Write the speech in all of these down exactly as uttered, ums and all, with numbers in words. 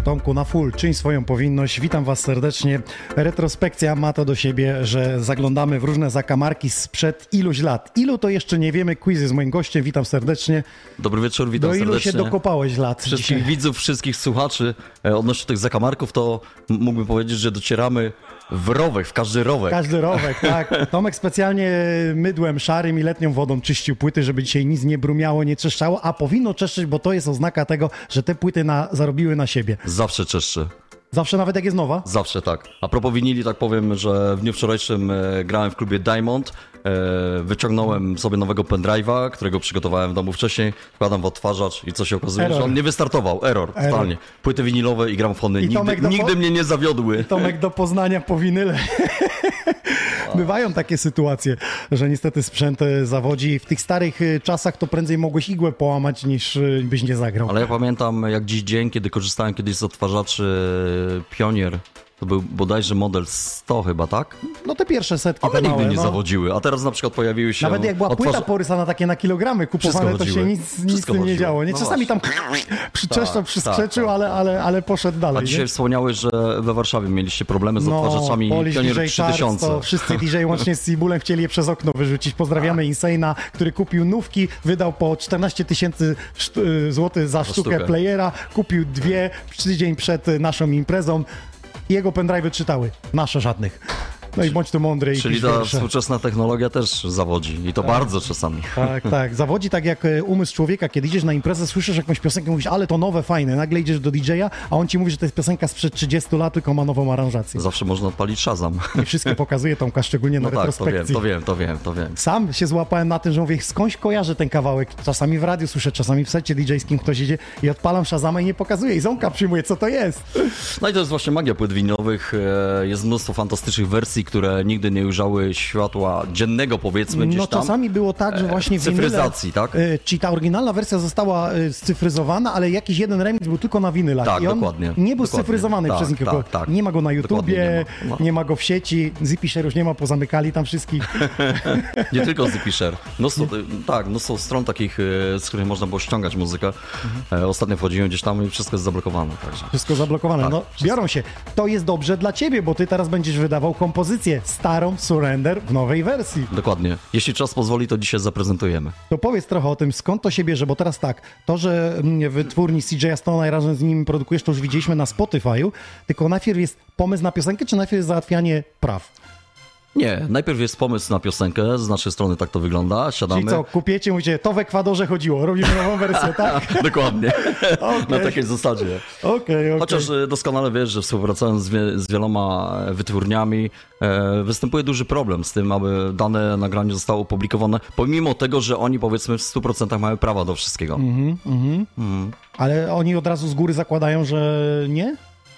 Tomku, na full, czyń swoją powinność. Witam was serdecznie. Retrospekcja ma to do siebie, że zaglądamy w różne zakamarki sprzed iluś lat. Ilu to jeszcze nie wiemy. Quiz jest moim gościem, witam serdecznie. Dobry wieczór, witam do serdecznie. Do ilu się dokopałeś lat Wszystkich dzisiaj? widzów, wszystkich słuchaczy odnośnie tych zakamarków, to mógłbym powiedzieć, że docieramy w rowek, w każdy rowek. Każdy rowek, tak. Tomek specjalnie mydłem szarym i letnią wodą czyścił płyty, żeby dzisiaj nic nie brumiało, nie trzeszczało, a powinno czeszczeć, bo to jest oznaka tego, że te płyty na, zarobiły na siebie. Zawsze czeszczy. Zawsze, nawet jak jest nowa? Zawsze tak. A propos winili, tak powiem, że w dniu wczorajszym e, grałem w klubie Diamond, e, wyciągnąłem sobie nowego pendrive'a, którego przygotowałem w domu wcześniej, wkładam w odtwarzacz i co się okazuje, Error. że on nie wystartował. Error, Error. totalnie. Płyty winilowe i gramofony nigdy, do nigdy po... mnie nie zawiodły. Tomek do Poznania po winyle. Bywają takie sytuacje, że niestety sprzęt zawodzi. W tych starych czasach to prędzej mogłeś igłę połamać, niż byś nie zagrał. Ale ja pamiętam jak dziś dzień, kiedy korzystałem kiedyś z odtwarzaczy Pionier. To był bodajże model sto chyba, tak? No te pierwsze setki, one te nigdy małe, nie no. zawodziły, a teraz na przykład pojawiły się... Nawet jak była odtwarza... płyta porysana takie na kilogramy kupowane, to się nic, nic tym nie działo. Nie? No Czasami tam przyczeszczał, tak, przyskrzeczył, tak, ale, tak. ale, ale poszedł dalej. A dzisiaj nie? wspomniałeś, że we Warszawie mieliście problemy z no, odtwarzaczami Pionier trzy tysiące. To wszyscy D J łącznie z Cibulem chcieli je przez okno wyrzucić. Pozdrawiamy Insane'a, który kupił nówki, wydał po czternaście tysięcy złotych za sztukę, sztukę playera, kupił dwie tydzień przed naszą imprezą. Jego pendrive'y czytały, nasze żadnych. No i bądź tu mądry. Czyli ta współczesna technologia też zawodzi i to tak. bardzo czasami. Tak, tak. Zawodzi tak jak umysł człowieka, kiedy idziesz na imprezę, słyszysz jakąś piosenkę, mówisz, ale to nowe, fajne. Nagle idziesz do D J a, a on ci mówi, że to jest piosenka sprzed trzydziestu lat, tylko ma nową aranżację. Zawsze można odpalić Shazam. I wszystko pokazuje Tomka, szczególnie na no retrospekcji. Tak, to wiem, to wiem, to wiem, to wiem. Sam się złapałem na tym, że mówię, skądś kojarzę ten kawałek. Czasami w radiu słyszę, czasami w secie D J-skim ktoś idzie i odpalam Shazama i nie pokazuje. I Ząka przyjmuje, co to jest. No i to jest właśnie magia płyt winylowych. Jest mnóstwo fantastycznych wersji, które nigdy nie ujrzały światła dziennego, powiedzmy, gdzieś no, tam. No czasami było tak, że właśnie cyfryzacji, winyle, tak? Y, czyli ta oryginalna wersja została y, scyfryzowana, ale jakiś jeden remix był tylko na winylach. Tak, i on dokładnie. nie był dokładnie. scyfryzowany tak, przez nikogo. Tak, tak. Nie ma go na YouTubie, nie ma. No. nie ma go w sieci, Zipisher już nie ma, pozamykali tam wszystkich. Nie tylko Zipisher. Mnóstwo, tak, mnóstwo stron takich, z których można było ściągać muzykę. Mhm. Ostatnio wchodziłem gdzieś tam i wszystko jest zablokowane. Także. Wszystko zablokowane. Tak, no, wszystko. Biorą się. To jest dobrze dla ciebie, bo ty teraz będziesz wydawał kompozycję starą Surrender w nowej wersji. Dokładnie. Jeśli czas pozwoli, to dzisiaj zaprezentujemy. To powiedz trochę o tym, skąd to się bierze, bo teraz tak, to, że w twórni C J Stone'a i razem z nim produkujesz, to już widzieliśmy na Spotify'u, tylko najpierw jest pomysł na piosenkę, czy najpierw jest załatwianie praw? Nie, najpierw jest pomysł na piosenkę, z naszej strony tak to wygląda, siadamy. Czyli co, kupiecie, mówicie, to w Ekwadorze chodziło, robimy nową wersję, tak? Dokładnie, okay. na takiej zasadzie. Okay, okay. Chociaż doskonale wiesz, że współpracując z, wie, z wieloma wytwórniami, e, występuje duży problem z tym, aby dane nagranie zostało opublikowane, pomimo tego, że oni powiedzmy w stu procentach mają prawa do wszystkiego. Mm-hmm, mm-hmm. Mm. Ale oni od razu z góry zakładają, że nie?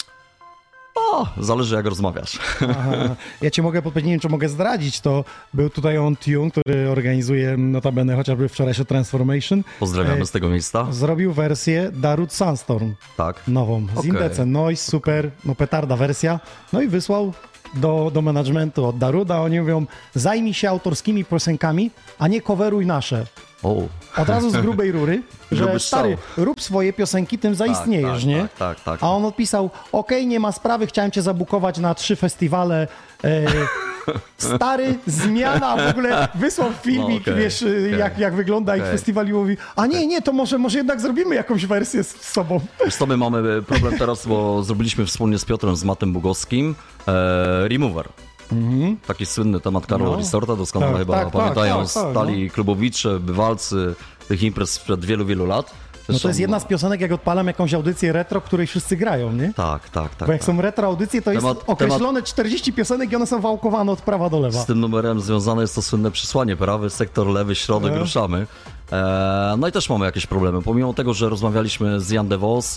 O, zależy jak rozmawiasz. Aha. Ja ci mogę podpowiedzieć, nie wiem, czy mogę zdradzić, to był tutaj On Tune, który organizuje notabene chociażby wczorajsze Transformation. Pozdrawiamy e, z tego miejsca. Zrobił wersję Darude Sandstorm. Tak. Nową. Z okay. Indecem. Noise, super, no petarda wersja. No i wysłał do, do managementu od Daruda. Oni mówią, zajmij się autorskimi piosenkami, a nie coveruj nasze. Oh. Od razu z grubej rury, że stary, rób swoje piosenki, tym zaistniejesz, tak, tak, nie? Tak, tak, tak. A on odpisał, okej, okay, nie ma sprawy, chciałem cię zabukować na trzy festiwale. E, stary, zmiana, w ogóle wysłał filmik, no, okay, wiesz, okay. Jak, jak wygląda okay. ich festiwal i mówi, a nie, nie, to może, może jednak zrobimy jakąś wersję z, z sobą. Z tobą mamy problem teraz, bo zrobiliśmy wspólnie z Piotrem, z Matem Bugowskim, e, Remover. Mm-hmm. Taki słynny temat Karol no. Resorta, doskonale tak, chyba tak, tak, pamiętają tak, tak, stali no. klubowicze, bywalcy tych imprez sprzed wielu, wielu lat. No to jest jedna z piosenek, jak odpalam jakąś audycję retro, której wszyscy grają, nie? Tak, tak, tak. Bo jak tak. są retro audycje, to temat, jest określone temat... czterdzieści piosenek i one są wałkowane od prawa do lewa. Z tym numerem związane jest to słynne przesłanie, prawy sektor, lewy środek, ruszamy. E, no i też mamy jakieś problemy, pomimo tego, że rozmawialiśmy z Jan de Vos.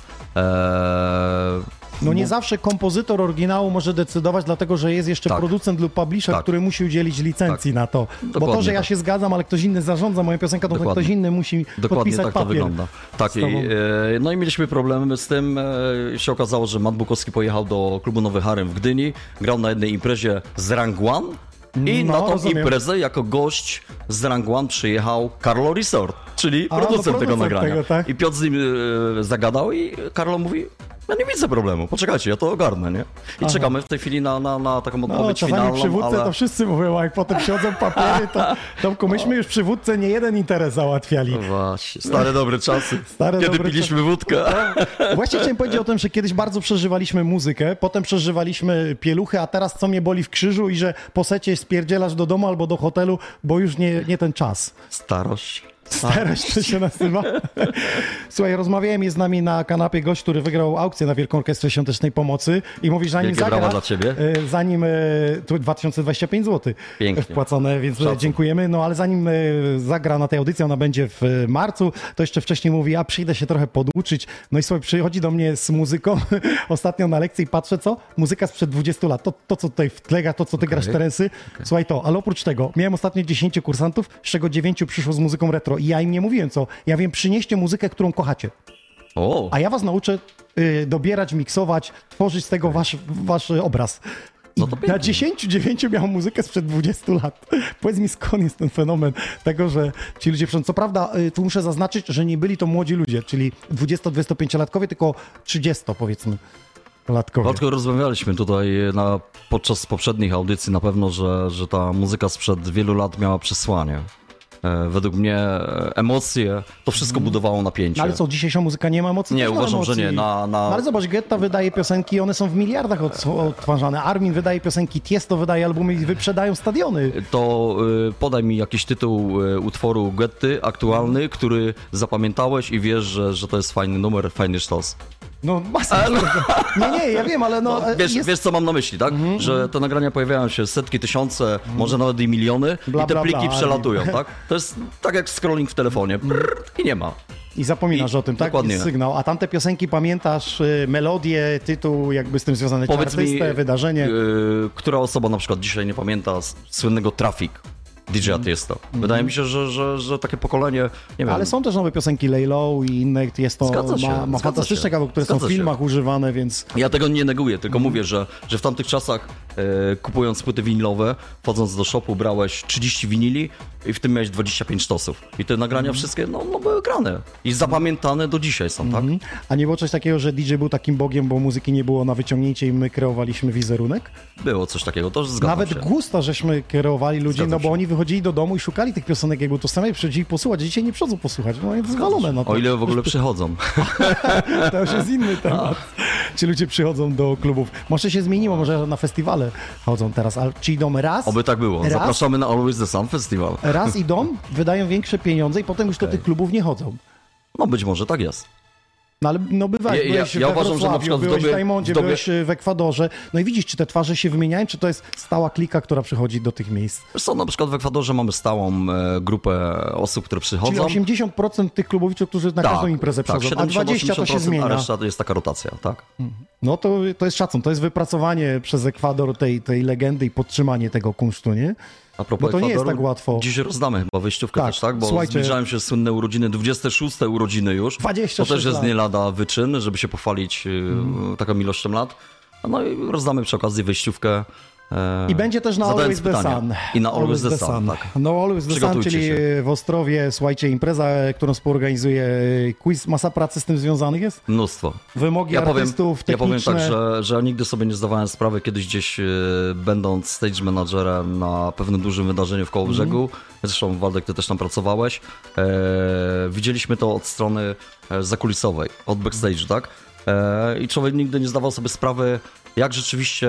E, no nie zawsze kompozytor oryginału może decydować, dlatego że jest jeszcze tak. producent lub publisher, tak. który musi udzielić licencji tak. na to. Dokładnie bo to, że ja tak. się zgadzam, ale ktoś inny zarządza moją piosenkę, to ktoś inny musi Dokładnie podpisać tak papier. to wygląda. Tak, i, e, no i mieliśmy problemy z tym. E, się okazało, że Mat Bukowski pojechał do klubu Nowy Harem w Gdyni, grał na jednej imprezie z Rank One i no, na tą rozumiem. imprezę jako gość z Rank One przyjechał Carlo Resort, czyli A, producent, no, producent tego nagrania. Tego, tak? I Piotr z nim e, zagadał i Carlo mówi, Ja nie widzę problemu, poczekajcie, ja to ogarnę, nie? I Aha. czekamy w tej chwili na, na, na taką odpowiedź no, finalną, przywódcę ale... to wszyscy mówią, a jak potem siedzą papiery, to Tomku, myśmy już przywódcę nie jeden interes załatwiali. No właśnie, stare dobre czasy, stare kiedy dobre piliśmy czasy. wódkę. No, właśnie chciałem powiedzieć o tym, że kiedyś bardzo przeżywaliśmy muzykę, potem przeżywaliśmy pieluchy, a teraz co mnie boli w krzyżu i że po secie spierdzielasz do domu albo do hotelu, bo już nie, nie ten czas. Starość. Starość to się nazywa. Słuchaj, rozmawiałem, jest z nami na kanapie gość, który wygrał aukcję na Wielką Orkiestrę Świątecznej Pomocy i mówi, że zanim Wielkie zagra, brawa dla ciebie. zanim, tu dwa tysiące dwadzieścia pięć złotych wpłacone, więc Szacun. dziękujemy, no ale zanim zagra na tej audycji, ona będzie w marcu, to jeszcze wcześniej mówi, ja przyjdę się trochę poduczyć, no i słuchaj, przychodzi do mnie z muzyką ostatnio na lekcji i patrzę, co? Muzyka sprzed dwudziestu lat, to, to co tutaj w tle, to co ty okay. grasz teresy, okay. słuchaj to, ale oprócz tego, miałem ostatnio dziesięciu kursantów, z czego dziewięciu przyszło z muzyką retro i ja im nie mówiłem co, ja wiem, przynieście muzykę, którą kochacie. O. A ja was nauczę y, dobierać, miksować, tworzyć z tego wasz, wasz obraz. No to na dziesięciu dziewięciu miałem muzykę sprzed dwudziestu lat. Powiedz mi, skąd jest ten fenomen tego, że ci ludzie przychodzą. Co prawda, y, tu muszę zaznaczyć, że nie byli to młodzi ludzie, czyli dwudziesto-dwudziestopięciolatkowie, tylko trzydziesto powiedzmy. Dlatego rozmawialiśmy tutaj na, podczas poprzednich audycji na pewno, że, że ta muzyka sprzed wielu lat miała przesłanie. Według mnie emocje, to wszystko budowało napięcie. No ale co, dzisiejsza muzyka nie ma emocji? Nie, uważam, emocji. że nie. Na, na... No ale zobacz, Getta wydaje piosenki, one są w miliardach odtwarzane. Armin wydaje piosenki, Tiesto wydaje albumy i wyprzedają stadiony. To y, podaj mi jakiś tytuł y, utworu Getty aktualny, który zapamiętałeś i wiesz, że, że to jest fajny numer, fajny sztos. No masa. No. Nie, nie, ja wiem, ale no... no wiesz, jest... wiesz, co mam na myśli, tak? Mm-hmm. Że te nagrania pojawiają się setki, tysiące, mm. może nawet i miliony bla, i te pliki bla, bla, przelatują, ale... tak? To jest tak jak scrolling w telefonie. Brrr, i nie ma. I zapominasz I, o tym, tak? Dokładnie. Jest sygnał. A tamte piosenki pamiętasz, y, melodię, tytuł, jakby z tym związane, Powiedz artystę, mi, wydarzenie? Yy, która osoba na przykład dzisiaj nie pamięta słynnego Traffic? D J mm. Tiesto. Wydaje mm. mi się, że, że, że takie pokolenie, nie wiem... Ale są też nowe piosenki Laylow i inne, jest to ma, ma fantastyczne kawałki, które Zgadza są w filmach się. używane, więc... Ja tego nie neguję, tylko mm. mówię, że, że w tamtych czasach e, kupując płyty winylowe, wchodząc do shopu brałeś trzydzieści winili i w tym miałeś dwadzieścia pięć sztosów. I te nagrania mm. wszystkie, no, no były grane i zapamiętane do dzisiaj są, tak? Mm. A nie było coś takiego, że D J był takim bogiem, bo muzyki nie było na wyciągnięcie i my kreowaliśmy wizerunek? Było coś takiego, to zgadzam Nawet się. gusta, żeśmy kreowali ludzi, Zgadzam no bo się. oni wychodzili do domu i szukali tych piosenek, jakby to same przychodzili posłuchać. Dzisiaj nie przychodzą posłuchać, no jest zwalone na to. O ile w ogóle przychodzą. To już jest inny temat. Ci ludzie przychodzą do klubów. Może się zmieniło, może na festiwale chodzą teraz, ale czy idą raz? Oby tak było. Raz, Zapraszamy na Always the Sun Festival. Raz idą, wydają większe pieniądze i potem już okay. do tych klubów nie chodzą. No być może tak jest. No ale no byłeś, ja, byłeś ja, ja we uważam, że na przykład byłeś w, dobie, w Diamondzie, w dobie... byłeś w Ekwadorze. No i widzisz, czy te twarze się wymieniają, czy to jest stała klika, która przychodzi do tych miejsc? Wiesz co, na przykład w Ekwadorze mamy stałą e, grupę osób, które przychodzą. Czyli osiemdziesiąt procent tych klubowiczów, którzy na tak, każdą imprezę tak, przychodzą, a dwadzieścia procent to się zmienia. A reszta to jest taka rotacja, tak? No to, to jest szacun, to jest wypracowanie przez Ekwador tej, tej legendy i podtrzymanie tego kunsztu, nie? A propos bo to Ekwadoru, nie jest tak łatwo. Dziś rozdamy chyba wyjściówkę tak, też, tak? Bo słuchajcie... zbliżają się słynne urodziny, dwudzieste szóste urodziny już. dwadzieścia sześć to też jest lat. nie lada wyczyn, żeby się pochwalić mm. taką ilością lat. No i rozdamy przy okazji wyjściówkę. E, I będzie też na Always the Sun. I na Always, Always the, the Sun, sun, tak. No Always the Sun, czyli się. w Ostrowie, słuchajcie, impreza, którą współorganizuje quiz, masa pracy z tym związanych jest? Mnóstwo. Wymogi ja artystów, powiem, techniczne. Ja powiem tak, że, że ja nigdy sobie nie zdawałem sprawy, kiedyś gdzieś e, będąc stage managerem na pewnym dużym wydarzeniu w Kołobrzegu, mm. zresztą Waldek, ty też tam pracowałeś, e, widzieliśmy to od strony zakulisowej, od backstage'u, tak? E, I człowiek nigdy nie zdawał sobie sprawy, jak rzeczywiście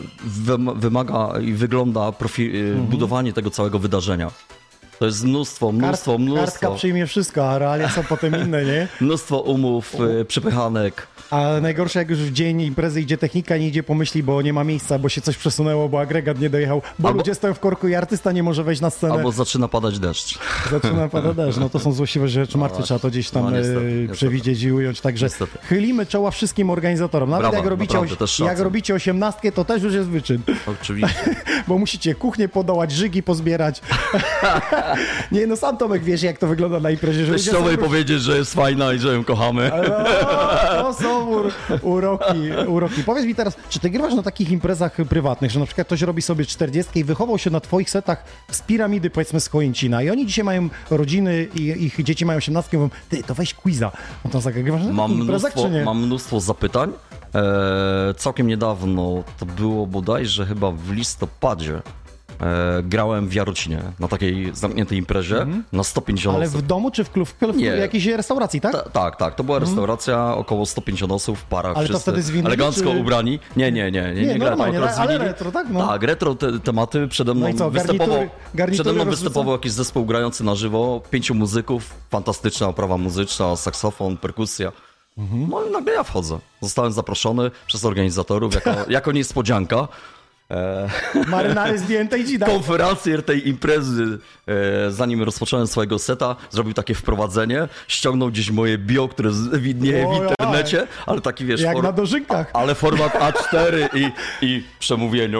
wymaga i wygląda profi- mhm. budowanie tego całego wydarzenia. To jest mnóstwo, mnóstwo, Kart, mnóstwo. Kartka przyjmie wszystko, a realia są potem inne, nie? Mnóstwo umów, y, przypychanek. A najgorsze, jak już w dzień imprezy idzie technika, nie idzie pomyśli, bo nie ma miejsca, bo się coś przesunęło, bo agregat nie dojechał, bo albo, ludzie stoją w korku i artysta nie może wejść na scenę. Albo zaczyna padać deszcz. Zaczyna padać deszcz, no to są złośliwe rzeczy, martwe, trzeba to gdzieś tam no, niestety, przewidzieć niestety. i ująć, także niestety. Chylimy czoła wszystkim organizatorom. Nawet Brawa, jak, robicie oś- jak robicie osiemnastkę, to też już jest wyczyn. Oczywiście. Bo musicie kuchnię podołać, żygi pozbierać. Nie, no sam Tomek wiesz, jak to wygląda na imprezie. Teściowej są... powiedzieć, że jest fajna i że ją kochamy. No, to są ur, uroki, uroki. Powiedz mi teraz, czy ty grywasz na takich imprezach prywatnych, że na przykład ktoś robi sobie czterdziestkę i wychował się na twoich setach z piramidy, powiedzmy z Chojęcina i oni dzisiaj mają rodziny i ich dzieci mają osiemnastkę i mówią, ty, to weź quiza. No to zagrywasz na mam takich imprezach, mnóstwo, czy nie? Mam mnóstwo zapytań. Eee, całkiem niedawno, to było bodajże chyba w listopadzie, e, grałem w Jarocinie na takiej zamkniętej imprezie mm. na sto pięćdziesiąt Ale osób. w domu czy w, klub, w, klub, w jakiejś restauracji, tak? Ta, tak, tak. To była restauracja, mm. około sto pięćdziesiąt osób w parach. Ale to wtedy z winyli, elegancko czy... ubrani. Nie, nie, nie. Nie, nie, nie normalnie, ale, ale retro, tak? No. Tak, retro te, tematy. Przede mną, no co, występował, garnitury, garnitury przede mną występował jakiś zespół grający na żywo, pięciu muzyków, fantastyczna oprawa muzyczna, saksofon, perkusja. Mhm. No i nagle ja wchodzę. Zostałem zaproszony przez organizatorów jako, jako niespodzianka. E... Marynary zdjęte i dzida. Konferencjer tej imprezy, e, zanim rozpocząłem swojego seta, zrobił takie wprowadzenie, ściągnął gdzieś moje bio, które widnieje w internecie, ale taki wiesz... Jak for... na dożynkach. Ale format A cztery i, i przemówienie.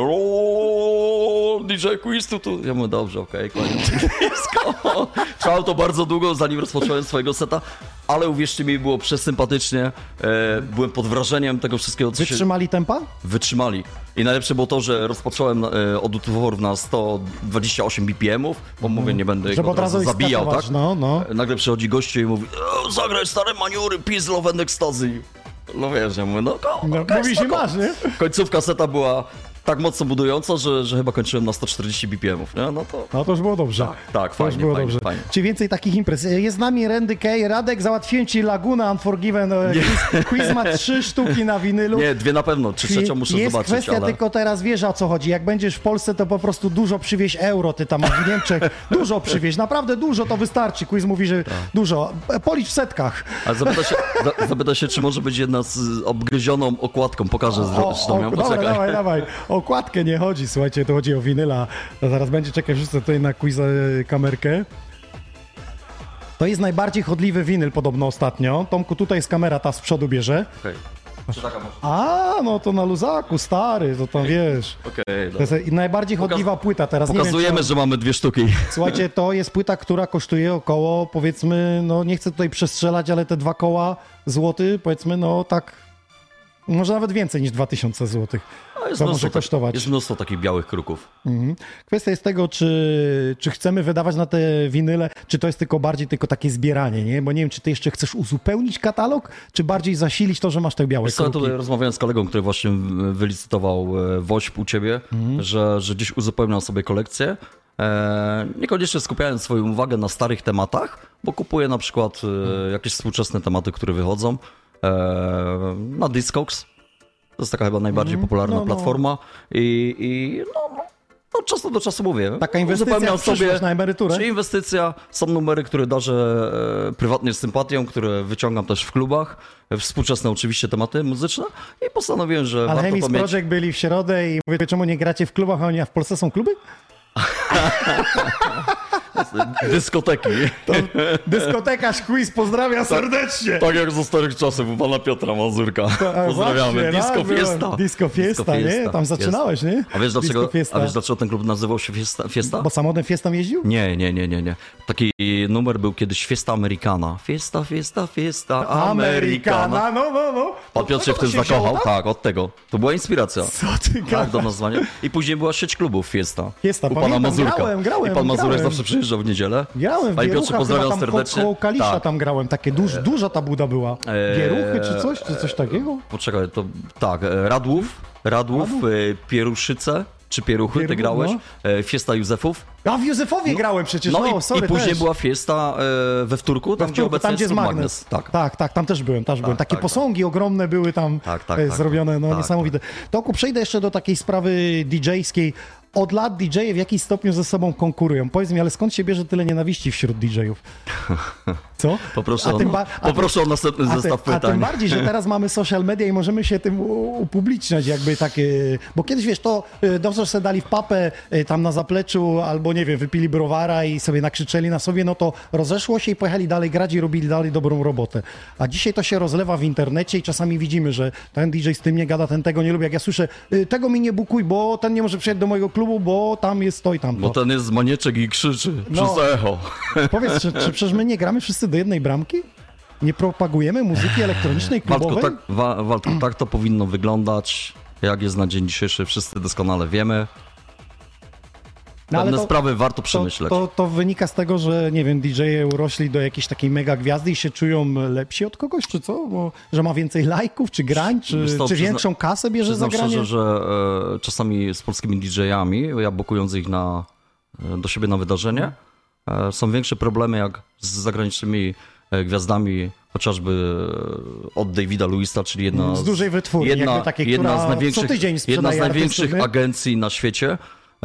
O, D J Quiz tu, tu. Ja mówię, dobrze, okej, okay, koniec. Trwało to bardzo długo, zanim rozpocząłem swojego seta, ale uwierzcie mi, było przesympatycznie. E, byłem pod wrażeniem tego wszystkiego, co Wytrzymali się... tempa? Wytrzymali. I najlepsze było to, że rozpocząłem e, od utworów na sto dwadzieścia osiem B P M-ów, bo mm. mówię, nie będę ich od razu zabijał, tak? No, no. E, nagle przychodzi gościu i mówi, zagraj stare maniury, Peace, Love and Ecstasy. No wiesz, ja mówię, no, no okay, mówisz i masz, nie? Końcówka seta była tak mocno budująca, że, że chyba kończyłem na sto czterdzieści B P M-ów, nie? No to... No to już było dobrze. Tak, tak to fajnie, już było fajnie, dobrze. fajnie. Czy więcej takich imprez? Jest z nami Randy Kay. Radek, załatwiłem ci Laguna Unforgiven. Quiz, quiz ma trzy sztuki na winylu. Nie, dwie na pewno, czy trzecią muszę jest zobaczyć, kwestia, ale... tylko teraz wiesz, o co chodzi. Jak będziesz w Polsce, to po prostu dużo przywieź euro, ty tam w Niemczech. Dużo przywieź, naprawdę dużo to wystarczy. Quiz mówi, że tak. Dużo. Policz w setkach. Ale zapyta się, za, zapyta się, czy może być jedna z obgryzioną okładką. Pokażę zresztą ją, poczekaj. Dobra, dawaj, dawaj. O okładkę nie chodzi, słuchajcie, to chodzi o winyla. To zaraz będzie, czekaj, wrzucę tutaj na quiz kamerkę. To jest najbardziej chodliwy winyl podobno ostatnio. Tomku, tutaj jest kamera, ta z przodu bierze. Okej. Okay. Taka może... A, no to na luzaku, stary, to tam wiesz. Okej, okay, to jest najbardziej chodliwa Pokaz... płyta teraz. Pokazujemy, nie wiem, że mamy dwie sztuki. Słuchajcie, to jest płyta, która kosztuje około, powiedzmy, no nie chcę tutaj przestrzelać, ale te dwa koła złoty, powiedzmy, no tak... Może nawet więcej niż dwa tysiące złotych. To może kosztować. Jest mnóstwo takich białych kruków. Mhm. Kwestia jest tego, czy, czy chcemy wydawać na te winyle, czy to jest tylko bardziej tylko takie zbieranie, nie? Bo nie wiem, czy ty jeszcze chcesz uzupełnić katalog, czy bardziej zasilić to, że masz te białe kruki. Ja tutaj rozmawiałem z kolegą, który właśnie wylicytował Wośp u ciebie, mhm. że, że gdzieś uzupełniał sobie kolekcję. E, niekoniecznie skupiając swoją uwagę na starych tematach, bo kupuję na przykład e, jakieś współczesne tematy, które wychodzą. Na Discogs. To jest taka chyba najbardziej mm, popularna no, platforma no. i, i no, no, od czasu do czasu mówię. Taka inwestycja w sobie na emeryturę. Czy inwestycja, są numery, które darzę e, prywatnie z sympatią, które wyciągam też w klubach, współczesne oczywiście tematy muzyczne i postanowiłem, że Ale warto Hemis to mieć. Project byli w środę i mówię, czemu nie gracie w klubach, a oni a w Polsce są kluby? Dyskoteki. To dyskotekarz quiz pozdrawia serdecznie. Tak, tak jak ze starych czasów u pana Piotra Mazurka. To, Pozdrawiamy. Właśnie, Disco tak, Fiesta. Disco Fiesta, Disco nie? Tam zaczynałeś, jest. Nie? A wiesz, dlaczego, a wiesz dlaczego ten klub nazywał się Fiesta? Fiesta? Bo samochodem Fiestą jeździł? Nie, nie, nie, nie, nie. Taki numer był kiedyś Fiesta Americana. Fiesta, Fiesta, Fiesta Americana. No, no, no. Pan Piotr się w tym zakochał. Tak, od tego. To była inspiracja. Co ty gadasz? Tak, do nazwania. I później była sieć klubów Fiesta. Fiesta, u pana Mazurka. Grałem, grałem, I pan Mazurek grałem. zawsze przyjeżdżał w niedzielę. Grałem w Panie Piotrze, pozdrawiam tam serdecznie. Koło Kalisza tak. Tam grałem, takie duż, duża ta buda była. Wieruchy czy coś, czy coś takiego? Poczekaj, to tak, Radłów, Radłów, Radłów? Pieruszyce, czy Pieruchy, Pieru, ty grałeś, no. Fiesta Józefów. A w Józefowie no, grałem przecież, no, no i, sorry, i później też. była Fiesta e, we Wtórku, tam we gdzie obecnie tam, jest Magnes. Magnes. Tak. tak, tak, tam też byłem, też tak, byłem. Takie tak, posągi tak. ogromne były tam tak, tak, e, zrobione, no tak, niesamowite. Tak. Toku, przejdę jeszcze do takiej sprawy didżejskiej. Od lat didżeje w jakiś stopniu ze sobą konkurują. Powiedz mi, ale skąd się bierze tyle nienawiści wśród didżejów? Co? Poproszę, o, ba- poproszę tym, o następny zestaw a pytań. A tym bardziej, że teraz mamy social media i możemy się tym upubliczniać jakby takie... Bo kiedyś, wiesz, to dobrze sobie dali w papę tam na zapleczu albo, nie wiem, wypili browara i sobie nakrzyczeli na sobie, no to rozeszło się i pojechali dalej grać i robili dalej dobrą robotę. A dzisiaj to się rozlewa w internecie i czasami widzimy, że ten D J z tym nie gada, ten tego nie lubi. Jak ja słyszę, tego mi nie bukuj, bo ten nie może przyjechać do mojego klubu, klubu, bo tam jest to i tamto. Bo ten jest manieczek i krzyczy no, przez echo. Powiedz, czy, czy przecież my nie gramy wszyscy do jednej bramki? Nie propagujemy muzyki elektronicznej, klubowej? Waldku, tak, Wa, Waldku, tak to powinno wyglądać, jak jest na dzień dzisiejszy, wszyscy doskonale wiemy. No, Pewne to, sprawy warto przemyśleć. To, to, to wynika z tego, że nie wiem, D J-e urośli do jakiejś takiej mega gwiazdy i się czują lepsi od kogoś, czy co? Bo, że ma więcej lajków, czy grań, czy, to, czy większą przyzna, kasę bierze za granie? Szczerze, że e, czasami z polskimi D J-ami, ja bokując ich na, do siebie na wydarzenie, e, są większe problemy jak z zagranicznymi e, gwiazdami, chociażby od Davida Luisa, czyli jedna z dużej wytwórni, jedna, takiej, jedna która z największych, co tydzień jedna z największych artystów, agencji na świecie.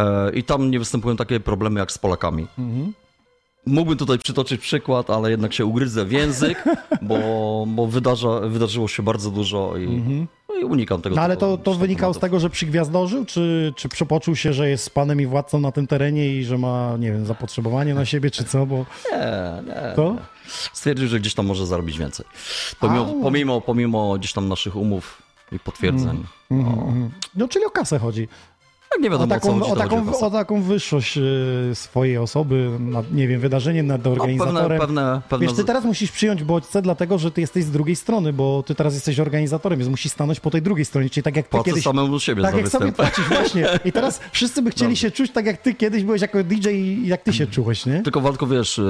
I tam nie występują takie problemy jak z Polakami. Mhm. Mógłbym tutaj przytoczyć przykład, ale jednak się ugryzę w język, bo, bo wydarza, wydarzyło się bardzo dużo i, mhm. no i unikam tego. No ale to, to wynikało z tego, że przygwiazdorzył, czy, czy przepoczuł się, że jest panem i władcą na tym terenie i że ma, nie wiem, zapotrzebowanie na siebie, czy co? Bo... Nie, nie. To? nie. Stwierdził, że gdzieś tam może zarobić więcej. Pomimo, pomimo, pomimo gdzieś tam naszych umów i potwierdzeń. Mm, no. Mm, no czyli o kasę chodzi. Tak nie wiadomo, o taką, o, co o, taką, o taką wyższość y, swojej osoby, nad, nie wiem, wydarzenie nad organizatorem. No, pewne, pewne, pewne... Wiesz, ty teraz musisz przyjąć bodźce, dlatego że ty jesteś z drugiej strony, bo ty teraz jesteś organizatorem, więc musisz stanąć po tej drugiej stronie, czyli tak jak ty Płacę kiedyś... samemu siebie tak za jak występ. sobie płacisz, właśnie. I teraz wszyscy by chcieli no. się czuć tak, jak ty kiedyś byłeś jako D J i jak ty się czułeś, nie? Tylko Waldko, wiesz...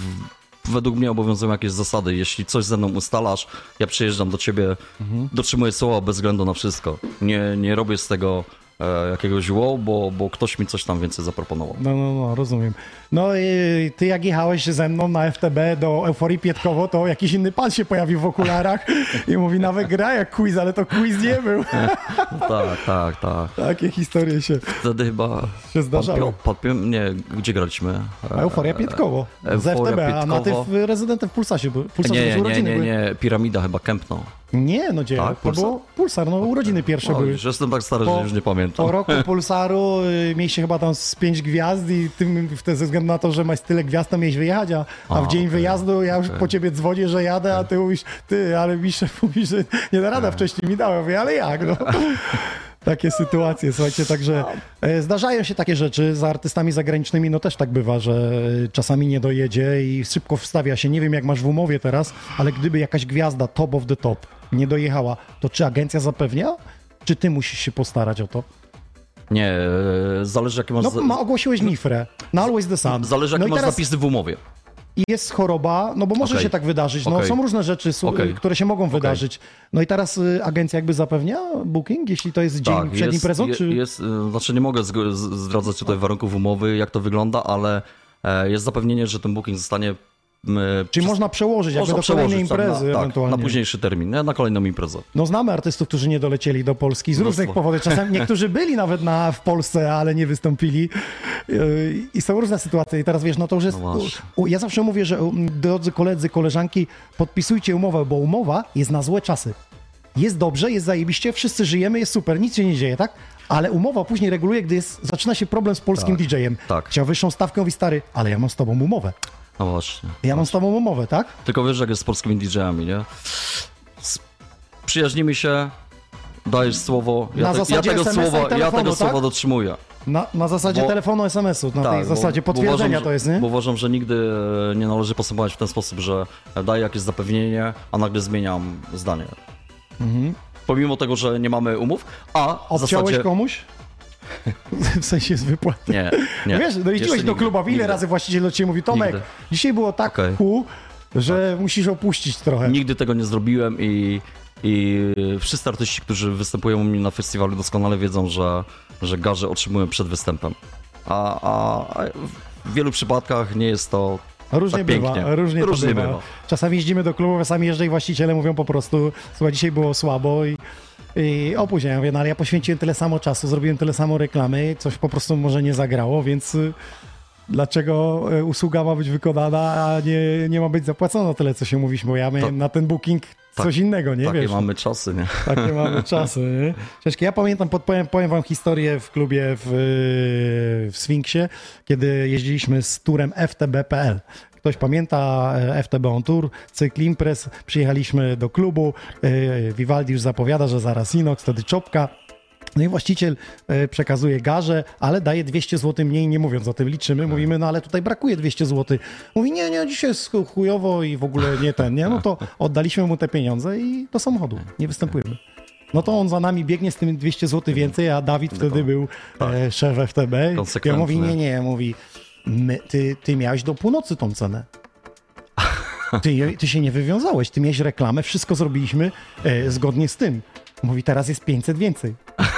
W... Według mnie obowiązują jakieś zasady. Jeśli coś ze mną ustalasz, ja przyjeżdżam do ciebie, mhm. dotrzymuję słowa bez względu na wszystko. Nie, nie robię z tego e, jakiegoś wow, bo, bo ktoś mi coś tam więcej zaproponował. No, no, no, rozumiem. No i ty jak jechałeś ze mną na F T B do Euforii Pietkowo, to jakiś inny pan się pojawił w okularach i mówi, nawet gra jak quiz, ale to quiz nie był. No, tak, tak, tak. Takie historie się Wtedy chyba się zdarzało. Pod, pod, nie, gdzie graliśmy? Euforia Pietkowo. Euforia z F T B, Pietkowo. a na ty w rezydentem w Pulsasie był. Pulsar nie, nie, nie, nie, nie, Piramida chyba Kępno. Nie, no gdzie? Tak, to było Pulsar, no urodziny pierwsze no, były. Już jestem tak stary, po, że już nie pamiętam. Po roku Pulsaru y, mieliście chyba tam z pięć gwiazd i tym, wtedy ze względu na to, że masz tyle gwiazd, to miałeś wyjechać, a, a w dzień okay. wyjazdu ja już okay. po ciebie dzwonię, że jadę, okay. a ty mówisz, ty, ale mi szef mówi, że nie da rada, wcześniej mi dałem. Mówię, ale jak, no? Takie sytuacje, słuchajcie, także e, zdarzają się takie rzeczy z artystami zagranicznymi, no też tak bywa, że czasami nie dojedzie i szybko wstawia się, nie wiem jak masz w umowie teraz, ale gdyby jakaś gwiazda top of the top nie dojechała, to czy agencja zapewnia, czy ty musisz się postarać o to? Nie, zależy jakie masz... No ma, ogłosiłeś Nifrę, na Always the Sun. Zależy jakie no masz teraz... zapisy w umowie. I jest choroba, no bo może okay. się tak wydarzyć, no okay. są różne rzeczy, okay. które się mogą okay. wydarzyć. No i teraz y, agencja jakby zapewnia booking, jeśli to jest dzień tak, przed jest, imprezą? Czy... Jest, znaczy nie mogę zdradzać tutaj warunków umowy, jak to wygląda, ale jest zapewnienie, że ten booking zostanie... Czyli przez... można przełożyć jakby do kolejnej imprezy na, ewentualnie. Tak, na późniejszy termin, nie? Na kolejną imprezę. No znamy artystów, którzy nie dolecieli do Polski z różnych powodów. Czasem niektórzy byli nawet na, w Polsce, ale nie wystąpili. I są różne sytuacje. I teraz wiesz, no to już jest... No ja zawsze mówię, że drodzy koledzy, koleżanki, podpisujcie umowę, bo umowa jest na złe czasy. Jest dobrze, jest zajebiście, wszyscy żyjemy, jest super, nic się nie dzieje, tak? Ale umowa później reguluje, gdy jest, zaczyna się problem z polskim tak, D J-em. Tak. Chciał wyższą stawkę, mówi stary, ale ja mam z tobą umowę. No właśnie. Ja właśnie. mam z tobą umowę, tak? Tylko wiesz, jak jest z polskimi D J-ami, nie? Przyjaźnimy się, dajesz słowo, ja, te, ja tego, słowa, telefonu, ja tego tak? słowa dotrzymuję. Na, na zasadzie bo, telefonu, es em esu, na tak, tej zasadzie bo, potwierdzenia bo uważam, to jest, nie? Bo uważam, że nigdy nie należy postępować w ten sposób, że daję jakieś zapewnienie, a nagle zmieniam zdanie. Mhm. Pomimo tego, że nie mamy umów, a Obciąłeś zasadzie... komuś? W sensie z wypłaty. Nie, nie. No wiesz, dojeździłeś do klubu, ile nigdy. razy właściciel do ciebie mówi, Tomek, nigdy. dzisiaj było tak okay. cool, że tak. musisz opuścić trochę. Nigdy tego nie zrobiłem i, i wszyscy artyści, którzy występują u mnie na festiwalu, doskonale wiedzą, że, że garze otrzymują przed występem. A, a w wielu przypadkach nie jest to Różnie tak bywa, pięknie. różnie, różnie bywa. bywa. Czasami jeździmy do klubu, czasami jeżdżą i właściciele mówią po prostu, słuchaj, dzisiaj było słabo i I opóźniam, ja mówię, no ale ja poświęciłem tyle samo czasu, zrobiłem tyle samo reklamy, coś po prostu może nie zagrało, więc y, dlaczego usługa ma być wykonana, a nie, nie ma być zapłacona tyle, co się mówiliśmy, bo ja miałem to, na ten booking coś tak, innego, nie takie wiesz? mamy czasy, nie? Takie mamy czasy, nie? Ciężkie. Ja pamiętam, podpowiem, powiem wam historię w klubie w, w Sfinksie, kiedy jeździliśmy z turem F T B kropka P L. Ktoś pamięta F T B On Tour, cykl imprez, przyjechaliśmy do klubu, Vivaldi już zapowiada, że zaraz Inox, wtedy Czopka No i właściciel e, przekazuje garze, ale daje dwieście złotych mniej, nie mówiąc o tym, liczymy. Okay. Mówimy, no ale tutaj brakuje dwieście złotych. Mówi, nie, nie, dzisiaj jest chujowo i w ogóle nie ten, nie? No to oddaliśmy mu te pieniądze i do samochodu, nie występujemy. No to on za nami biegnie z tym dwieście złotych więcej, a Dawid wtedy był e, szef F T B. I on mówi, nie, nie, mówi, my, ty, ty miałeś do północy tą cenę. Ty, ty się nie wywiązałeś, ty miałeś reklamę, wszystko zrobiliśmy e, zgodnie z tym. Mówi, teraz jest pięćset więcej.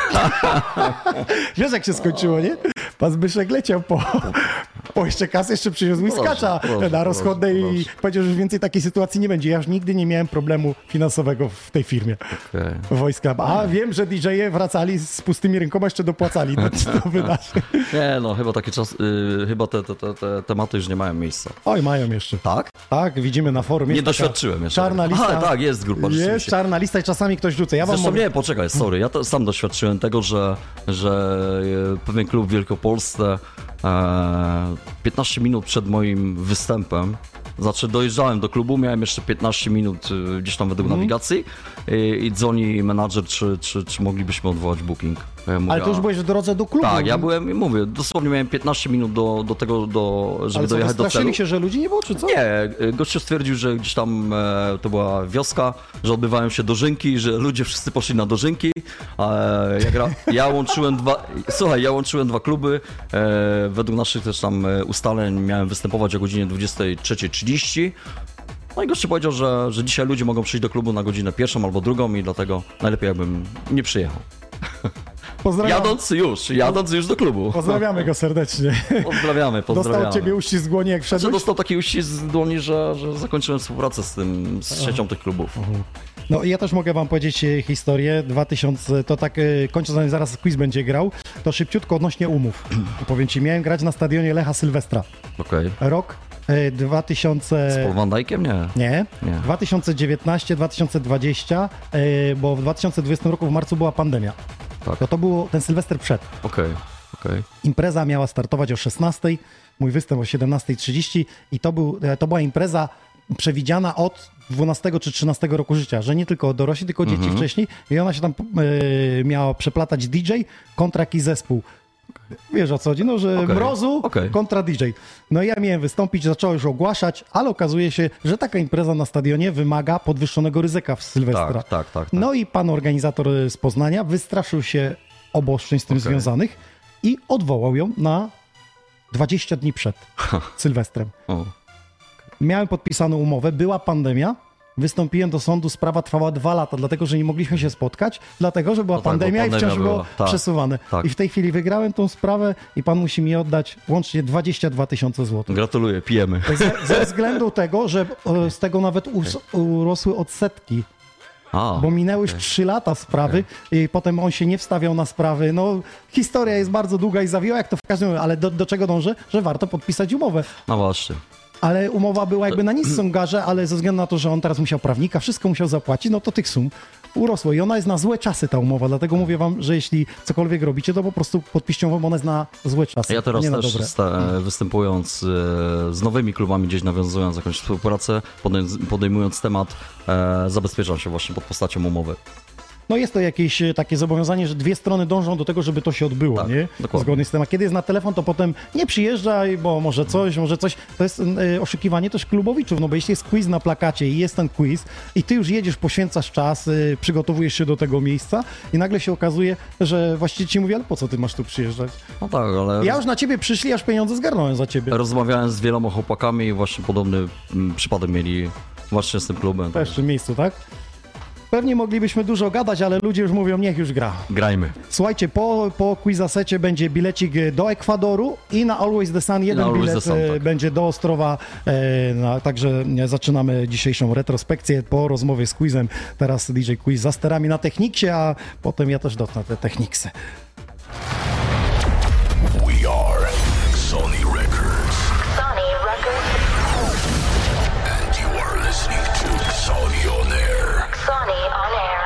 Wiesz, jak się skończyło, nie? Pan Zbyszek leciał po, po jeszcze kasę, jeszcze przyniósł whiskacza na rozchodnej i powiedział, że już więcej takiej sytuacji nie będzie. Ja już nigdy nie miałem problemu finansowego w tej firmie. Okay. Wojska. A wiem, że D J e wracali z pustymi rękoma, jeszcze dopłacali do, do wydarzeń. Nie, no chyba taki czas, yy, chyba te, te, te, te tematy już nie mają miejsca. Oj, mają jeszcze. Tak? Tak, widzimy na forum. Nie doświadczyłem jeszcze. Czarna lista. Aha, tak, jest grupa. Jest czarna lista i czasami ktoś rzuca. Ja wam Zresztą mogę... nie, poczekaj, sorry, ja to sam doświadczyłem tego, że, że pewien klub w Wielkopolsce e, piętnaście minut przed moim występem, znaczy dojeżdżałem do klubu, miałem jeszcze piętnaście minut gdzieś tam według mm. nawigacji i, i dzwoni menadżer, czy, czy, czy moglibyśmy odwołać booking. Ja mówię, ale to już byłeś w drodze do klubu. Tak, ja byłem, mówię, dosłownie miałem piętnaście minut do, do tego, do, żeby ale co, dojechać do celu. się, że ludzi nie było, czy co? Nie, gościu stwierdził, że gdzieś tam e, to była wioska, że odbywają się dożynki, że ludzie wszyscy poszli na dożynki. E, ja, gra, ja łączyłem dwa, słuchaj, ja łączyłem dwa kluby. E, według naszych też tam ustaleń miałem występować o godzinie dwudziestej trzeciej trzydzieści. No i gościu powiedział, że, że dzisiaj ludzie mogą przyjść do klubu na godzinę pierwszą albo drugą i dlatego najlepiej jakbym nie przyjechał. Jadąc już, jadąc już do klubu. Pozdrawiamy go serdecznie. Pozdrawiamy, pozdrawiamy. Dostał ciebie uścisk z dłoni, jak wszedłeś? Znaczy, dostał taki uścisk z dłoni, że, że zakończyłem współpracę z tym, z siecią tych klubów. Uh-huh. No ja też mogę wam powiedzieć historię. dwa tysiące, to tak kończąc, zaraz quiz będzie grał, to szybciutko odnośnie umów. Powiem ci, miałem grać na stadionie Lecha Sylwestra. Okej. Okay. Rok dwa tysiące... Z Paul Van Dijkiem? Nie. Nie. Nie. dwa tysiące dziewiętnaście dwa tysiące dwadzieścia, bo w dwa tysiące dwudziestym roku w marcu była pandemia. Tak. To to było ten Sylwester przed. Okej, okay. okej. Okay. Impreza miała startować o szesnastej, mój występ o siedemnasta trzydzieści i to, był, to była impreza przewidziana od dwunastego czy trzynastego roku życia, że nie tylko dorośli, tylko dzieci mm-hmm. wcześniej i ona się tam e, miała przeplatać D J kontra jakiś zespół. Wiesz o co chodzi? No, że okay. Mrozu okay. kontra D J. No ja miałem wystąpić, zacząłem już ogłaszać, ale okazuje się, że taka impreza na stadionie wymaga podwyższonego ryzyka w Sylwestra. Tak, tak, tak, tak. No i pan organizator z Poznania wystraszył się obostrzeń z tym okay. związanych i odwołał ją na dwadzieścia dni przed Sylwestrem. Oh. Miałem podpisaną umowę, była pandemia, wystąpiłem do sądu, sprawa trwała dwa lata, dlatego że nie mogliśmy się spotkać, dlatego że była no pandemia, tak, pandemia i wciąż było tak, przesuwane. Tak. I w tej chwili wygrałem tą sprawę i pan musi mi oddać łącznie dwadzieścia dwa tysiące złotych. Gratuluję, pijemy. Ze, ze względu tego, że z tego nawet us, urosły odsetki. A, bo minęły już trzy okay. lata sprawy okay. i potem on się nie wstawiał na sprawy. No, historia jest bardzo długa i zawiła, jak to w każdym razie, ale do, do czego dążę? Że warto podpisać umowę. No właśnie. Ale umowa była jakby na niską garze, ale ze względu na to, że on teraz musiał prawnika, wszystko musiał zapłacić, no to tych sum urosło. I ona jest na złe czasy, ta umowa, dlatego mówię wam, że jeśli cokolwiek robicie, to po prostu podpiszcie umowę, bo ona jest na złe czasy. Ja teraz nie też sta- występując e, z nowymi klubami, gdzieś nawiązując jakąś współpracę, podej- podejmując temat, e, zabezpieczam się właśnie pod postacią umowy. No jest to jakieś takie zobowiązanie, że dwie strony dążą do tego, żeby to się odbyło, tak, nie? Dokładnie. Zgodnie z tym. A kiedy jest na telefon, to potem nie przyjeżdżaj, bo może coś, może coś. To jest y, oszukiwanie też klubowiczów, no bo jeśli jest quiz na plakacie i jest ten quiz i ty już jedziesz, poświęcasz czas, y, przygotowujesz się do tego miejsca i nagle się okazuje, że właściciel ci mówi, ale po co ty masz tu przyjeżdżać? No tak, ale... Ja już na ciebie przyszli, aż pieniądze zgarnąłem za ciebie. Rozmawiałem z wieloma chłopakami i właśnie podobny m, przypadek mieli właśnie z tym klubem. Też w tym miejscu, tak? Pewnie moglibyśmy dużo gadać, ale ludzie już mówią, niech już gra. Grajmy. Słuchajcie, po, po quizasecie będzie bilecik do Ekwadoru i na Always the Sun jeden bilet Sun, tak. będzie do Ostrowa. E, no, także zaczynamy dzisiejszą retrospekcję po rozmowie z quizem. Teraz D J Quiz za sterami na Techniksie, a potem ja też dotknę te Techniksy. We are Sony Records. Sony Records. And you are listening to Sony On Air. Sony On Air.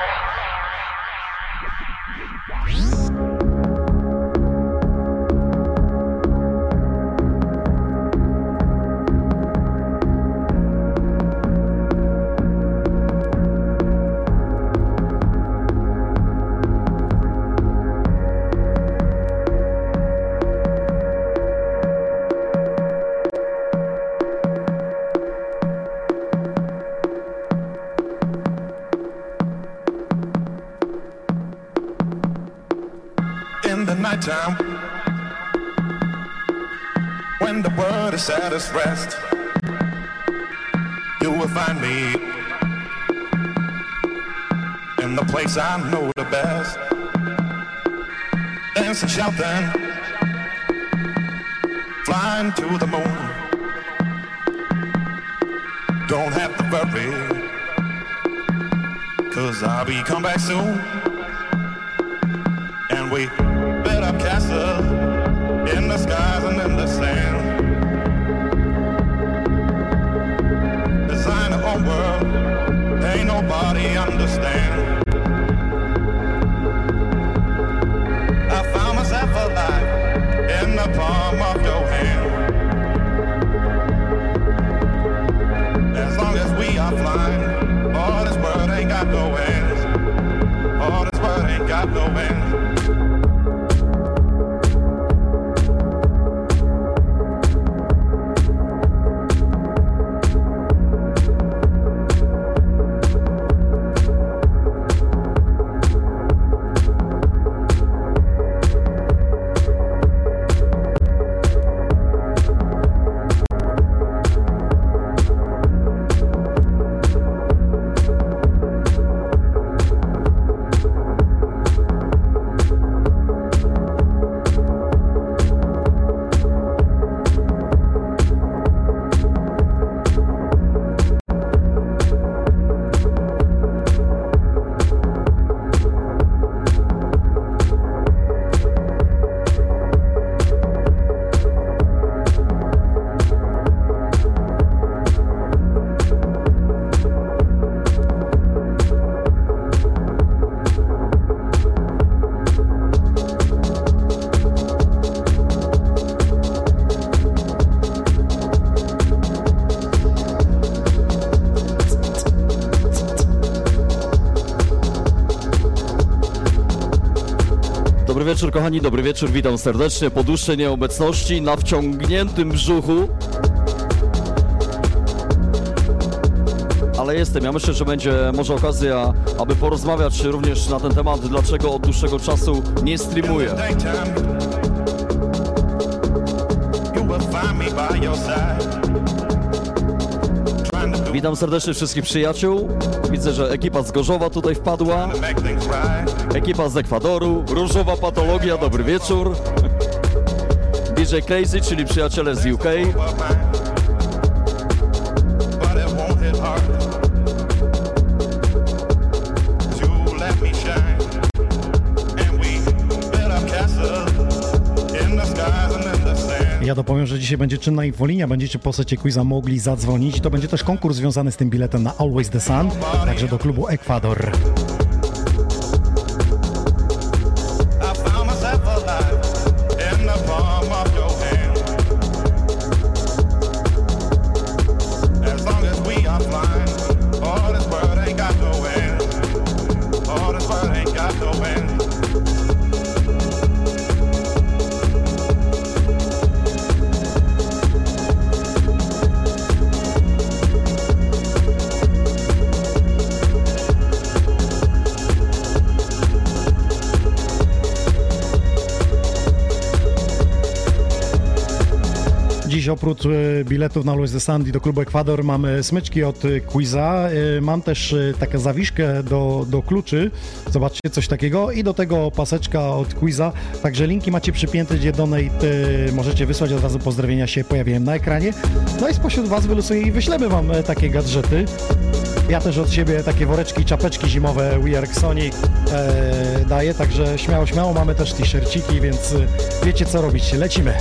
daytime, when the world is at its rest, you will find me in the place I know the best, dancing, shouting, flying to the moon. Don't have to worry, 'cause I'll be come back soon. And we build up castles in the skies and in the sand, design our own world, ain't nobody understand. I found myself alive in the palm of your hand. As long as we are flying, all this world ain't got no ends. All this world ain't got no ends. Dobry wieczór, kochani, dobry wieczór, witam serdecznie po dłuższej nieobecności na wciągniętym brzuchu. Ale jestem, ja myślę, że będzie może okazja, aby porozmawiać również na ten temat, dlaczego od dłuższego czasu nie streamuję. Witam serdecznie wszystkich przyjaciół. Widzę, że ekipa z Gorzowa tutaj wpadła. Ekipa z Ekwadoru. Różowa patologia, dobry wieczór. D J Crazy, czyli przyjaciele z U K. Ja dopowiem, że dzisiaj będzie czynna infolinia, będziecie po secie quiza mogli zadzwonić. To będzie też konkurs związany z tym biletem na Always the Sun, także do klubu Ekwador. Dziś oprócz biletów na Always the Sun i do klubu Ekwador mamy smyczki od quiza. Mam też taką zawiszkę do, do kluczy. Zobaczcie, coś takiego. I do tego paseczka od quiza. Także linki macie przypięte, gdzie donate możecie wysłać. Od razu pozdrowienia się pojawiają na ekranie. No i spośród was wylosuję i wyślemy wam takie gadżety. Ja też od siebie takie woreczki, czapeczki zimowe We Are Sonic e, daję. Także śmiało, śmiało. Mamy też t-shirciki, więc wiecie co robić. Lecimy.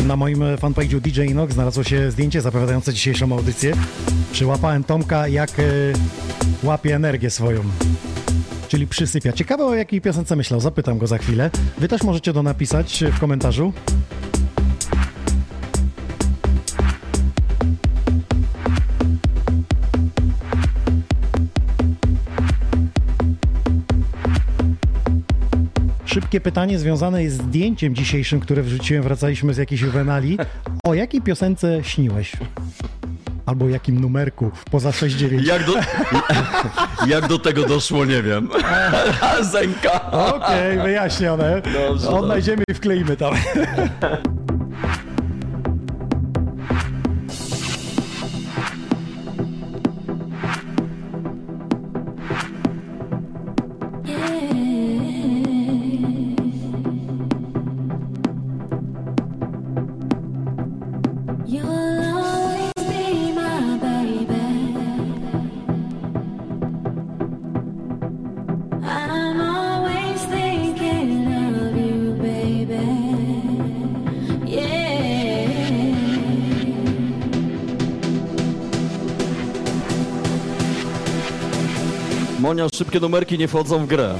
Na moim fanpage'u D J Inox znalazło się zdjęcie zapowiadające dzisiejszą audycję. Przyłapałem Tomka, jak y, łapie energię swoją, czyli przysypia. Ciekawe, o jakiej piosence myślał, zapytam go za chwilę. Wy też możecie to napisać w komentarzu. Szybkie pytanie związane jest z zdjęciem dzisiejszym, które wrzuciłem, wracaliśmy z jakiejś juwenali. O jakiej piosence śniłeś? Albo jakim numerku poza sześć dziewięć? Jak do, jak do tego doszło, nie wiem. Zenka. Okej, okay, wyjaśnione. Dobrze, odnajdziemy dobrze. I wkleimy tam. Monia, szybkie numerki nie wchodzą w grę.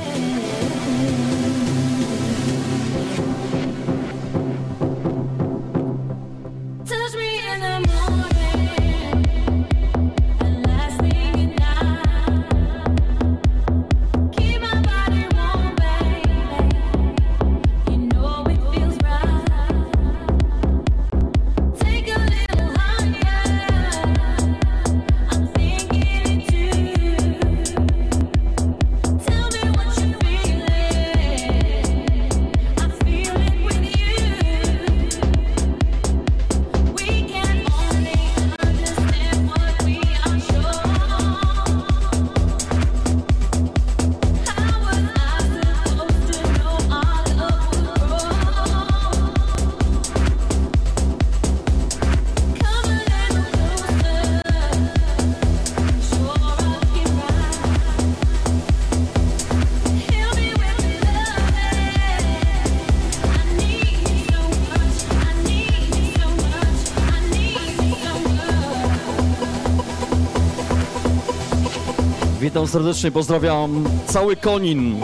Witam serdecznie, pozdrawiam cały Konin.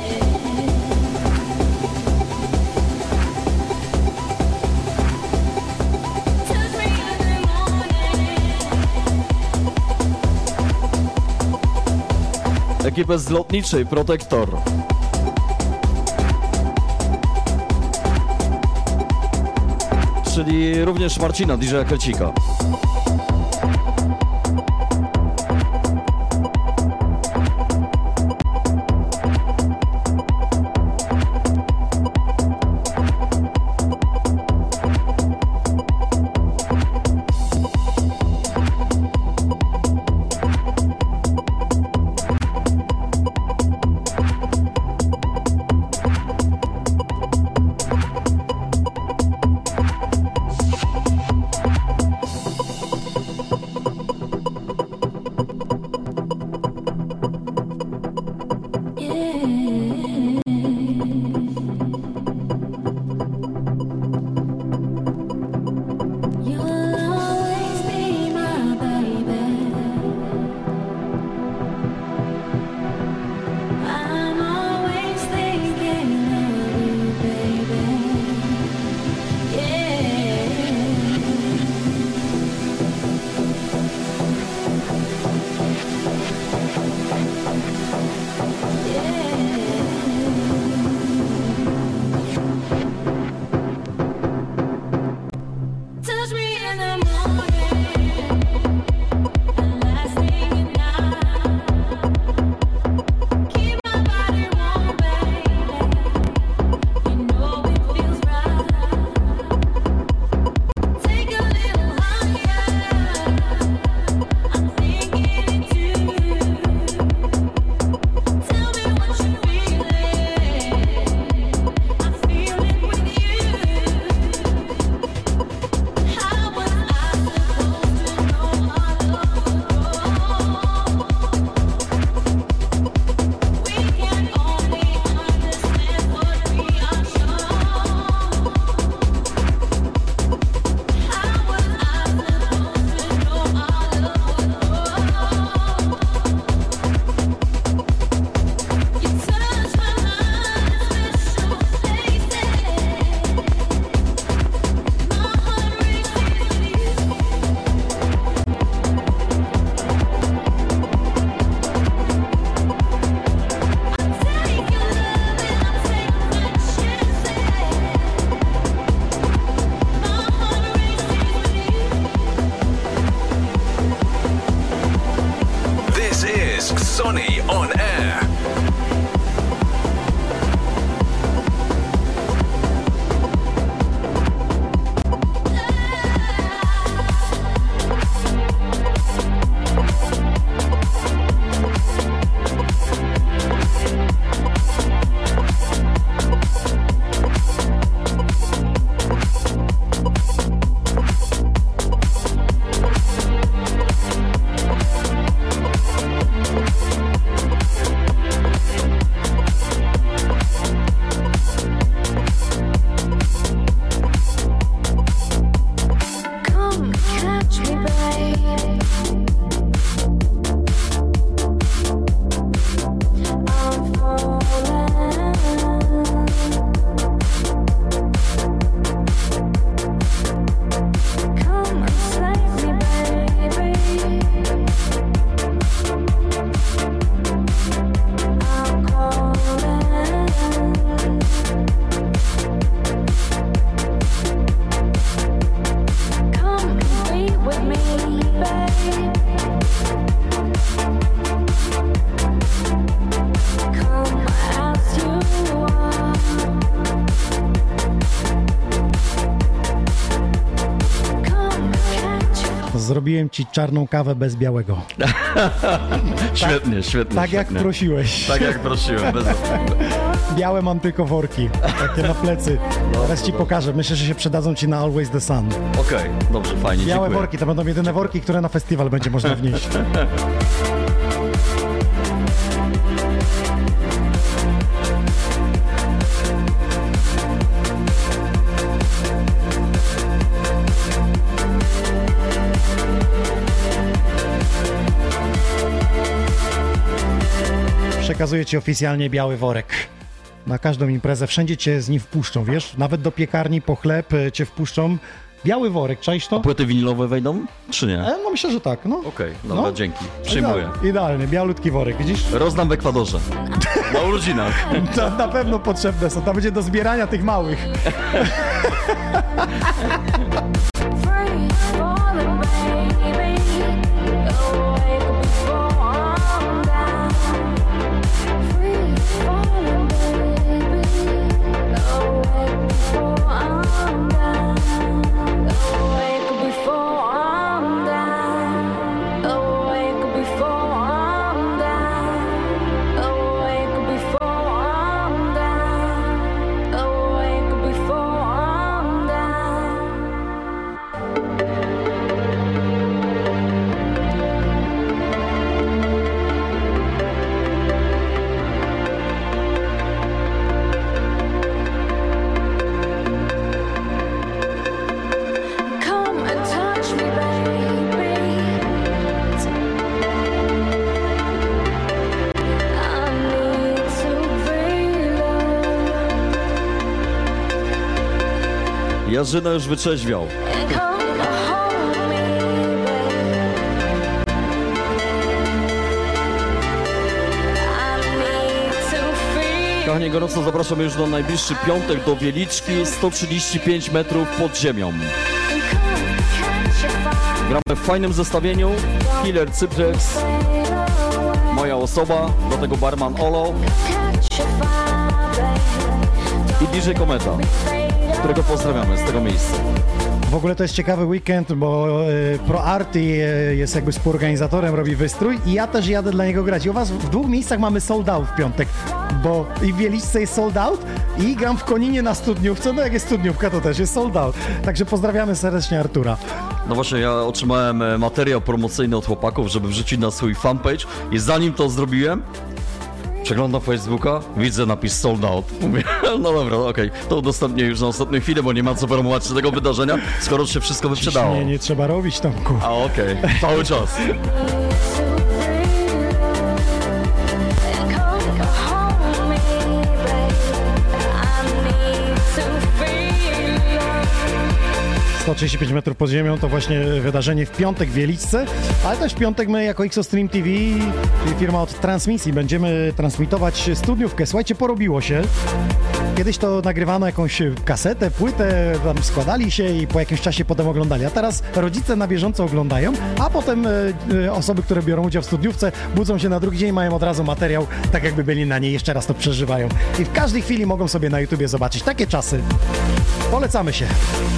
Ekipę z lotniczej Protektor. Czyli również Marcina, D J Krecika. Zrobiłem ci czarną kawę bez białego. Świetnie, świetnie. Tak świetnie. jak prosiłeś. Tak jak prosiłem, bez Białe mam tylko worki, takie na plecy. Teraz ci pokażę. Myślę, że się przydadzą ci na Always the Sun. Okej, okay, dobrze, fajnie, Białe dziękuję. worki to będą jedyne worki, które na festiwal będzie można wnieść. Przekazuję ci oficjalnie biały worek. Na każdą imprezę, wszędzie cię z nim wpuszczą, wiesz? Nawet do piekarni po chleb cię wpuszczą. Biały worek, czaisz to? A płyty winylowe wejdą, czy nie? E, no myślę, że tak, no. Okej, okay, dobra, no. Dzięki. Przyjmuję. Ida- idealny, białutki worek, widzisz? Rozdam w Ekwadorze. Na urodzinach. To na pewno potrzebne są, to będzie do zbierania tych małych. Jarzyna już wyczeźwiał. Kochani, gorąco zapraszamy już na najbliższy piątek do Wieliczki, sto trzydzieści pięć metrów pod ziemią. Gramy w fajnym zestawieniu, Killer Cyprex, moja osoba, do tego barman Olo i D J Kometa, którego pozdrawiamy z tego miejsca. W ogóle to jest ciekawy weekend, bo y, ProArty y, jest jakby współorganizatorem, robi wystrój i ja też jadę dla niego grać. I u was w dwóch miejscach mamy sold out w piątek, bo i w Wieliczce jest sold out i gram w Koninie na studniówce, no jak jest studniówka, to też jest sold out. Także pozdrawiamy serdecznie Artura. No właśnie, ja otrzymałem materiał promocyjny od chłopaków, żeby wrzucić na swój fanpage i zanim to zrobiłem, przeglądam Facebooka, widzę napis sold out. Mówię, no dobra, okej, okay. To udostępnię już na ostatnią chwilę, bo nie ma co promować tego wydarzenia, skoro się wszystko wyprzedało. Nie, nie trzeba robić, Tomku. A okej, okay. Cały czas. sto trzydzieści pięć metrów pod ziemią to właśnie wydarzenie w piątek w Wieliczce, ale też w piątek my jako Exostream T V, czyli firma od transmisji, będziemy transmitować studniówkę. Słuchajcie, porobiło się. Kiedyś to nagrywano jakąś kasetę, płytę, tam składali się i po jakimś czasie potem oglądali. A teraz rodzice na bieżąco oglądają, a potem e, osoby, które biorą udział w studniówce, budzą się na drugi dzień, mają od razu materiał, tak jakby byli na niej, jeszcze raz to przeżywają. I w każdej chwili mogą sobie na YouTubie zobaczyć takie czasy. Polecamy się.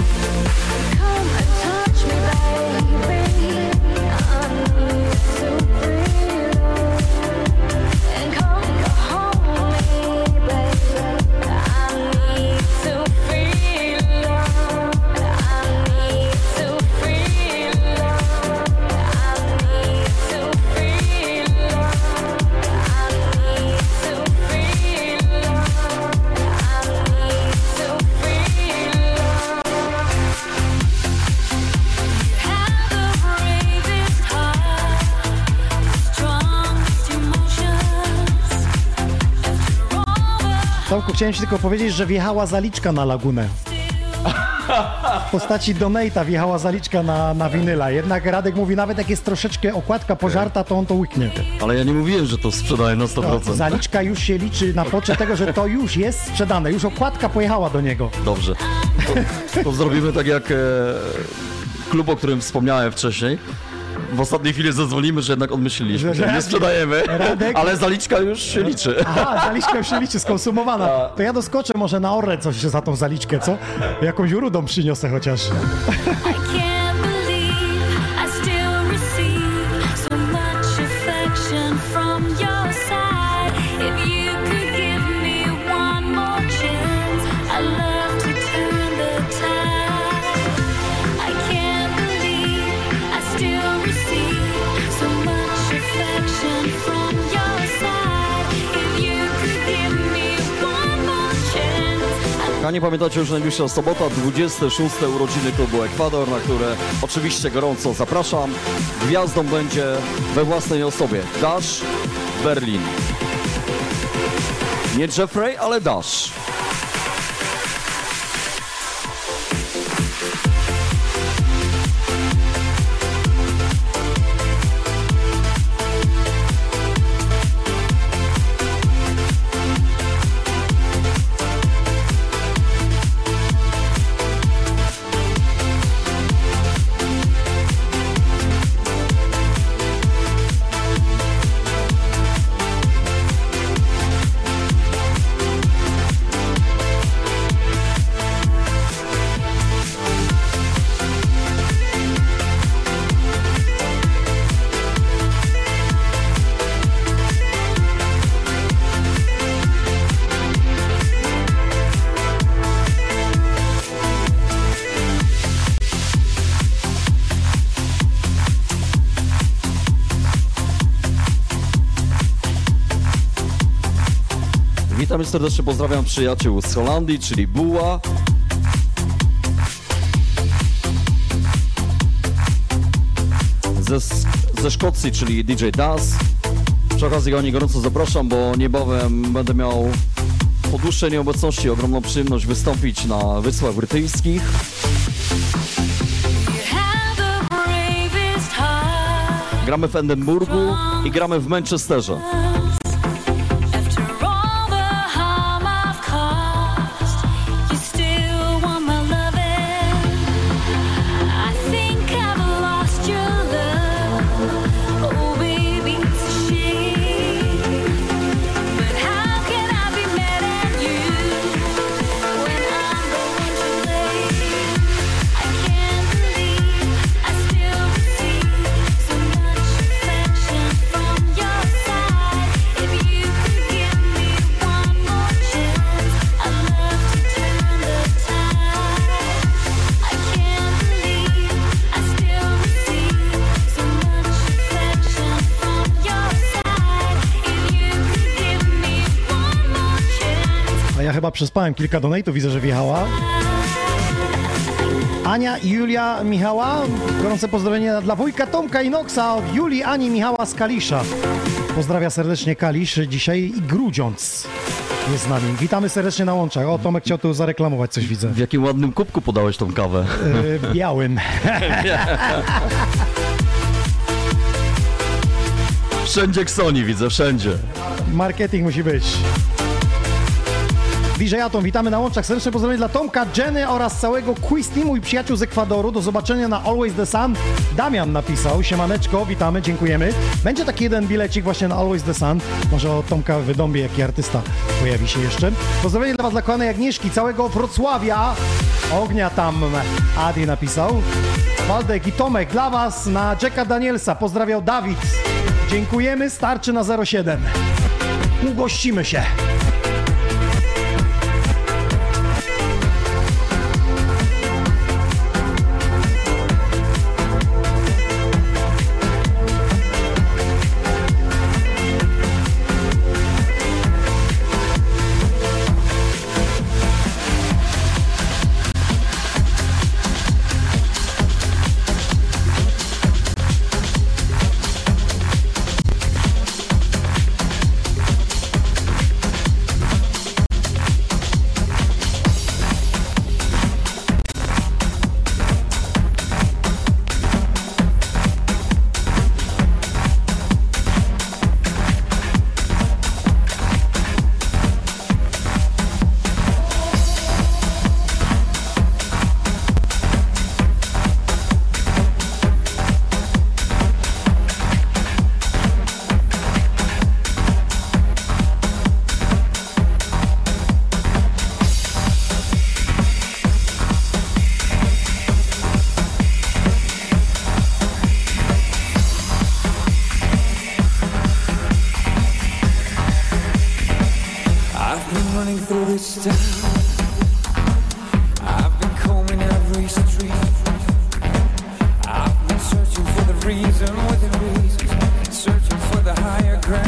Tomku, chciałem ci tylko powiedzieć, że wjechała zaliczka na Lagunę. W postaci donate'a wjechała zaliczka na, na winyla. Jednak Radek mówi, nawet jak jest troszeczkę okładka pożarta, to on to łyknie. Ale ja nie mówiłem, że to sprzedaję na sto procent. To, zaliczka już się liczy na poczet tego, że to już jest sprzedane. Już okładka pojechała do niego. Dobrze. To, to zrobimy tak jak e, klub, o którym wspomniałem wcześniej. W ostatniej chwili zadzwonimy, że jednak odmyśliliśmy, że nie sprzedajemy, Radek? Ale zaliczka już się liczy. Aha, zaliczka już się liczy, skonsumowana. To ja doskoczę może na Orle coś za tą zaliczkę, co? Jakąś rudą przyniosę chociaż. I can't believe I still Kochani, pamiętacie już najbliższa sobota, dwudzieste szóste urodziny klubu Ekwador, na które oczywiście gorąco zapraszam. Gwiazdą będzie we własnej osobie Dash Berlin. Nie Jeffrey, ale Dash. Witam serdecznie, pozdrawiam przyjaciół z Holandii, czyli Buła. Ze, ze Szkocji, czyli D J Das. Przy okazji go nie gorąco zapraszam, bo niebawem będę miał po dłuższej nieobecności ogromną przyjemność wystąpić na Wyspach Brytyjskich. Gramy w Edynburgu i gramy w Manchesterze. Chyba przespałem kilka donate'ów, widzę, że wjechała. Ania i Julia Michała. Gorące pozdrowienia dla wujka Tomka i Noxa od Julii, Ani, Michała z Kalisza. Pozdrawia serdecznie Kalisz dzisiaj i Grudziądz jest z nami. Witamy serdecznie na łączach. O, Tomek chciał tu zareklamować coś, widzę. W jakim ładnym kubku podałeś tą kawę? Yy, białym. Wszędzie Ksoni widzę, wszędzie. Marketing musi być. D J Atom, witamy na łączach. Serdeczne pozdrowienia dla Tomka, Jenny oraz całego quiz teamu i przyjaciół z Ekwadoru. Do zobaczenia na Always the Sun. Damian napisał, siemaneczko, witamy, dziękujemy. Będzie taki jeden bilecik właśnie na Always the Sun. Może od Tomka Wydąbie, jaki artysta pojawi się jeszcze. Pozdrowienie dla was, dla kochanej Agnieszki, całego Wrocławia. Ognia tam Adi napisał. Waldek i Tomek, dla was na Jacka Danielsa. Pozdrawiał Dawid. Dziękujemy, starczy na zero siedem. Ugościmy się.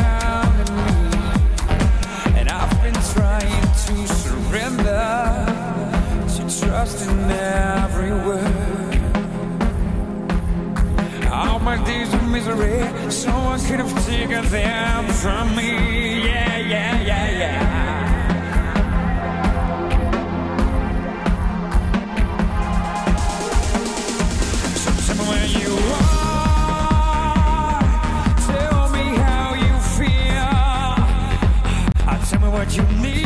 Trying to surrender Someone could have taken them from me. Yeah, yeah, yeah, yeah. So tell me where you are. Tell me how you feel. Uh, tell me what you need.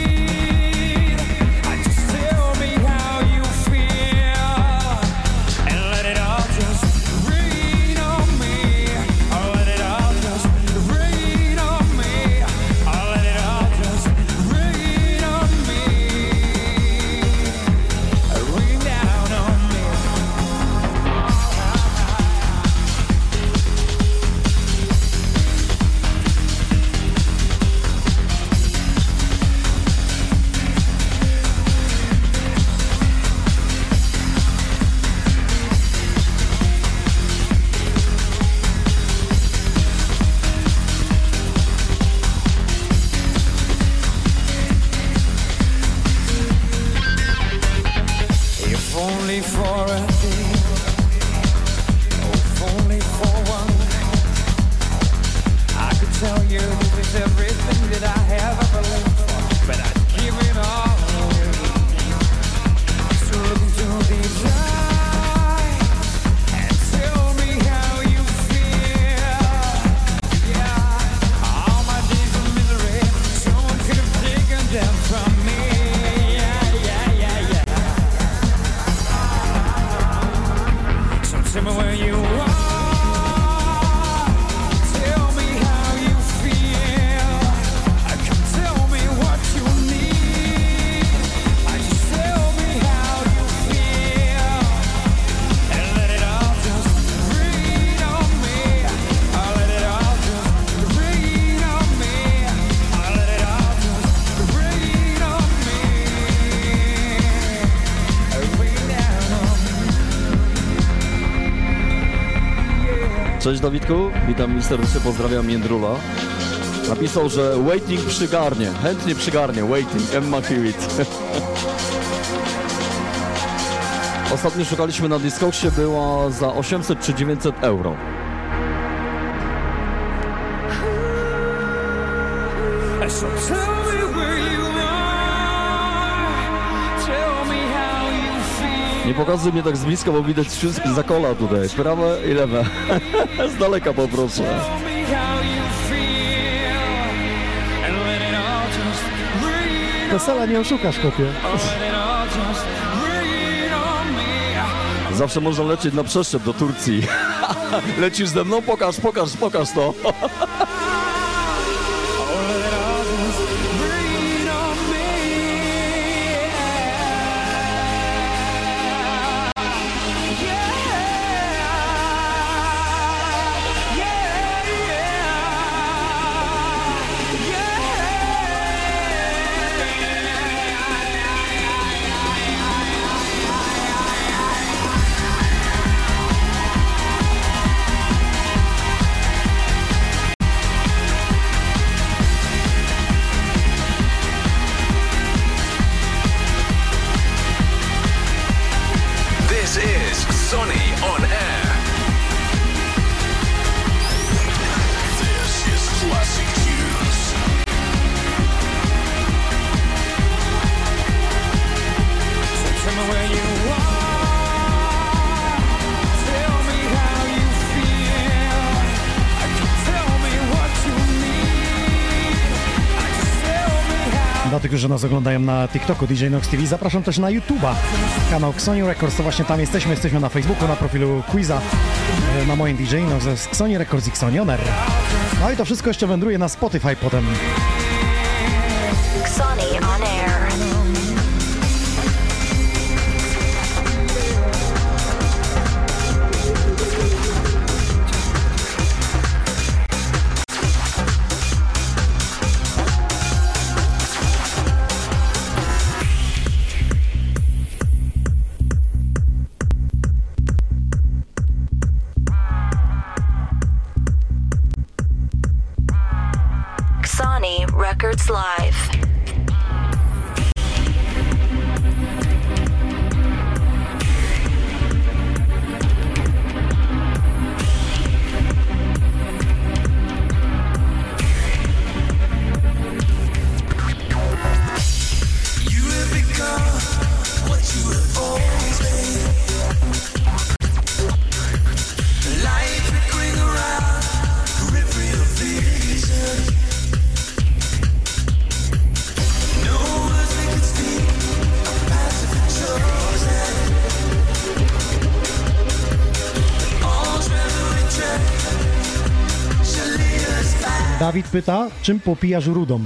Cześć Dawidku, witam i serdecznie pozdrawiam Jędrula. Napisał, że waiting przygarnie, chętnie przygarnie, waiting, Emma Hewitt. Ostatnio szukaliśmy na Discogsie, była za osiemset czy dziewięćset euro. Nie pokazuj mnie tak z bliska, bo widać wszystkie zakola tutaj, prawe i lewe. Z daleka poproszę. Wesela nie oszukasz, chłopie. Zawsze można lecieć na przeszczep do Turcji. Lecisz ze mną? Pokaż, pokaż, pokaż to. Dla tych, którzy nas oglądają na TikToku D J Nox T V, zapraszam też na YouTube'a, kanał Xoni Records, to właśnie tam jesteśmy, jesteśmy na Facebooku, na profilu Quiza, na moim D J Nox, Xoni Records i Xoni On Air. No i to wszystko jeszcze wędruje na Spotify potem. Xoni On Air. Records Live. Dawid pyta, czym popijasz rudą?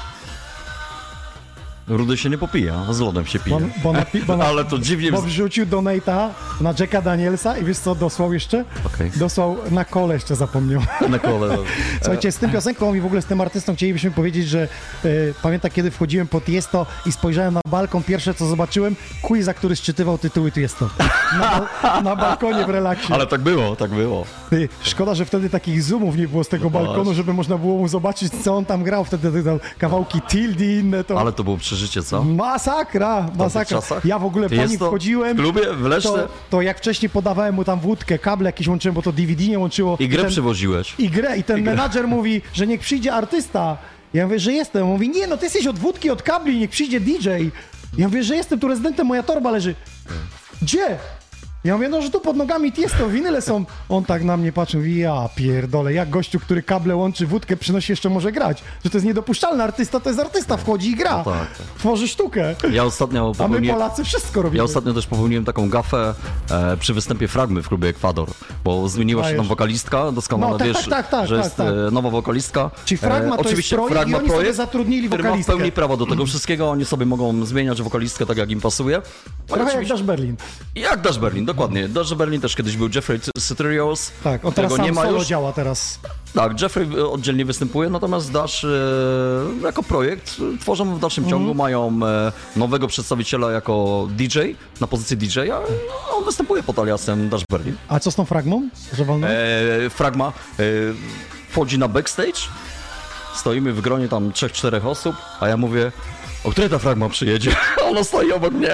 Rudy się nie popija, z lodem się pije. Bo, bo napi- bo na, Ale to dziwnie... Bo wrzucił donate'a na Jacka Danielsa i wiesz co dosłał jeszcze? Okay. Dosłał na kole jeszcze zapomniał. Na kole. Słuchajcie, z tym piosenką i w ogóle z tym artystą chcielibyśmy powiedzieć, że e, pamiętam kiedy wchodziłem po Tiesto i spojrzałem na balkon, pierwsze co zobaczyłem, quiza, który szczytywał tytuły Tiesto. Na, na balkonie w relaksie. Ale tak było, tak było. Ty, szkoda, że wtedy takich zoomów nie było z tego No balkonu, żeby można było mu zobaczyć, co on tam grał. Wtedy tam kawałki Tildy i inne to... Ale to było przeżycie, co? Masakra, masakra. Ja w ogóle po nim wchodziłem. W klubie, w Leszce? To, to jak wcześniej podawałem mu tam wódkę, kable jakieś łączyłem, bo to D V D nie łączyło. I grę ten, przywoziłeś. I grę. I ten I grę. menadżer mówi, że niech przyjdzie artysta. Ja mówię, że jestem. On mówi, nie no, ty jesteś od wódki, od kabli, niech przyjdzie D J. Ja mówię, że jestem tu rezydentem, moja torba leży. Gdzie? Ja mówię, no, że tu pod nogami Tiesto, winyle są. On tak na mnie patrzy, mówi, ja pierdolę, jak gościu, który kable łączy, wódkę przynosi, jeszcze może grać. Że to jest niedopuszczalny artysta, to jest artysta, wchodzi i gra. No tak, tak. Tworzy sztukę. Ja ostatnio A my popełniłem... Polacy wszystko robimy. Ja ostatnio też popełniłem taką gafę e, przy występie Fragmy w klubie Ekwador, bo zmieniła się tam wokalistka, doskonale No, tak, wiesz, tak, tak, tak, że tak, jest tak. e, nowa wokalistka. Czyli Fragma to oczywiście jest projekt Fragma i oni sobie projekt, zatrudnili który ma w wokalistkę. pełni prawo do tego wszystkiego, oni sobie mogą zmieniać wokalistkę tak, jak im pasuje. Trochę jak Dash Berlin. Jak Dash Berlin, dokładnie. Dash Berlin też kiedyś był Jeffrey Citerios. Tak, on teraz sam nie ma solo już. działa teraz. Tak, Jeffrey oddzielnie występuje, natomiast Dash e, jako projekt e, tworzą w dalszym ciągu, mają e, nowego przedstawiciela jako D J, na pozycji D J, a on występuje pod aliasem Dash Berlin. A co z tą Fragmą? Że wolno? E, Fragma e, wchodzi na backstage, stoimy w gronie tam trzech, czterech osób, a ja mówię, o której ta Fragma przyjedzie? Ona stoi obok mnie.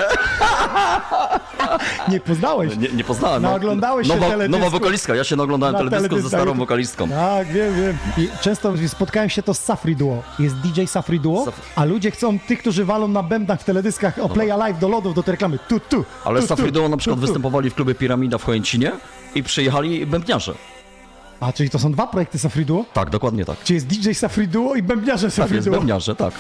Nie poznałeś? Nie, nie poznałem. No, oglądałeś się nowa, teledysku. nowa wokalistka, ja się naoglądałem Na teledysku teledysku. ze starą wokalistką. Tak, wiem, wiem. I często spotkałem się to z Safri Duo. Jest D J Safri Duo, Saf- a ludzie chcą tych, którzy walą na bębnach w teledyskach o Play Alive do lodów, do tej reklamy. Tu, tu, Ale tu, Safri tu, Duo na przykład tu, tu. występowali w klubie Piramida w Chojęcinie i przyjechali bębniarze. A, czyli to są dwa projekty Safri Duo? Tak, dokładnie tak. Czy jest D J Safri Duo i bębniarze Tak, Safri jest Duo? bębniarze, tak.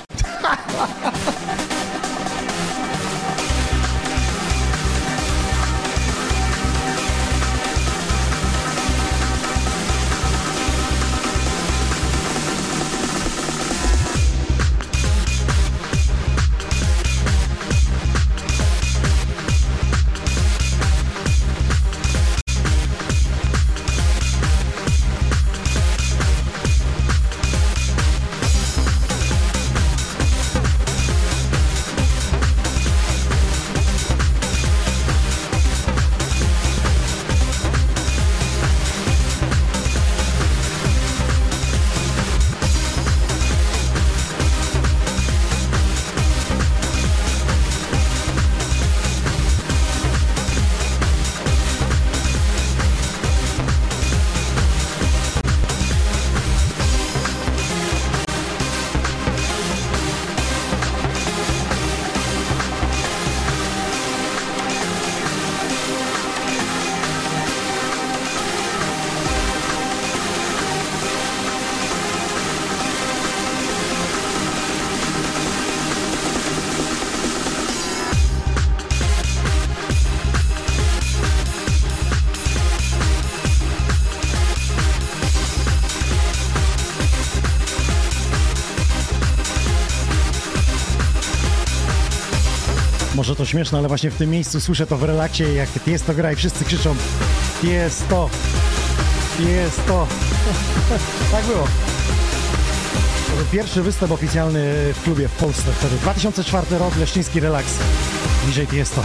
Może to śmieszne, ale właśnie w tym miejscu słyszę to w relaksie, jak jest to gra i wszyscy krzyczą jest to, jest to. Tak było. To był pierwszy występ oficjalny w klubie w Polsce wtedy. dwa tysiące czwarty rok, Leszczyński Relaks. D J Tiesto.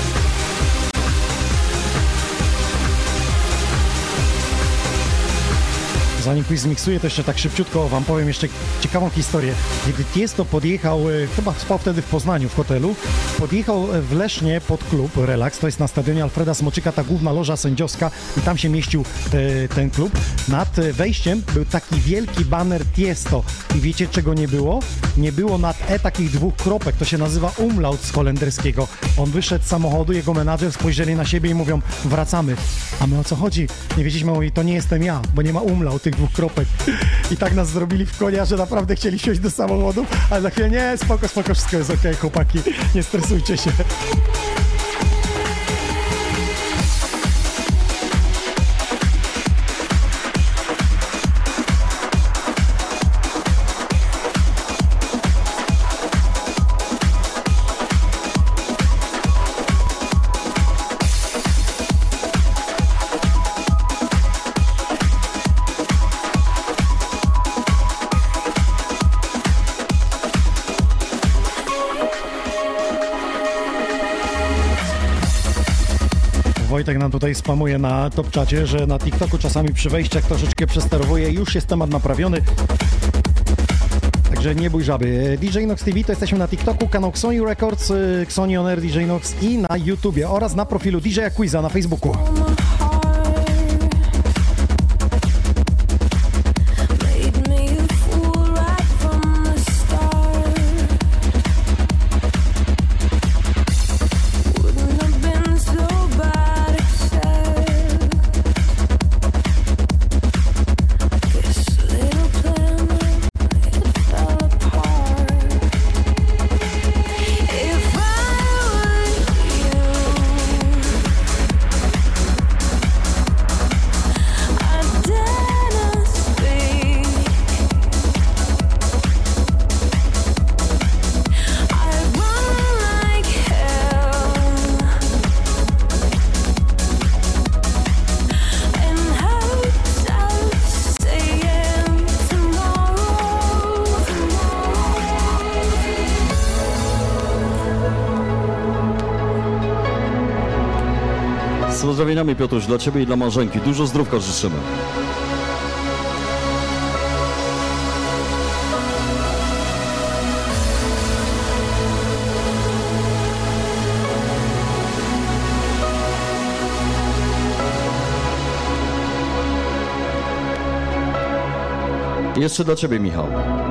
Zanim quiz zmiksuję, to jeszcze tak szybciutko wam powiem jeszcze ciekawą historię. Kiedy Tiesto podjechał, e, chyba spał wtedy w Poznaniu w hotelu, podjechał w Lesznie pod klub Relax, to jest na stadionie Alfreda Smoczyka, ta główna loża sędziowska i tam się mieścił e, ten klub. Nad wejściem był taki wielki baner Tiesto i wiecie czego nie było? Nie było nad E takich dwóch kropek, to się nazywa umlaut z holenderskiego. On wyszedł z samochodu, jego menadżer spojrzeli na siebie i mówią wracamy. A my o co chodzi? Nie wiedzieliśmy, mówi to nie jestem ja, bo nie ma umlaut tych dwóch kropek. I tak nas zrobili w konia, że naprawdę chcieli siąść do samochodu, ale za chwilę nie, spoko, spoko, wszystko jest okej, chłopaki, nie stresujcie się. Wojtek nam tutaj spamuje na top czacie, że na TikToku czasami przy wejściach troszeczkę przesterowuje. Już jest temat naprawiony. Także nie bój żaby. D J Nox T V to jesteśmy na TikToku, kanał Xoni Records, Xoni On Air D J Nox i na YouTubie oraz na profilu D J Quiza na Facebooku. Z pozdrowieniami, Piotruś, dla Ciebie i dla małżonki. Dużo zdrówka życzymy. Jeszcze dla Ciebie, Michał.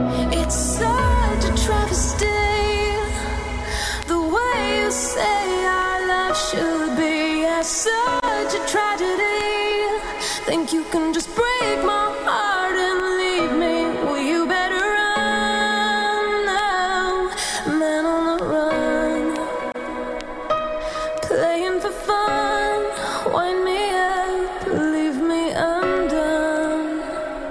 Such a tragedy. Think you can just break my heart and leave me? Well, you better run now, man on the run. Playing for fun, wind me up, leave me undone.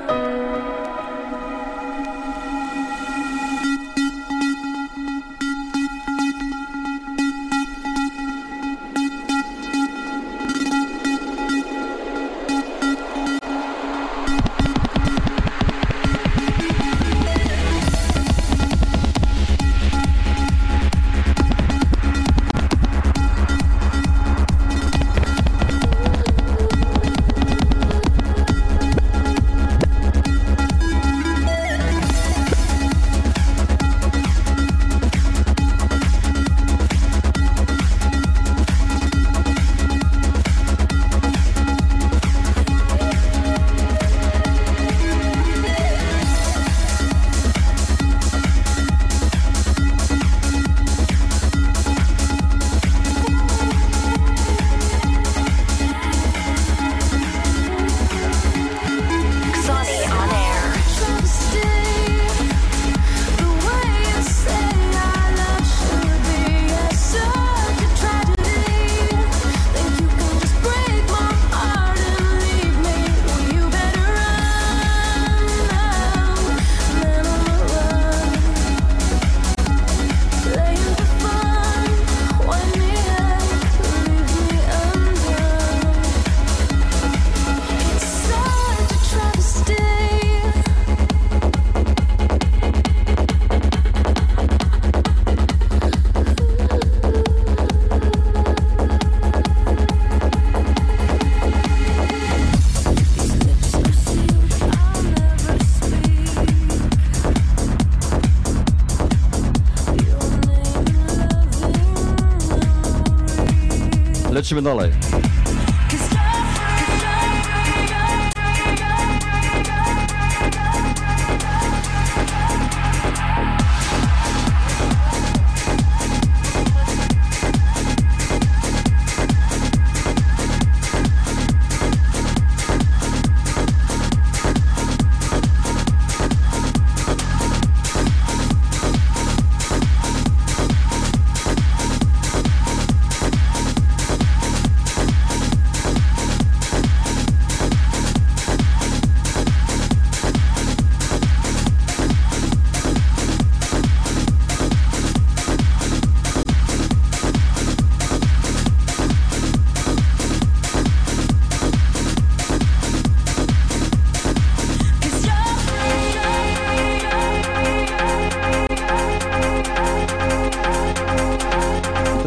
Lecimy dalej.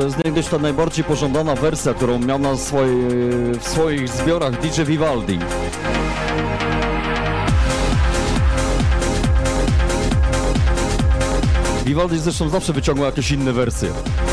to jest niegdyś ta najbardziej pożądana wersja, którą miał na swojej, w swoich zbiorach D J Vivaldi. Vivaldi zresztą zawsze wyciągał jakieś inne wersje.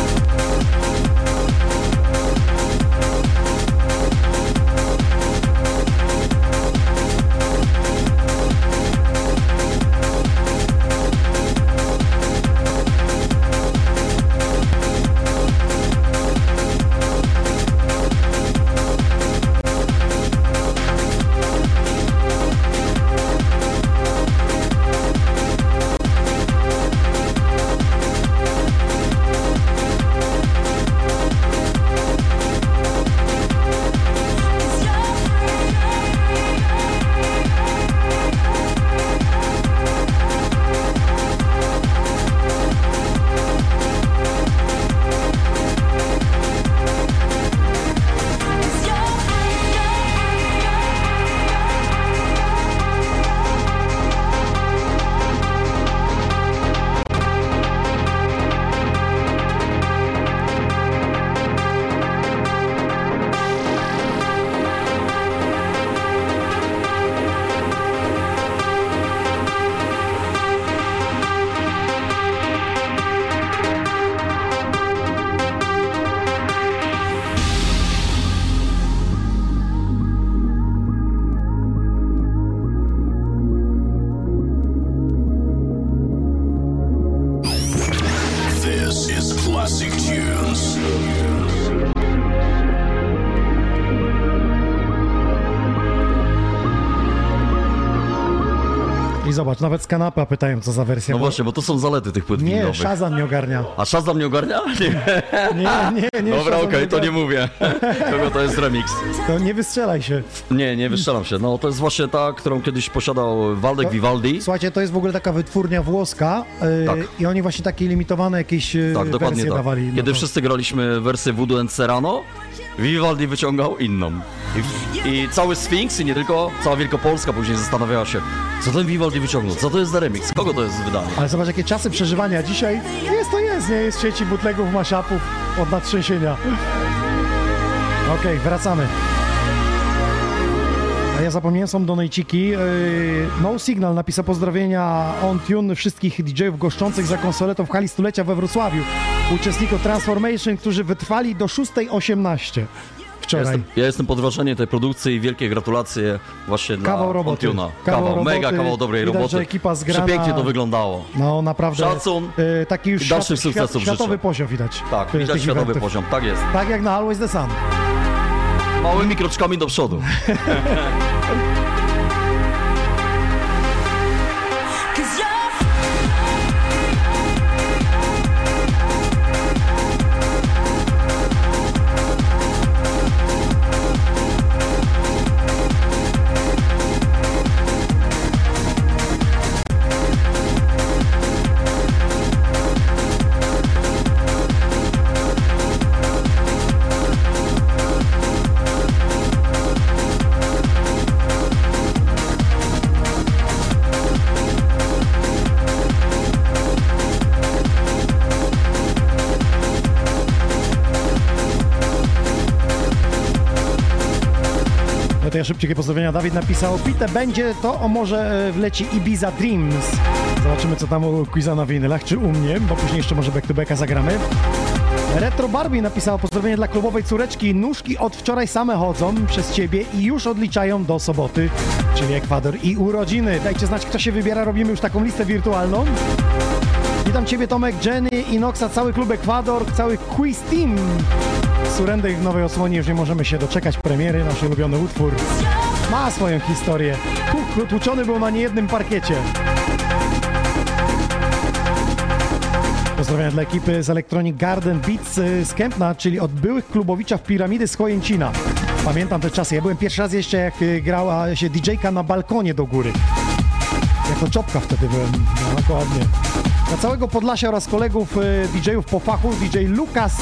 Zobacz, nawet z kanapa pytają, co za wersja. No bo... właśnie, bo to są zalety tych płyt Nie, winylowych. Shazam nie ogarnia. A Shazam nie ogarnia? Nie, nie, nie. nie Dobra, okej, okay, to nie mówię. Kogo to jest remix? To nie wystrzelaj się. Nie, nie wystrzelam się. No to jest właśnie ta, którą kiedyś posiadał Waldek to, Vivaldi. Słuchajcie, to jest w ogóle taka wytwórnia włoska yy, tak. i oni właśnie takie limitowane jakieś yy, tak, dokładnie wersje tak. dawali. Kiedy no to... wszyscy graliśmy wersję Voodoo and Serrano, Vivaldi wyciągał inną. I, I cały Sfinks i nie tylko, cała Wielkopolska później zastanawiała się, co ten Vivaldi wyciągnął, co to jest za remix, kogo to jest wydanie. Ale zobacz, jakie czasy przeżywania dzisiaj. Jest to jest, nie jest sieci bootlegów, mashupów od nadtrzęsienia. Okej, okay, wracamy. A ja zapomniałem, są donajciki. No Signal napisał pozdrowienia on tune wszystkich D J-ów goszczących za konsoletą w hali stulecia we Wrocławiu. Uczestników Transformation, którzy wytrwali do szóstej osiemnaście wczoraj. Ja jestem, ja jestem pod wrażeniem tej produkcji i wielkie gratulacje właśnie kawał na roboty. Ontuna. Kawał, kawał roboty. Mega kawał dobrej Widać, roboty. że ekipa zgrana. Przepięknie to wyglądało. No naprawdę. Szacun y, taki już i dalszych świat, sukcesów świat, światowy życzę. poziom widać. Tak, widać światowy eventów. poziom, tak jest. Tak jak na Always the Sun. Małymi kroczkami do przodu. To ja szybciej pozdrowienia. Dawid napisał, Pite będzie to, o może wleci Ibiza Dreams. Zobaczymy, co tam u Quiza na winylach, czy u mnie, bo później jeszcze może back to backa zagramy. Retro Barbie napisała pozdrowienie dla klubowej córeczki. Nóżki od wczoraj same chodzą przez ciebie i już odliczają do soboty, czyli Ekwador i urodziny. Dajcie znać, kto się wybiera, robimy już taką listę wirtualną. Witam ciebie, Tomek, Jenny, Inoxa, cały klub Ekwador, cały Quiz Team. Surrender w nowej odsłonie, już nie możemy się doczekać premiery, nasz ulubiony utwór. Ma swoją historię. Tłuczony był na niejednym parkiecie. Pozdrowienia dla ekipy z Electronic Garden Beats z Kępna, czyli od byłych klubowiczów Piramidy z Chojęcina. Pamiętam te czasy. Ja byłem pierwszy raz jeszcze, jak grała się D J-ka na balkonie do góry. Jako czopka wtedy byłem. No, dokładnie. Dla całego Podlasia oraz kolegów D J-ów po fachu, D J Lukas.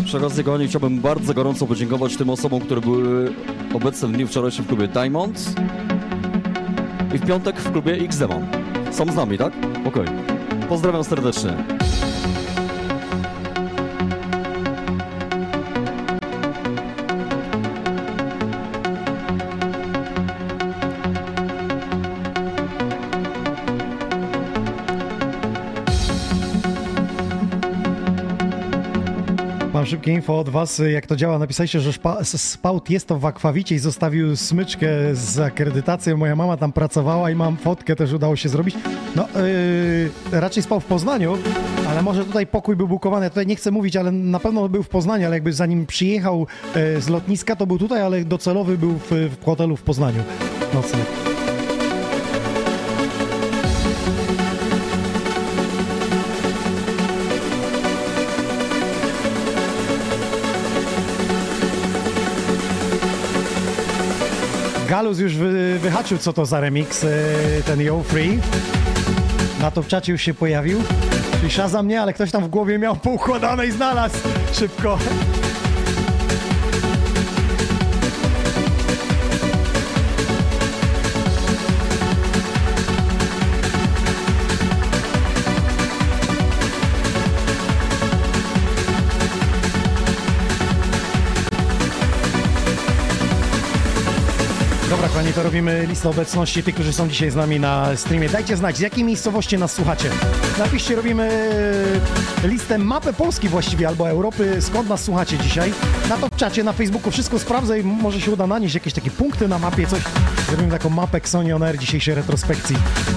Przy okazji, kochani, chciałbym bardzo gorąco podziękować tym osobom, które były obecne w dniu wczorajszym w klubie Diamond i w piątek w klubie X-Demon. Są z nami, tak? Okej. Okay. Pozdrawiam serdecznie. Mam szybkie info od was, jak to działa. Napisaliście, że Spout jest to w Akwawicie i zostawił smyczkę z akredytacją. Moja mama tam pracowała i mam fotkę, też udało się zrobić. No, yy, raczej spał w Poznaniu, ale może tutaj pokój był bukowany. Ja tutaj nie chcę mówić, ale na pewno był w Poznaniu, ale jakby zanim przyjechał yy, z lotniska, to był tutaj, ale docelowy był w, w hotelu w Poznaniu. Nocleg. Galus już wy, wyhaczył, co to za remix, ten Yo Free. Na Top Czacie już się pojawił. Czyli Shazam nie, ale ktoś tam w głowie miał poukładane i znalazł szybko. Dobra, kochani, to robimy listę obecności tych, którzy są dzisiaj z nami na streamie. Dajcie znać, z jakiej miejscowości nas słuchacie. Napiszcie, robimy listę, mapę Polski właściwie, albo Europy, skąd nas słuchacie dzisiaj. Na Top Czacie, na Facebooku wszystko sprawdzę i może się uda nanieść jakieś takie punkty na mapie, coś. Zrobimy taką mapę Xoni On Air dzisiejszej retrospekcji.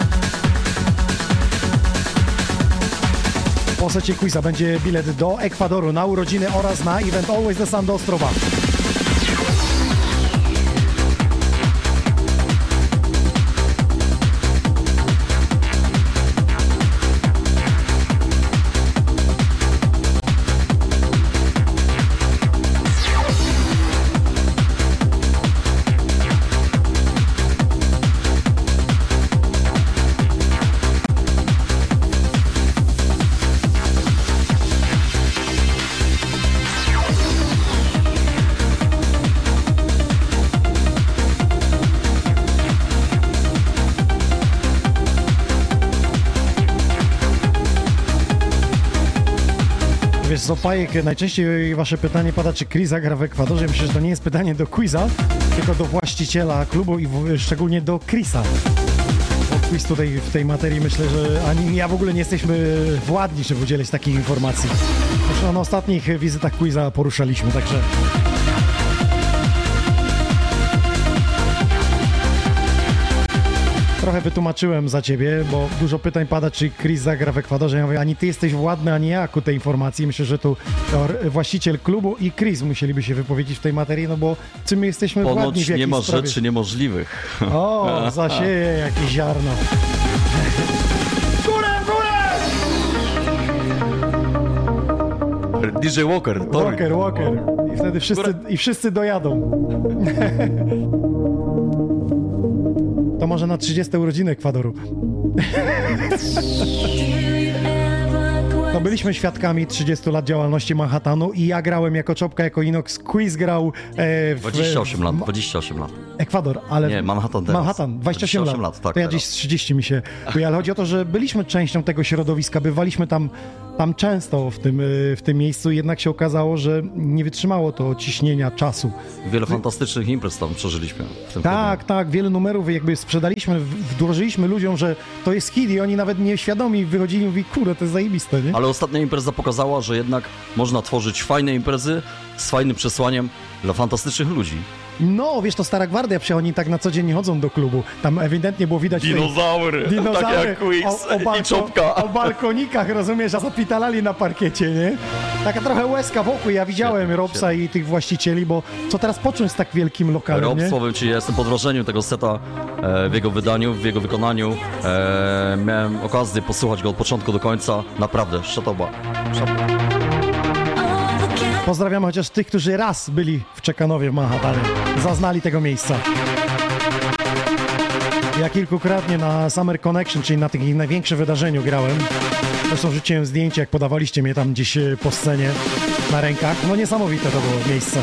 Po secie quiza będzie bilet do Ekwadoru na urodziny oraz na event Always the Sun do Ostrowa. Zopajek, najczęściej wasze pytanie pada, czy Chris zagra w Ekwadorze. Myślę, że to nie jest pytanie do quiza, tylko do właściciela klubu i w, szczególnie do Chrisa. Bo quiz tutaj w tej materii, myślę, że ani ja w ogóle nie jesteśmy władni, żeby udzielić takich informacji. Zresztą na ostatnich wizytach quiza poruszaliśmy, także... Trochę wytłumaczyłem za ciebie, bo dużo pytań pada, czy Chris zagra w Ekwadorze. Ja mówię, ani ty jesteś władny, ani ja ku tej informacji. Myślę, że tu właściciel klubu i Chris musieliby się wypowiedzieć w tej materii, no bo czy my jesteśmy Ponoć władni w jakiejś nie ma sprawie? rzeczy niemożliwych. O, zasieje jakieś ziarno. Górę, górę! D J Walker, Tory. Walker, Walker. I wtedy wszyscy, i wszyscy dojadą. To może na trzydzieste urodziny Ekwadoru. To byliśmy świadkami trzydziestu lat działalności Manhattanu i ja grałem jako czopka, jako Inox. Quiz grał e, w... dwadzieścia osiem lat, dwadzieścia osiem lat. Ekwador, ale... Nie, Manhattan teraz. Manhattan, dwadzieścia osiem lat. lat tak, to ja teraz. gdzieś z trzydzieści mi się... Ale chodzi o to, że byliśmy częścią tego środowiska, bywaliśmy tam, tam często w tym, w tym miejscu, jednak się okazało, że nie wytrzymało to ciśnienia czasu. Wiele fantastycznych imprez tam przeżyliśmy w tym Tak, klubie. tak, wiele numerów jakby sprzedaliśmy, wdrożyliśmy ludziom, że to jest hit i oni nawet nieświadomi wychodzili i mówili, kurde, to jest zajebiste, nie? Ale ostatnia impreza pokazała, że jednak można tworzyć fajne imprezy z fajnym przesłaniem dla fantastycznych ludzi. No, wiesz, to Stara Gwardia, przecież oni tak na co dzień nie chodzą do klubu. Tam ewidentnie było widać... Dinozaury, dinozaury takie jak Quiz o, o balko- i czopka. O balkonikach, rozumiesz, a zapitalali na parkiecie, nie? Taka trochę łezka wokół. Ja widziałem Świetnie, Robsa świetnie. i tych właścicieli, bo co teraz począć z tak wielkim lokalem, Rob, nie? powiem ci, ja jestem pod wrażeniem tego seta e, w jego wydaniu, w jego wykonaniu. E, miałem okazję posłuchać go od początku do końca. Naprawdę, szatoba. Pozdrawiamy chociaż tych, którzy raz byli w Czekanowie w Manhattanie. Zaznali tego miejsca. Ja kilkukrotnie na Summer Connection, czyli na takim największym wydarzeniu grałem. Zresztą wrzuciłem zdjęcie, jak podawaliście mnie tam gdzieś po scenie na rękach. No niesamowite to było miejsce.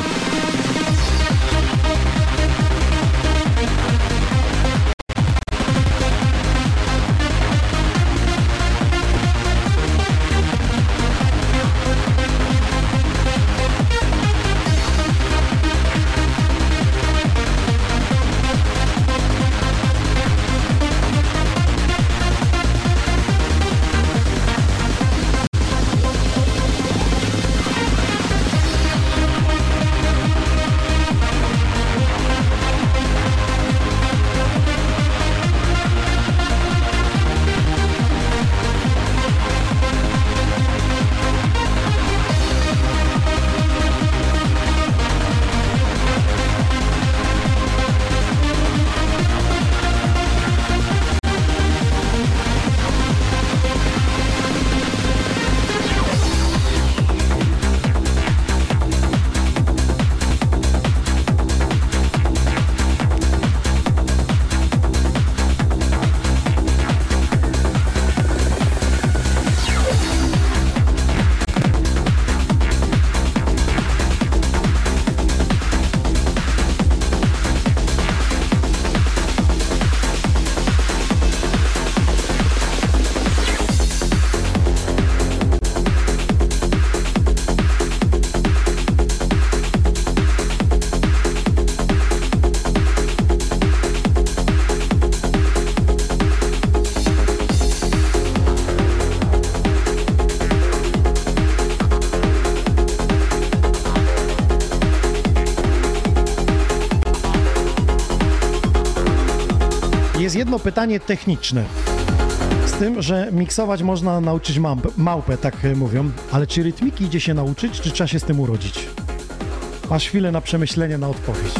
Jest jedno pytanie techniczne. Z tym, że miksować można nauczyć małpę, tak mówią, ale czy rytmiki idzie się nauczyć, czy trzeba się z tym urodzić? Masz chwilę na przemyślenie, na odpowiedź.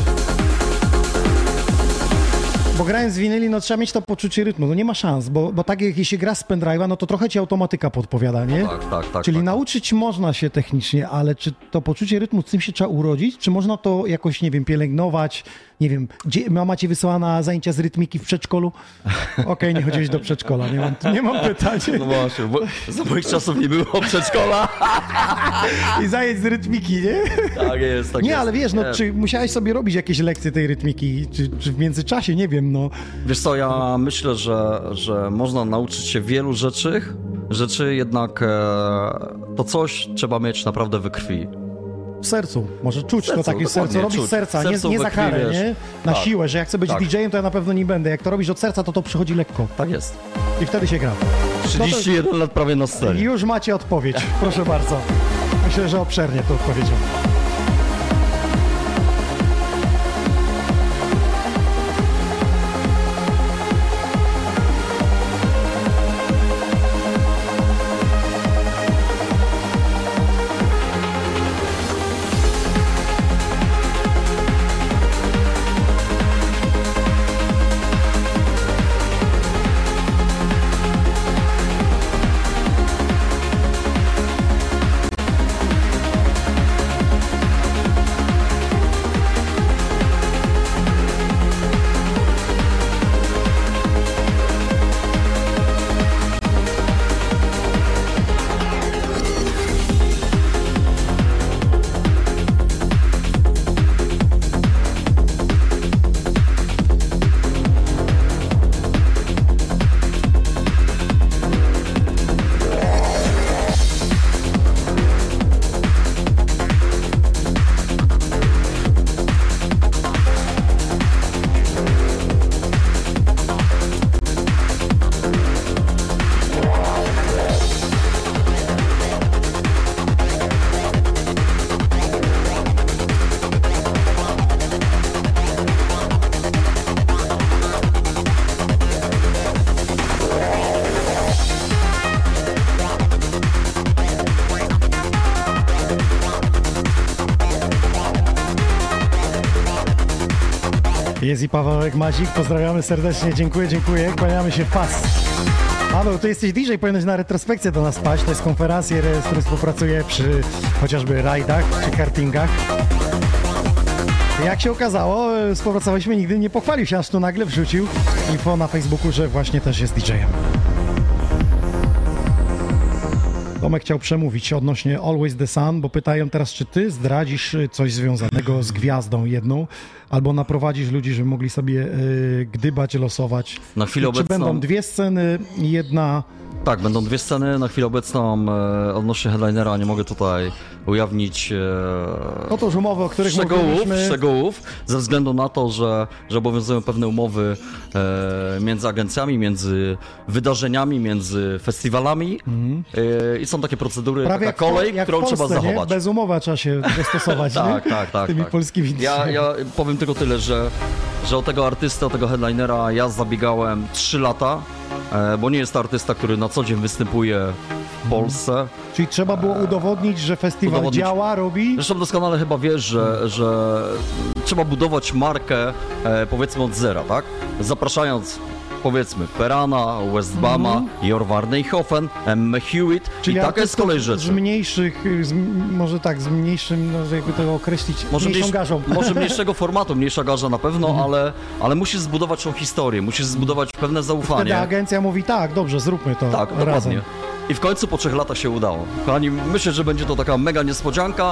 Bo grając z winyli, no trzeba mieć to poczucie rytmu, no nie ma szans, bo, bo tak jak jeśli grasz z pendrive'a, no to trochę ci automatyka podpowiada, nie? No tak, tak, tak. Czyli tak. nauczyć można się technicznie, ale czy to poczucie rytmu, z tym się trzeba urodzić? Czy można to jakoś, nie wiem, pielęgnować? Nie wiem, gdzie, mama cię wysyła na zajęcia z rytmiki w przedszkolu? Okej, okay, nie chodziłeś do przedszkola, nie mam, nie mam pytań. No właśnie, bo za moich czasów nie było przedszkola. I zajęć z rytmiki, nie? Tak jest, tak Nie, jest. ale wiesz, no nie. czy musiałeś sobie robić jakieś lekcje tej rytmiki, czy, czy w międzyczasie, nie wiem, no. Wiesz co, ja myślę, że, że można nauczyć się wielu rzeczy, rzeczy, jednak e, to coś trzeba mieć naprawdę we krwi. W sercu, może czuć sercu, to takie w sercu, robić z serca, nie, sercu nie za karę, wiesz. nie? Na tak. siłę, że jak chcę być tak. didżejem, to ja na pewno nie będę. Jak to robisz od serca, to to przychodzi lekko. Tak jest. I wtedy się gra. trzydzieści jeden no to... lat prawie na scenie. Już macie odpowiedź, proszę bardzo. Myślę, że obszernie to odpowiedział. Jest i Pawełek Mazik, pozdrawiamy serdecznie, dziękuję, dziękuję, kłaniamy się w pas. Paweł, ty jesteś D J, powinieneś na retrospekcję do nas paść, to jest konferencje, z którym współpracuję przy chociażby rajdach czy kartingach. Jak się okazało, współpracowaliśmy, nigdy nie pochwalił się, aż tu nagle wrzucił info na Facebooku, że właśnie też jest D Jem. Tomek chciał przemówić odnośnie Always the Sun, bo pytają teraz, czy ty zdradzisz coś związanego z gwiazdą jedną, albo naprowadzisz ludzi, żeby mogli sobie y, gdybać, losować. Na chwilę Czy obecną... będą dwie sceny, jedna... Tak, będą dwie sceny. Na chwilę obecną e, odnośnie headlinera nie mogę tutaj ujawnić e, no to już umowy, o których szczegółów, mówiliśmy. szczegółów, ze względu na to, że, że obowiązują pewne umowy e, między agencjami, między wydarzeniami, między festiwalami mm. e, i są takie procedury, prawie taka jak kolej, jak którą Polsce, trzeba nie? zachować. Bez umowy trzeba się dostosować. tak, nie? tak, tak. Tymi tak. polskimi ja, ja powiem tylko tyle, że, że o tego artystę, o tego headlinera ja zabiegałem trzy lata, e, bo nie jest to artysta, który na co dzień występuje w Polsce. Czyli trzeba było udowodnić, że festiwal udowodnić. działa, robi? Zresztą doskonale chyba wiesz, że, że trzeba budować markę e, powiedzmy od zera, tak? Zapraszając powiedzmy Perana, Westbama, mm. Jorvar Nijhoven, Emme Hewitt czyli i taka jest kolej rzeczy. Z mniejszych, z, może tak, z mniejszym, no, jakby to określić, może mniejszą mniejsz, garzą. Może mniejszego formatu, mniejsza garza na pewno, mm. ale, ale musisz zbudować tą historię, musisz zbudować pewne zaufanie. Wtedy agencja mówi, tak, dobrze, zróbmy to tak, razem. Dokładnie. I w końcu po trzech latach się udało. Kochani, myślę, że będzie to taka mega niespodzianka.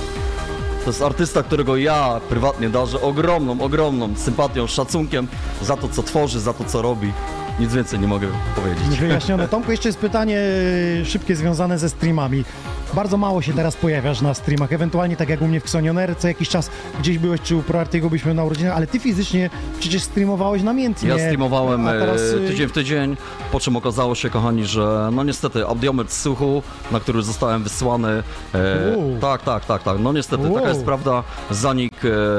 To jest artysta, którego ja prywatnie darzę ogromną, ogromną sympatią, szacunkiem za to, co tworzy, za to, co robi. Nic więcej nie mogę powiedzieć. Wyjaśnione. Tomku, jeszcze jest pytanie szybkie związane ze streamami. Bardzo mało się teraz pojawiasz na streamach, ewentualnie tak jak u mnie w Xonioner, co jakiś czas gdzieś byłeś, czy u ProArtiego byliśmy na urodzinach, ale ty fizycznie przecież streamowałeś namiętnie. Ja streamowałem teraz... tydzień w tydzień, po czym okazało się, kochani, że no niestety audiometr Suchu, na który zostałem wysłany, e, tak, tak, tak, tak, no niestety, wow. Taka jest prawda, zanik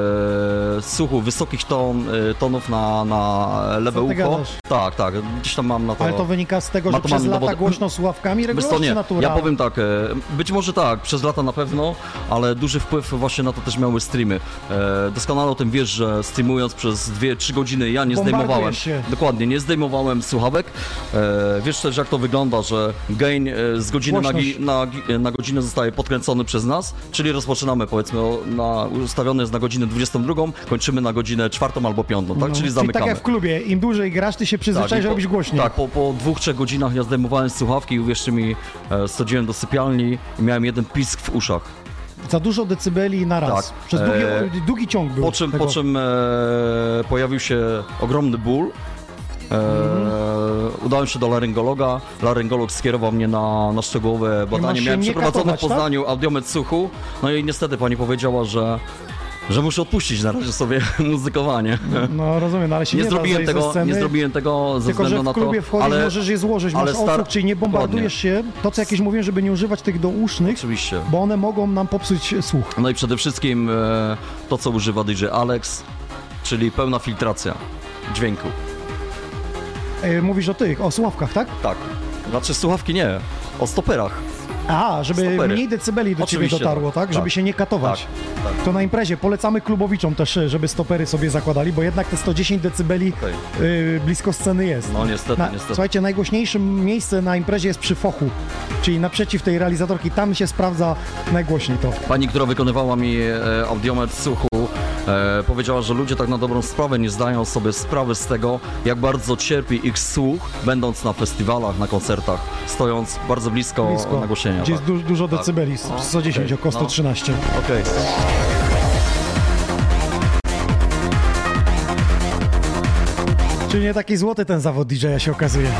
e, Suchu, wysokich ton, e, tonów na, na lewe ucho. Tak, tak, gdzieś tam mam na to... Ale to wynika z tego, że przez lata dowody... głośno słuchawkami regulować, czy naturalnie? Ja powiem tak, e, być może tak, przez lata na pewno, ale duży wpływ właśnie na to też miały streamy. E, doskonale o tym wiesz, że streamując przez dwie trzy godziny ja nie zdejmowałem. Się. Dokładnie, nie zdejmowałem słuchawek. E, wiesz też, jak to wygląda, że gain e, z godziny na, gi, na, na godzinę zostaje podkręcony przez nas, czyli rozpoczynamy, powiedzmy, na, ustawiony jest na godzinę dwudziestą drugą, kończymy na godzinę czwartą albo piątą, tak? No, Czyli zamykamy. Czyli tak jak w klubie, im dłużej grasz, ty się przyzwyczaisz, tak, że robisz głośniej. Tak, po, po dwóch, trzech godzinach ja zdejmowałem słuchawki i uwierzcie mi, e, schodziłem do sypialni i miałem jeden pisk w uszach. Za dużo decybeli na raz. Tak. Przez długi, e, długi ciąg był. Po czym, tego. po czym e, pojawił się ogromny ból. E, mm-hmm. Udałem się do laryngologa. Laryngolog skierował mnie na, na szczegółowe badanie. Miałem przeprowadzone w Poznaniu tak? audiometr słuchu. No i niestety pani powiedziała, że że muszę odpuścić na razie sobie muzykowanie. No rozumiem, no, ale się nie, nie zrobiłem tego, nie zrobiłem tego ze tylko, względu na to. Tylko, że w klubie wchodzisz, ale, możesz je złożyć, masz star... odsłuch, czyli nie bombardujesz się. To, co jakieś mówiłem, żeby nie używać tych dousznych, oczywiście, bo one mogą nam popsuć słuch. No i przede wszystkim e, to, co używa D J Alex, czyli pełna filtracja dźwięku. E, mówisz o tych, o słuchawkach, tak? Tak. Znaczy słuchawki nie, o stoperach. A, żeby Stopery. mniej decybeli do Oczywiście ciebie dotarło, tak? tak? Żeby tak. się nie katować. Tak, tak. To na imprezie polecamy klubowiczom też, żeby stopery sobie zakładali, bo jednak te sto dziesięć decybeli okay. y, blisko sceny jest. No niestety, na, niestety. Słuchajcie, najgłośniejsze miejsce na imprezie jest przy fochu, czyli naprzeciw tej realizatorki, tam się sprawdza najgłośniej to. Pani, która wykonywała mi e, audiometr słuchu, E, powiedziała, że ludzie tak na dobrą sprawę nie zdają sobie sprawy z tego, jak bardzo cierpi ich słuch, będąc na festiwalach, na koncertach, stojąc bardzo blisko, blisko. nagłośnienia. Gdzie tak. jest du- dużo tak. decybeli, no. sto dziesięć, okay. około sto trzynaście. No. Okej. Okay. Czyli nie taki złoty ten zawód D J-a się okazuje.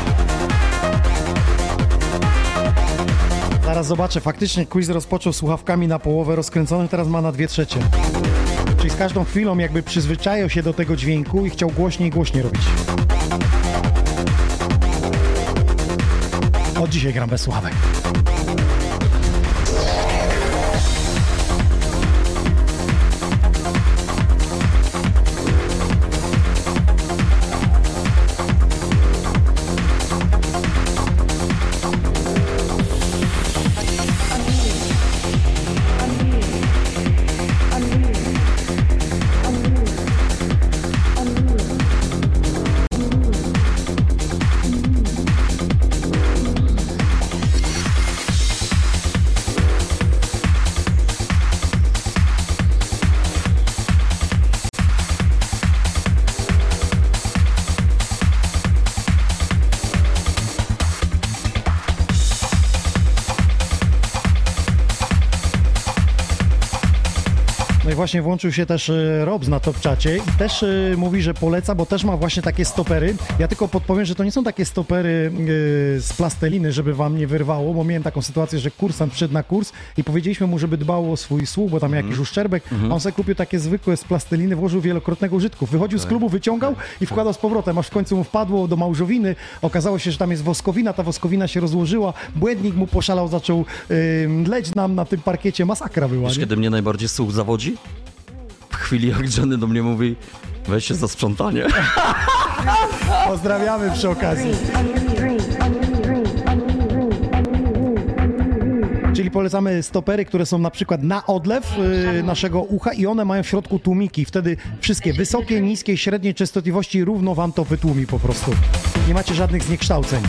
Zaraz zobaczę, faktycznie quiz rozpoczął słuchawkami na połowę rozkręconych, teraz ma na dwie trzecie. Czyli z każdą chwilą jakby przyzwyczajał się do tego dźwięku i chciał głośniej i głośniej robić. Od dzisiaj gram bez słuchawek. No i właśnie włączył się też y, Robs na Top Czacie i też y, mówi, że poleca, bo też ma właśnie takie stopery. Ja tylko podpowiem, że to nie są takie stopery y, z plasteliny, żeby wam nie wyrwało, bo miałem taką sytuację, że kursant przyszedł na kurs i powiedzieliśmy mu, żeby dbało o swój słuch, bo tam mm. jakiś uszczerbek, mm-hmm. a on sobie kupił takie zwykłe z plasteliny, włożył wielokrotnego użytku. Wychodził z klubu, wyciągał i wkładał z powrotem, aż w końcu mu wpadło do małżowiny. Okazało się, że tam jest woskowina, ta woskowina się rozłożyła, błędnik mu poszalał, zaczął y, mdleć nam na tym parkiecie, masakra była. Wiesz, nie? kiedy mnie najbardziej słuch zawodzi? W chwili, jak Jenny do mnie mówi, weź się za sprzątanie. Pozdrawiamy przy okazji. Czyli polecamy stopery, które są na przykład na odlew y, naszego ucha i one mają w środku tłumiki. Wtedy wszystkie wysokie, niskie, średnie częstotliwości równo wam to wytłumi po prostu. Nie macie żadnych zniekształceń.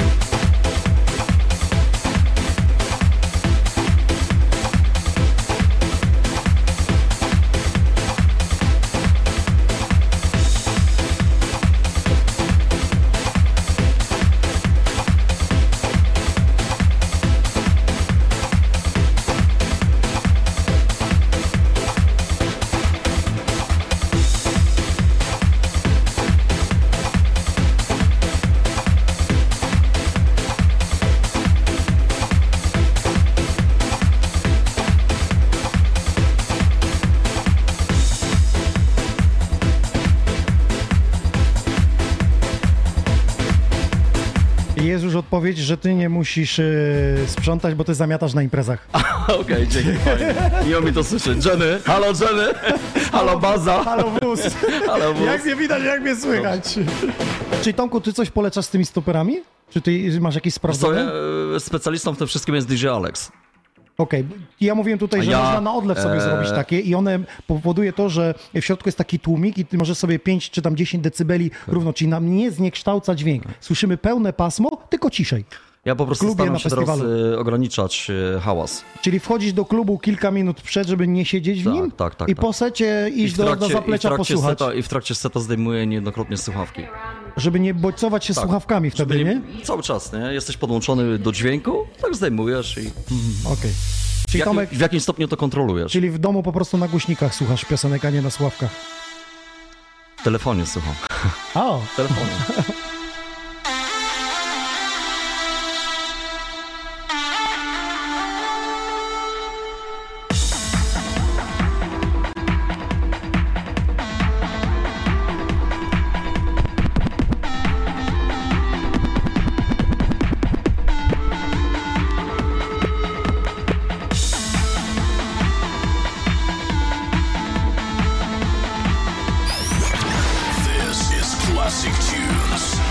Jest już odpowiedź, że ty nie musisz yy, sprzątać, bo ty zamiatasz na imprezach. Okej, okay, dzięki, fajnie. Miło mi to słyszeć. Jenny, halo Jenny, halo Baza. Halo wóz. Halo wóz. Jak mnie widać, jak mnie słychać. Czyli Tomku, ty coś polecasz z tymi stoperami? Czy ty masz jakieś sprawdzone? Co, specjalistą w tym wszystkim jest D J Alex. Okej, okay. Ja mówiłem tutaj, że ja, można na odlew sobie e... zrobić takie i one powoduje to, że w środku jest taki tłumik i ty możesz sobie pięć czy tam dziesięć decybeli okay. równo, czyli nam nie zniekształca dźwięk. Słyszymy pełne pasmo, tylko ciszej. Ja po prostu staram się teraz y, ograniczać y, hałas. Czyli wchodzić do klubu kilka minut przed, żeby nie siedzieć w tak, nim tak, tak, i tak. po secie iść do, do zaplecza i posłuchać. Seta, I w trakcie seta zdejmuję niejednokrotnie słuchawki. Żeby nie bodźcować się tak, słuchawkami wtedy, nie, nie? Cały czas, nie? Jesteś podłączony do dźwięku, tak zdejmujesz i... Mm, Okej. Okay. W, jakim, Tomek, w jakim stopniu to kontrolujesz? Czyli w domu po prostu na głośnikach słuchasz piosenek, a nie na słuchawkach? W telefonie słucham. O! W telefonie. Classic tunes.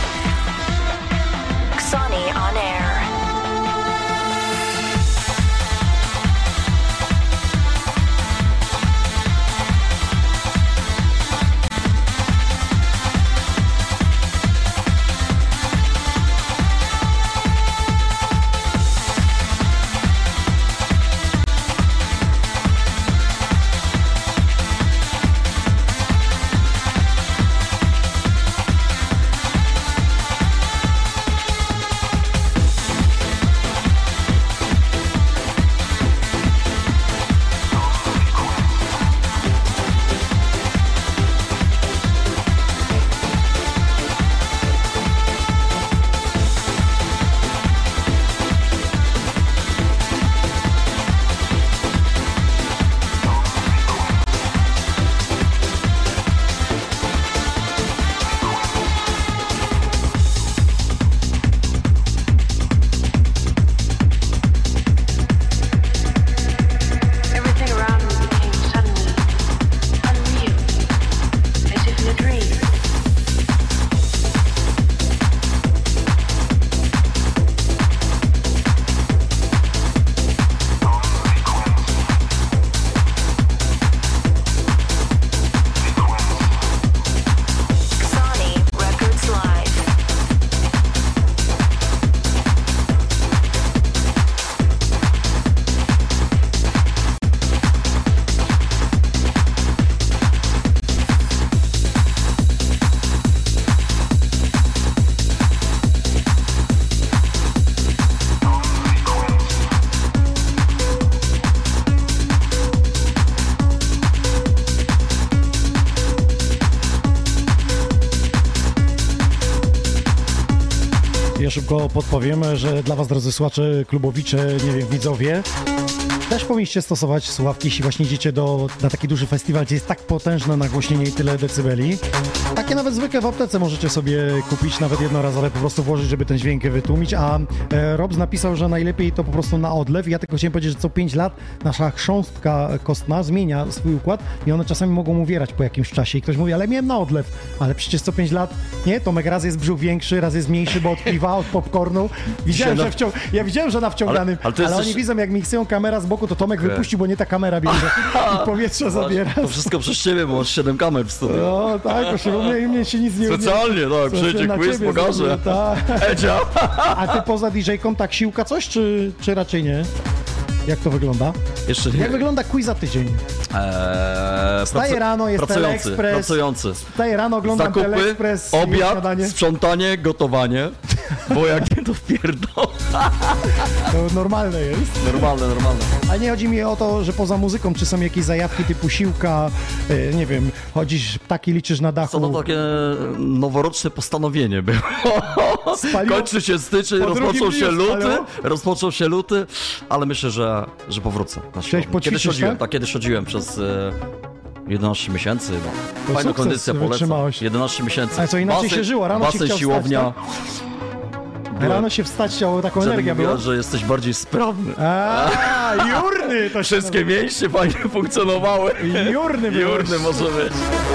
ja szybko podpowiem, że dla was, drodzy słuchacze, klubowicze, nie wiem, widzowie, też powinniście stosować słuchawki, jeśli właśnie idziecie do, na taki duży festiwal, gdzie jest tak potężne nagłośnienie i tyle decybeli. Takie nawet zwykłe w aptece możecie sobie kupić, nawet jednorazowe, po prostu włożyć, żeby ten dźwięk wytłumić, a e, Robs napisał, że najlepiej to po prostu na odlew. Ja tylko chciałem powiedzieć, że co pięć lat nasza chrząstka kostna zmienia swój układ i one czasami mogą umierać po jakimś czasie. I ktoś mówi, ale miałem na odlew, ale przecież co pięć lat, nie, Tomek, raz jest brzuch większy, raz jest mniejszy, bo od piwa, od popcornu. Widziałem, że wciąg... Ja widziałem, że na wciąganym, ale, ale, ale oni coś... widzą, jak miksują kamera z boku, to Tomek okay. wypuścił, bo nie ta kamera bierze i powietrze zabiera. To wszystko przez ciebie, bo masz siedem kamer w studiu. No tak, proszę, bo mnie, mnie się nic nie... Specjalnie, tak, przyjdzie quiz, pokażę. Tak. Edzia. A ty poza didżejką tak siłka coś, czy, czy raczej nie? Jak to wygląda? Jeszcze nie. Jak wygląda quiz za tydzień? Eee, Wstaję rano, jest Teleexpress. Pracujący. Wstaję rano, oglądam Zakupy, Teleexpress. obiad, sprzątanie, gotowanie. Bo jak nie, to wpierdol. To normalne jest. Normalne, normalne. Ale nie chodzi mi o to, że poza muzyką, czy są jakieś zajawki typu siłka, e, nie wiem, chodzisz, ptaki liczysz na dachu. Co to takie noworoczne postanowienie było. Spaliło? Kończy się styczeń, rozpoczął się luty, rozpoczął się luty, ale myślę, że, że powrócę na siłownię. Kiedyś chodziłem, tak? tak, kiedyś chodziłem przez e, jedenaście miesięcy. No. Fajna kondycja, polecam. jedenaście miesięcy. A co inaczej basen, się żyło? Rano basen, się chciał siłownia. Wstać, tak? Rano się wstać chciało, taką energię było. że jesteś bardziej sprawny. A, jurny! To wszystkie mięśnie fajnie funkcjonowały. Jurny Jurny może być.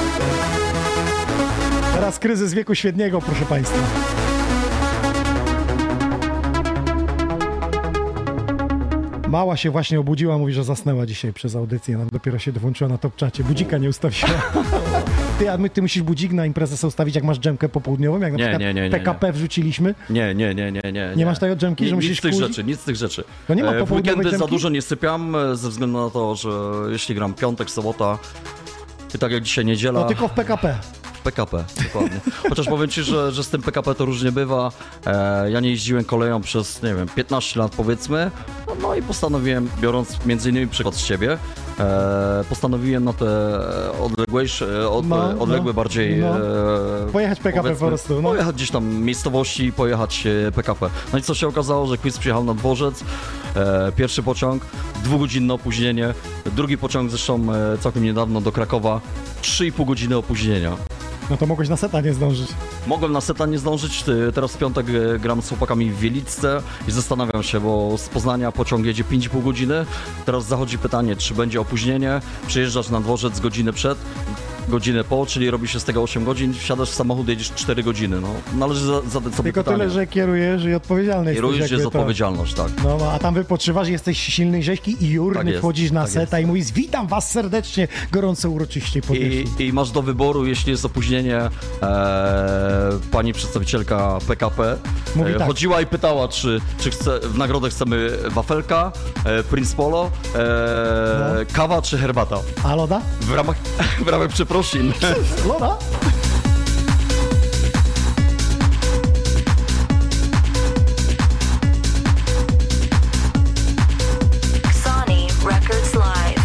Teraz kryzys wieku średniego, proszę państwa. Mała się właśnie obudziła, mówi, że zasnęła dzisiaj przez audycję, nam dopiero się włączyła na top-czacie. Budzika nie ustawiła. Ty, a my, ty musisz budzik na imprezę sobie ustawić, jak masz dżemkę popołudniową, jak na nie, przykład nie, nie, nie, P K P wrzuciliśmy? Nie, nie, nie, nie, nie. Nie, nie masz tej dżemki, nie, że musisz nic z tych kłócić? rzeczy, nic z tych rzeczy. To nie ma w weekendy dżemki? za dużo nie sypiam, ze względu na to, że jeśli gram piątek, sobota i tak jak dzisiaj niedziela... No tylko w P K P. P K P, dokładnie. Chociaż powiem ci, że, że z tym P K P to różnie bywa. E, ja nie jeździłem koleją przez, nie wiem, piętnaście lat powiedzmy. No, no i postanowiłem, biorąc między innymi przykład z ciebie, e, postanowiłem na te odległejsze, od, no, odległe no, bardziej... No. E, pojechać P K P po prostu. No. Pojechać gdzieś tam miejscowości, pojechać P K P. No i co się okazało, że quiz przyjechał na dworzec, e, pierwszy pociąg, dwugodzinne opóźnienie, drugi pociąg zresztą e, całkiem niedawno do Krakowa, trzy i pół godziny opóźnienia. No to mogłeś na seta nie zdążyć. Mogłem na seta nie zdążyć, teraz w piątek gram z chłopakami w Wielicce i zastanawiam się, bo z Poznania pociąg jedzie pięć i pół godziny. Teraz zachodzi pytanie, czy będzie opóźnienie, przyjeżdżasz na dworzec godzinę przed, godzinę po, czyli robi się z tego osiem godzin, wsiadasz w samochód, jedziesz cztery godziny, no należy zadać sobie Tylko pytanie. tyle, że kierujesz i odpowiedzialny jesteś. Kierujesz, jest to... odpowiedzialność, tak. No, a tam wypoczywasz, jesteś silny, rzeźki i jurny, tak wchodzisz na tak seta jest. I mówisz, witam was serdecznie, gorąco, uroczyście. I, I masz do wyboru, jeśli jest opóźnienie, e, pani przedstawicielka P K P Mówi e, tak. chodziła i pytała, czy, czy chce, w nagrodę chcemy wafelka, e, Prince Polo, e, no. kawa czy herbata. A loda? W ramach, w ramach przeprosin. Loda? Sony Records Live.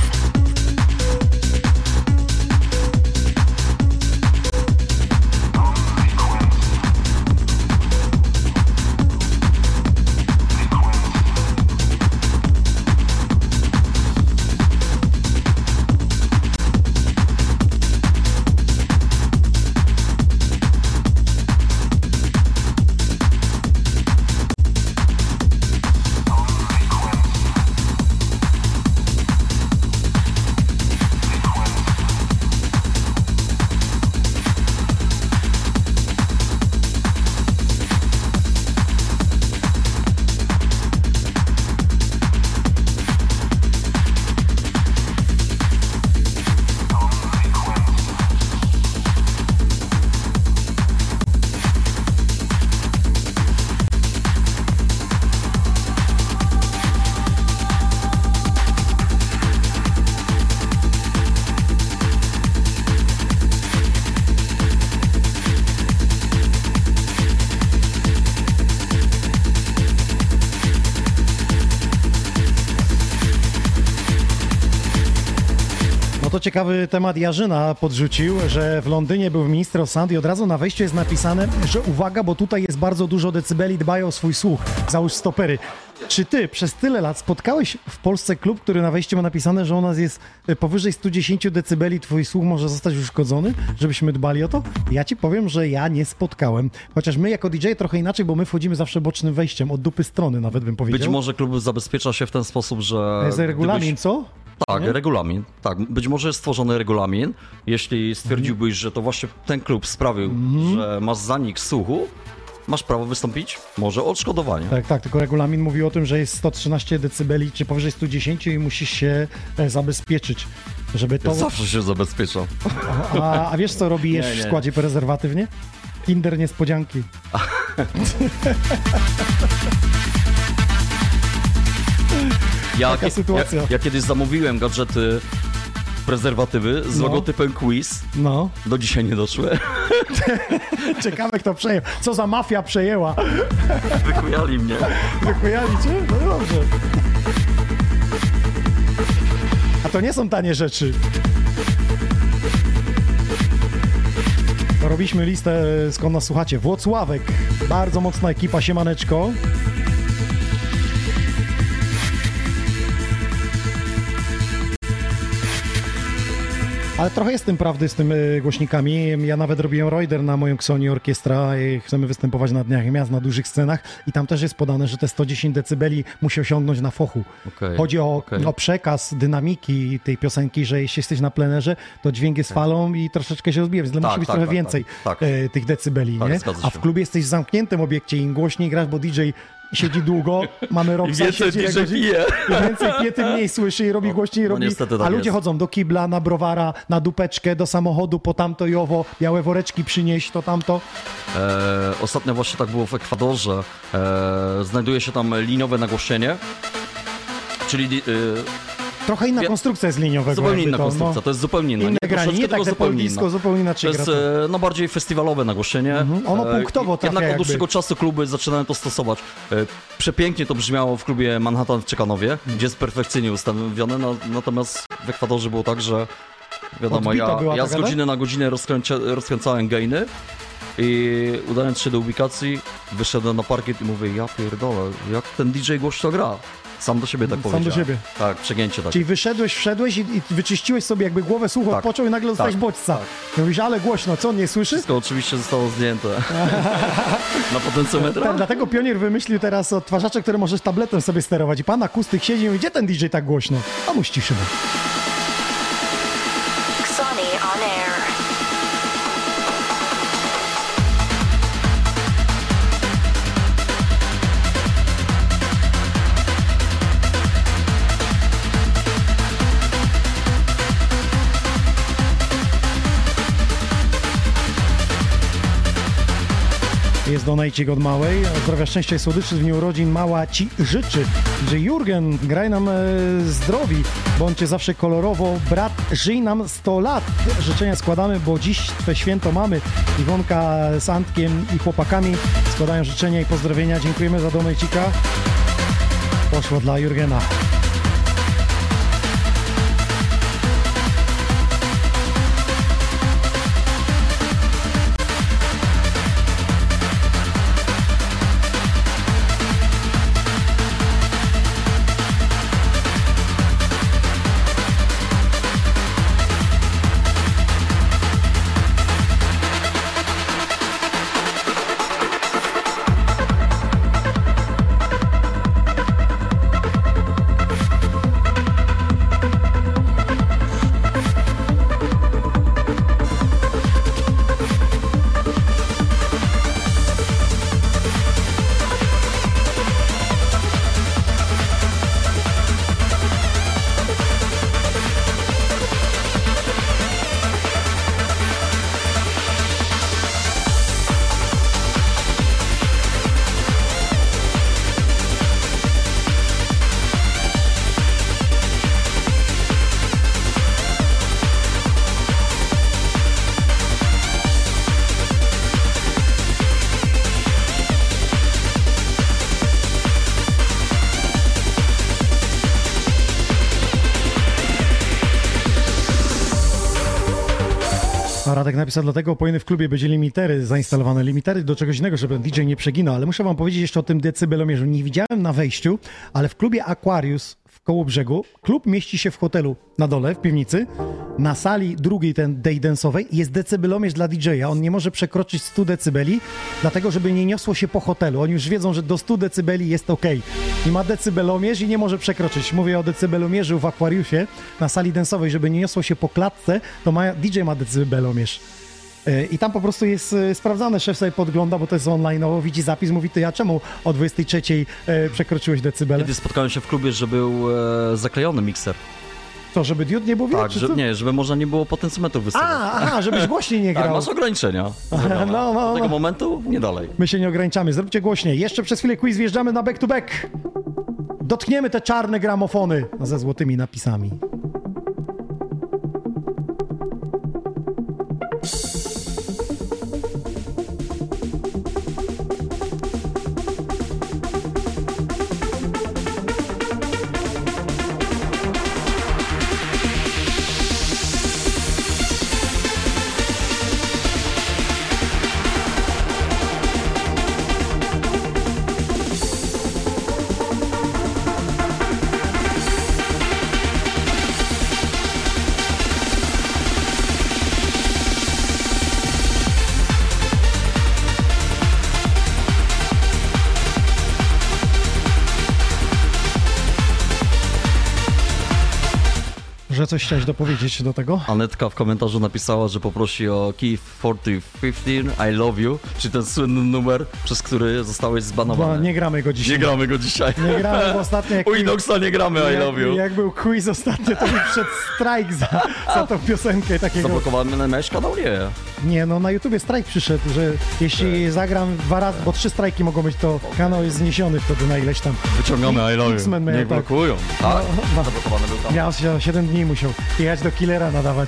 to ciekawy temat Jarzyna podrzucił, że w Londynie był minister of Sound i od razu na wejściu jest napisane, że uwaga, bo tutaj jest bardzo dużo decybeli, dbają o swój słuch, załóż stopery. Czy ty przez tyle lat spotkałeś w Polsce klub, który na wejściu ma napisane, że u nas jest powyżej sto dziesięć decybeli, twój słuch może zostać uszkodzony, żebyśmy dbali o to? Ja ci powiem, że ja nie spotkałem. Chociaż my jako D J trochę inaczej, bo my wchodzimy zawsze bocznym wejściem, od dupy strony nawet bym powiedział. Być może klub zabezpiecza się w ten sposób, że... Jest regulamin, gdybyś... co? Tak, nie? regulamin. Tak, być może jest stworzony regulamin. Jeśli stwierdziłbyś, że to właśnie ten klub sprawił, mm. że masz zanik słuchu, masz prawo wystąpić może o odszkodowanie. Tak, tak, tylko regulamin mówi o tym, że jest sto trzynaście decybeli, czy powyżej sto dziesięć i musisz się e, zabezpieczyć, żeby to... Zawsze się zabezpiecza. A, a wiesz, co robi jesz w składzie prezerwatywnie? Kinder niespodzianki. Ja, Taka sytuacja. Ja, ja kiedyś zamówiłem gadżety, prezerwatywy z No. logotypem Quiz. No. Do dzisiaj nie doszły. Ciekawe, kto przejął. Co za mafia przejęła. Wykujali mnie. Wykujali cię? No dobrze. A to nie są tanie rzeczy. Robiliśmy listę, skąd nas słuchacie. Włocławek. Bardzo mocna ekipa, siemaneczko. Ale trochę jest tym prawdy z tymi głośnikami. Ja nawet robiłem Reuter na moją Xoni Orkiestra i chcemy występować na Dniach Miast, na dużych scenach i tam też jest podane, że te sto dziesięć decybeli musi osiągnąć na fochu. Okay, Chodzi o, okay. o przekaz dynamiki tej piosenki, że jeśli jesteś na plenerze, to dźwięk jest falą i troszeczkę się rozbija, więc tak, musi być tak, trochę tak, więcej tak, tak. E, tych decybeli, Tak, nie? zgadza A się. w klubie jesteś w zamkniętym obiekcie, im głośniej grasz, bo D J siedzi długo, mamy Robsa, więcej siedzi D J pije. Im więcej pije, tym mniej słyszy i robi No, głośniej, no robi, niestety tak a ludzie jest. chodzą do kibla, na browara, na dupeczkę, do samochodu, po tamto i owo, białe woreczki przynieść, to tamto. E, ostatnio właśnie tak było w Ekwadorze. E, znajduje się tam liniowe nagłośnienie, czyli e, Trochę inna Wie- konstrukcja jest liniowego. zupełnie jakby inna to, konstrukcja, no. to jest zupełnie inna. Inne nie, granie, troszeczkę, nie tak tylko jak zupełnie poldisko, inna. zupełnie To inaczej gra jest to. e, no bardziej festiwalowe nagłośnienie. Mhm. Ono E, punktowo trafia Jednak od jakby. dłuższego czasu kluby zaczynają to stosować. E, Przepięknie to brzmiało w klubie Manhattan w Czekanowie, gdzie jest perfekcyjnie ustawione, no, natomiast w Ekwadorze było tak, że wiadomo, Odbito ja, była ja taka, z godziny na godzinę rozkręcia, rozkręcałem gainy i udając się do ubikacji, wyszedłem na parkiet i mówię, ja pierdolę, jak ten D J głośno gra. Sam do siebie tak Sam powiedziałem. do siebie. Tak, przegięcie tak. Czyli wyszedłeś, wszedłeś i, i wyczyściłeś sobie jakby głowę, słuch Tak. odpoczął i nagle dostałeś Tak. bodźca. I mówisz, ale głośno, co, nie słyszysz? Wszystko oczywiście zostało zdjęte na potencjometra. Tak, dlatego Pionier wymyślił teraz odtwarzacze, które możesz tabletem sobie sterować. I pan akustyk siedzi i mówi, gdzie ten D J tak głośno? A mu ściszymy. Xoni on air. Jest donajcik od małej. Zdrowia, szczęścia i słodyczy w dniu urodzin mała ci życzy. Że Jurgen, graj nam e, zdrowi, bądźcie zawsze kolorowo. Brat, żyj nam sto lat. Życzenia składamy, bo dziś twe święto mamy. Iwonka z Antkiem i chłopakami składają życzenia i pozdrowienia. Dziękujemy za donajcika. Poszło dla Jurgena. A Radek napisał, dlatego powinny w klubie być limitery zainstalowane. Limitery do czegoś innego, żeby D J nie przeginał. Ale muszę wam powiedzieć jeszcze o tym decybelomierzu. Nie widziałem na wejściu, ale w klubie Aquarius w Kołobrzegu, klub mieści się w hotelu na dole, w piwnicy. Na sali drugiej, ten day dance'owej, jest decybelomierz dla D J a. On nie może przekroczyć stu decybeli, dlatego żeby nie niosło się po hotelu. Oni już wiedzą, że do stu decybeli jest ok. I ma decybelomierz i nie może przekroczyć. Mówię o decybelomierzu w Aquariusie na sali dance'owej, żeby nie niosło się po klatce, to ma, D J ma decybelomierz. I tam po prostu jest sprawdzane, szef sobie podgląda, bo to jest online, widzi zapis, mówi, ty, a czemu o dwudziestej trzeciej przekroczyłeś decybel? Kiedy spotkałem się w klubie, że był e, zaklejony mikser. To, żeby diod nie był widać? Tak, że, nie, żeby można nie było potencjometrów wystawiać. A, aha, żebyś głośniej nie grał. Tak, masz ograniczenia. no, no, Do tego no. momentu nie dalej. My się nie ograniczamy, zróbcie głośniej. Jeszcze przez chwilę quiz, wjeżdżamy na back to back. Dotkniemy te czarne gramofony ze złotymi napisami. Że coś chciałeś dopowiedzieć do tego? Anetka w komentarzu napisała, że poprosi o Key czterysta piętnaście I Love You, czyli ten słynny numer, przez który zostałeś zbanowany. Bo nie gramy go dzisiaj. Nie gramy go dzisiaj. Nie gramy, bo ostatnio jak... U Inoxa nie gramy I jak, Love You. Jak był quiz ostatnio, to mi wszedł strajk za, za tą piosenkę takiego... Zablokowany, miałeś kanał? Nie. Nie, no na YouTubie strajk przyszedł, że jeśli tak. zagram dwa razy, bo trzy strajki mogą być, to kanał jest zniesiony wtedy na ileś tam. Wyciągamy I Love You. X-Men Nie tak. blokują. Tak? No, no. Zablokowany był tam. Miał się siedem dni musiał jechać do Killera nadawać.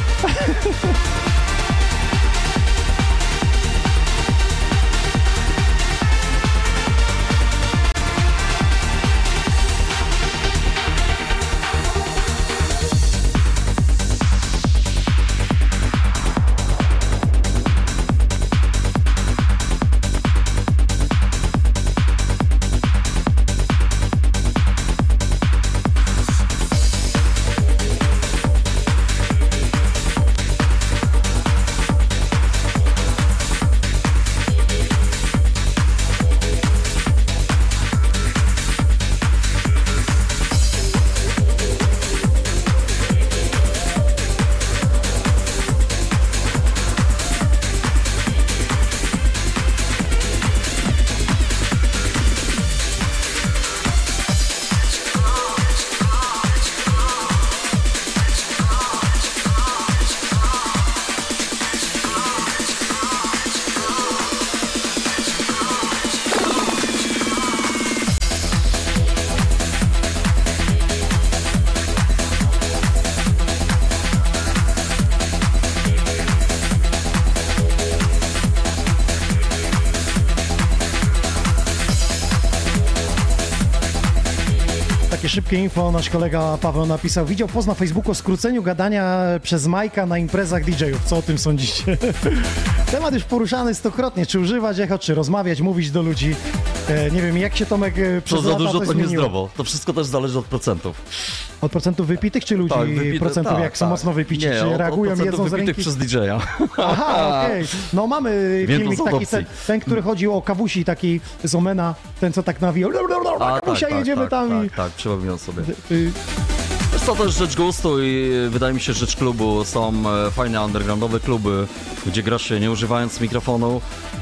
Szybkie info, nasz kolega Paweł napisał, widział post na Facebooku o skróceniu gadania przez Majka na imprezach D J ów. Co o tym sądzicie? Temat już poruszany stokrotnie, czy używać echo, czy rozmawiać, mówić do ludzi. E, nie wiem, jak się Tomek przez to za dużo, to zmieniło? niezdrowo. To wszystko też zależy od procentów. Od procentów wypitych, czy ludzi tak, wypite, procentów, tak, jak tak. są mocno wypici, Nie, czy od, reagują, od jedzą z wypitych ręki? przez D J a. Aha, okej. Okay. No mamy Wiem, filmik taki, ten, ten, który chodził o Kawusi, taki z Omena, ten co tak nawijał. A, Kawusia, tak, jedziemy tak, tam tak, i... tak, tak, przypomniałem sobie. Y Jest to też rzecz gustu i wydaje mi się, że rzecz klubu. Są fajne undergroundowe kluby, gdzie gra się nie używając mikrofonu.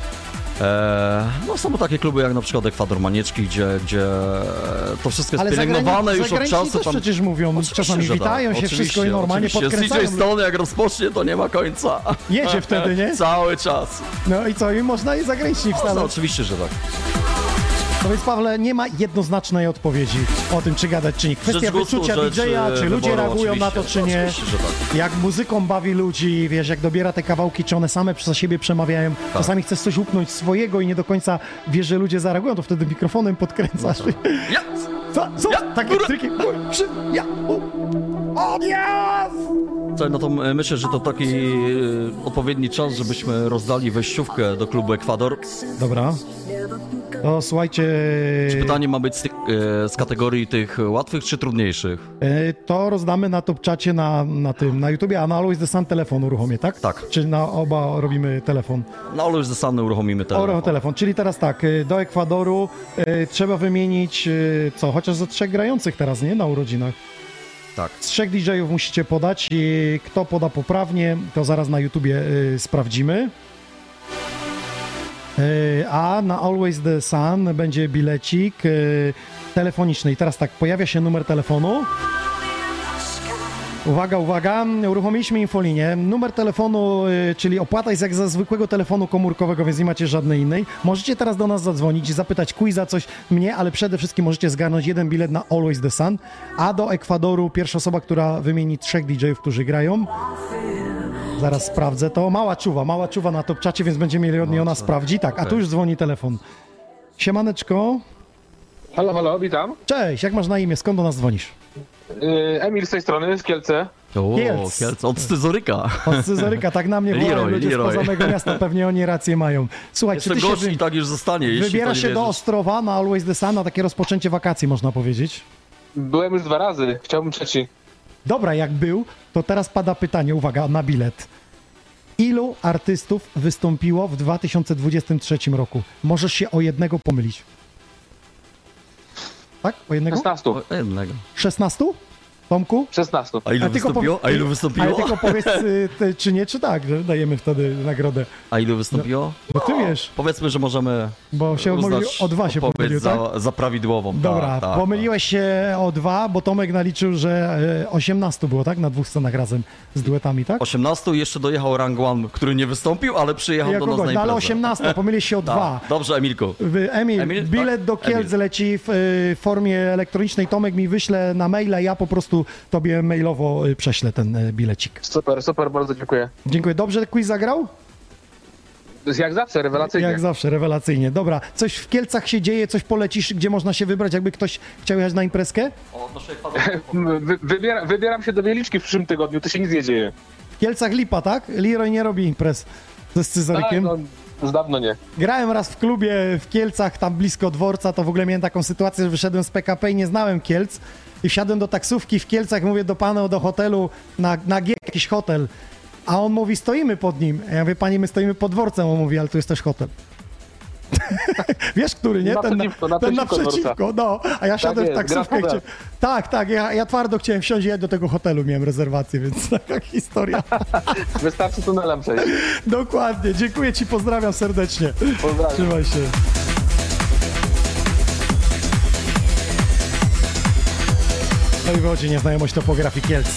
Eee, no są takie kluby jak na przykład Ekwador Manieczki, gdzie, gdzie to wszystko jest ale pielęgnowane już od czasu. Też tam... przecież mówią, oczywiście, czasami witają tak, się, wszystko i normalnie oczywiście. podkręcają. Z D J Stone jak rozpocznie, to nie ma końca. Jedzie wtedy, nie? Cały czas. No i co, i można je zagranicznie wstać? No, oczywiście, że tak. No więc Pawle, nie ma jednoznacznej odpowiedzi o tym, czy gadać, czy nie. Kwestia rzecz gustu, wyczucia rzecz D J a, czy wyboru, ludzie reagują na to, czy nie. Oczywiście, że tak. Jak muzyką bawi ludzi, wiesz, jak dobiera te kawałki, czy one same za siebie przemawiają. Tak. Czasami chcesz coś upnąć swojego i nie do końca wiesz, że ludzie zareagują, to wtedy mikrofonem podkręcasz. No tak. Ja. Co? Co? Ja, Takie góra. triki. Przy, ja. O, o yes! Co, no to myślę, że to taki e, odpowiedni czas, żebyśmy rozdali wejściówkę do klubu Ekwador. Dobra. To słuchajcie... Czy pytanie ma być z, tych, e, z kategorii tych łatwych czy trudniejszych? E, To rozdamy na top czacie na, na tym, na YouTubie, a na Always the Sun telefon uruchomię, tak? Tak. Czy na oba robimy telefon? No ale już zasadne uruchomimy telefon. Oro telefon, czyli teraz tak, e, do Ekwadoru e, trzeba wymienić, e, co, chociaż ze trzech grających teraz, nie? Na urodzinach. Tak. Z trzech D J-ów musicie podać. I kto poda poprawnie, to zaraz na YouTubie y, sprawdzimy. Y, a na Always the Sun będzie bilecik y, telefoniczny. I teraz tak, pojawia się numer telefonu. Uwaga, uwaga, uruchomiliśmy infolinię. Numer telefonu, y, czyli opłata jest jak za zwykłego telefonu komórkowego, więc nie macie żadnej innej. Możecie teraz do nas zadzwonić i zapytać quiza coś mnie, ale przede wszystkim możecie zgarnąć jeden bilet na Always the Sun, a do Ekwadoru pierwsza osoba, która wymieni trzech D J-ów, którzy grają. Zaraz sprawdzę to. Mała czuwa, mała czuwa na top czacie, więc będziemy mieli od niej, ona sprawdzi. Tak, a tu już dzwoni telefon. Siemaneczko. Halo, halo, witam. Cześć, jak masz na imię? Skąd do nas dzwonisz? Yy, Emil z tej strony, z Kielce. O, Kielc. Kielc. Od scyzoryka. Od Scyzoryka, tak na mnie wołają Leroy, ludzie Leroy. spoza mego miasta, pewnie oni rację mają. Słuchaj, Jeszcze czy ty się gość wy... i tak już zostanie, jeśli wybierasz to się nie do wierzysz. Ostrowa na Always the Sun, na takie rozpoczęcie wakacji, można powiedzieć? Byłem już dwa razy, chciałbym trzeci. Dobra, jak był, to teraz pada pytanie, uwaga, na bilet. Ilu artystów wystąpiło w dwa tysiące dwudziestym trzecim roku? Możesz się o jednego pomylić. Tak? O jednego? szesnaście. O, jednego. szesnastu? Tomku? szesnaście. A ilu Ale tylko wystąpiło? powie- A ilu Ale wystąpiło? tylko powiedz, y, ty, czy nie, czy tak, że dajemy wtedy nagrodę. A ilu wystąpiło? Bo ty wiesz, Powiedzmy, że możemy bo się pomylił, uznać o dwa się odpowiedź pomylił, tak? za, za prawidłową. Dobra, tak, tak, pomyliłeś się o dwa, bo Tomek naliczył, że e, osiemnastu było, tak? Na dwóch scenach razem z duetami, tak? tak. osiemnastu i jeszcze dojechał Rang One, który nie wystąpił, ale przyjechał Jako do nas gość, na no ale imprezę. osiemnastu, pomyliłeś się o dwa. Tak. Dobrze, Emilku. Wy- Emil, Emil, bilet tak? do Kielc Emil. leci w y, formie elektronicznej. Tomek mi wyśle na maila, ja po prostu tobie mailowo y, prześlę ten y, bilecik. Super, super, bardzo dziękuję. Dziękuję. Dobrze quiz zagrał? Jak zawsze, rewelacyjnie. Jak zawsze, rewelacyjnie. Dobra, coś w Kielcach się dzieje, coś polecisz, gdzie można się wybrać, jakby ktoś chciał jechać na imprezkę? Wy, wybiera, wybieram się do Wieliczki w przyszłym tygodniu, to się nic nie dzieje. W Kielcach lipa, tak? Leroy nie robi imprez ze Tak, scyzorykiem. no, już dawno nie. Grałem raz w klubie w Kielcach, tam blisko dworca, to w ogóle miałem taką sytuację, że wyszedłem z P K P i nie znałem Kielc i wsiadłem do taksówki w Kielcach, mówię do pana, do hotelu, na, na G jakiś hotel, a on mówi, stoimy pod nim. A ja mówię, pani, my stoimy pod dworcem, on mówi, ale tu jest też hotel. Wiesz, który, nie? Naprzeciwko, ten na, ten naprzeciwko naprzeciwko, no. A ja siadłem jest, w taksówkę. Gra Chcia... Tak, tak, ja, ja twardo chciałem wsiąść i jechać do tego hotelu, miałem rezerwację, więc taka historia. Wystarczy tunelem przejść. Dokładnie, dziękuję ci, pozdrawiam serdecznie. Pozdrawiam. Trzymaj się. No i wychodzi nieznajomość topografii Kielc.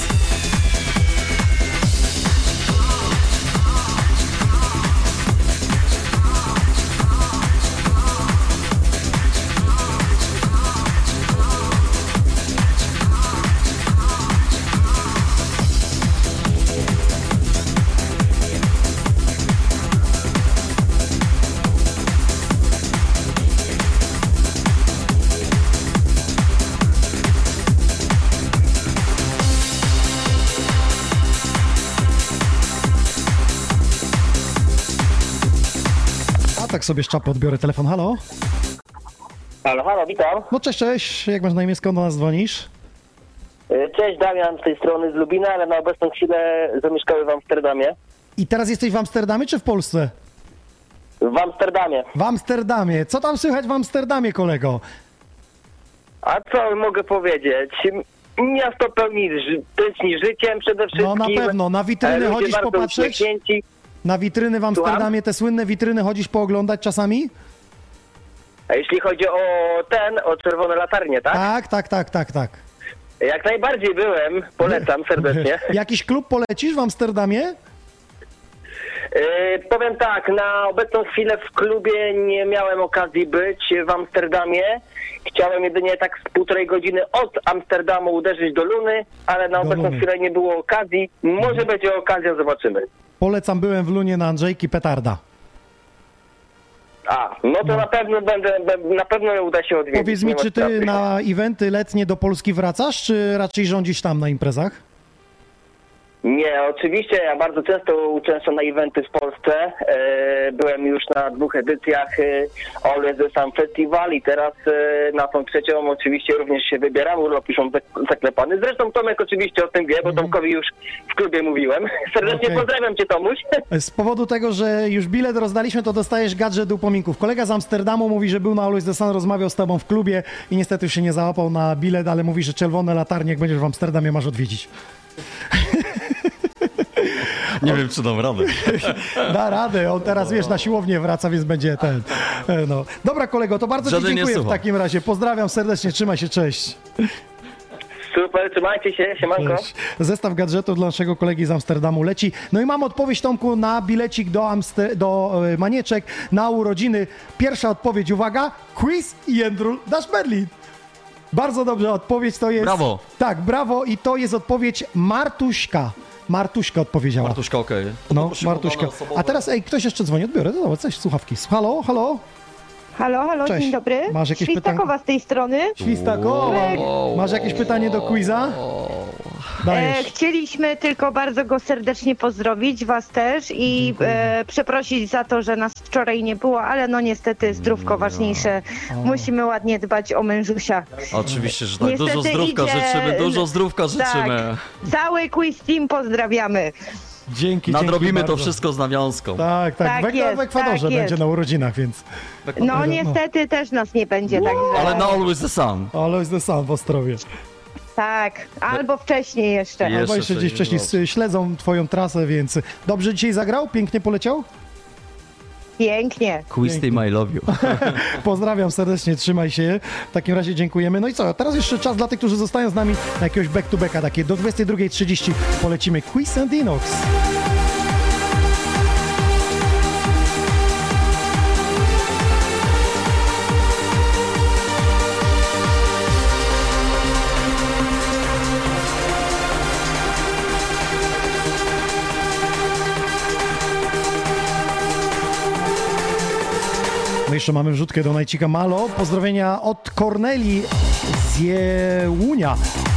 Tak sobie z czapy odbiorę telefon. Halo? Halo, halo, witam. No cześć, cześć. Jak masz na imię? Skąd do nas dzwonisz? Cześć, Damian z tej strony z Lubina, ale na obecną chwilę zamieszkały w Amsterdamie. I teraz jesteś w Amsterdamie czy w Polsce? W Amsterdamie. W Amsterdamie. Co tam słychać w Amsterdamie, kolego? A co mogę powiedzieć? Miasto pełni, ży- tętni życiem przede wszystkim. No na pewno. Na E, witryny ludzie chodzisz bardzo popatrzeć? uśmiechnięci. Na witryny w Amsterdamie, te słynne witryny chodzisz pooglądać czasami? A jeśli chodzi o ten, o czerwone latarnie, tak? Tak, tak, tak, tak, tak. Jak najbardziej byłem, polecam serdecznie. Jakiś klub polecisz w Amsterdamie? E, powiem tak, na obecną chwilę w klubie nie miałem okazji być w Amsterdamie. Chciałem jedynie tak z półtorej godziny od Amsterdamu uderzyć do Luny, ale na Do obecną Luny. chwilę nie było okazji. Może będzie okazja, zobaczymy. Polecam, byłem w Lunie na Andrzejki, petarda. A, no to na pewno będę, na pewno uda się odwiedzić. Powiedz mi, nie ma czy ty sprawy. na eventy letnie do Polski wracasz, czy raczej rządzisz tam na imprezach? Nie, oczywiście, ja bardzo często uczęszczam na eventy w Polsce. E, byłem już na dwóch edycjach e, Always the Sun Festival i teraz e, na tą trzecią oczywiście również się wybieram. Urlop już mam zak- zaklepany. Zresztą Tomek oczywiście o tym wie, bo Tomkowi już w klubie mówiłem. Serdecznie Okej. pozdrawiam cię, Tomuś. Z powodu tego, że już bilet rozdaliśmy, to dostajesz gadżet do upominków. Kolega z Amsterdamu mówi, że był na Always the Sun, rozmawiał z tobą w klubie i niestety już się nie załapał na bilet, ale mówi, że czerwone latarnie, jak będziesz w Amsterdamie, masz odwiedzić. Nie wiem, czy dam radę. Da radę, on teraz, wiesz, na siłownię wraca, więc będzie ten, e, no. Dobra, kolego, to bardzo Żaden ci nie dziękuję w słucha. takim razie. Pozdrawiam serdecznie, trzymaj się, cześć. Super, trzymajcie się, siemanko. Cześć. Zestaw gadżetów dla naszego kolegi z Amsterdamu leci. No i mam odpowiedź, Tomku, na bilecik do, Amster- do e, Manieczek na urodziny. Pierwsza odpowiedź, uwaga, quiz i Jędrul dasz Berlin. Bardzo dobrze, odpowiedź to jest... Brawo. Tak, brawo i to jest odpowiedź Martuśka. Martuśka odpowiedziała. Martuszka, okej. No, Martuśka. A teraz, ej, ktoś jeszcze dzwoni, odbiorę, to dobra, coś, słuchawki. Halo, halo? Halo, halo, Cześć. dzień dobry. Masz jakieś Świstakowa z tej strony. Świstakowa. Masz jakieś pytanie do quiza? E, Dajesz. chcieliśmy tylko bardzo go serdecznie pozdrowić, was też i e, przeprosić za to, że nas wczoraj nie było, ale no niestety zdrówko ważniejsze. Musimy ładnie dbać o mężusia. Oczywiście, że tak. Niestety Dużo zdrówka idzie- życzymy, dużo zdrówka życzymy. Tak, cały quiz team pozdrawiamy. Dzięki, Nadrobimy dzięki to bardzo. wszystko z nawiązką. Tak, tak. Tak w, Ekwa- jest, w Ekwadorze tak będzie jest. na urodzinach, więc... No niestety też nas nie będzie, także Ale na Always the Sun. Ale jest the Sun w Ostrowie. tak, albo wcześniej jeszcze. Jeszcze Albo jeszcze gdzieś wcześniej, wcześniej s- śledzą twoją trasę, więc... Dobrze dzisiaj zagrał? Pięknie poleciał? Pięknie. Quiz team, I love you. Pozdrawiam serdecznie, trzymaj się. W takim razie dziękujemy. No i co, teraz jeszcze czas dla tych, którzy zostają z nami na jakiegoś back-to-backa, takie do dwudziestej drugiej trzydzieści polecimy Quiz and Inox. No jeszcze mamy wrzutkę do Najcika Malo. Pozdrowienia od Korneli z Jełunia,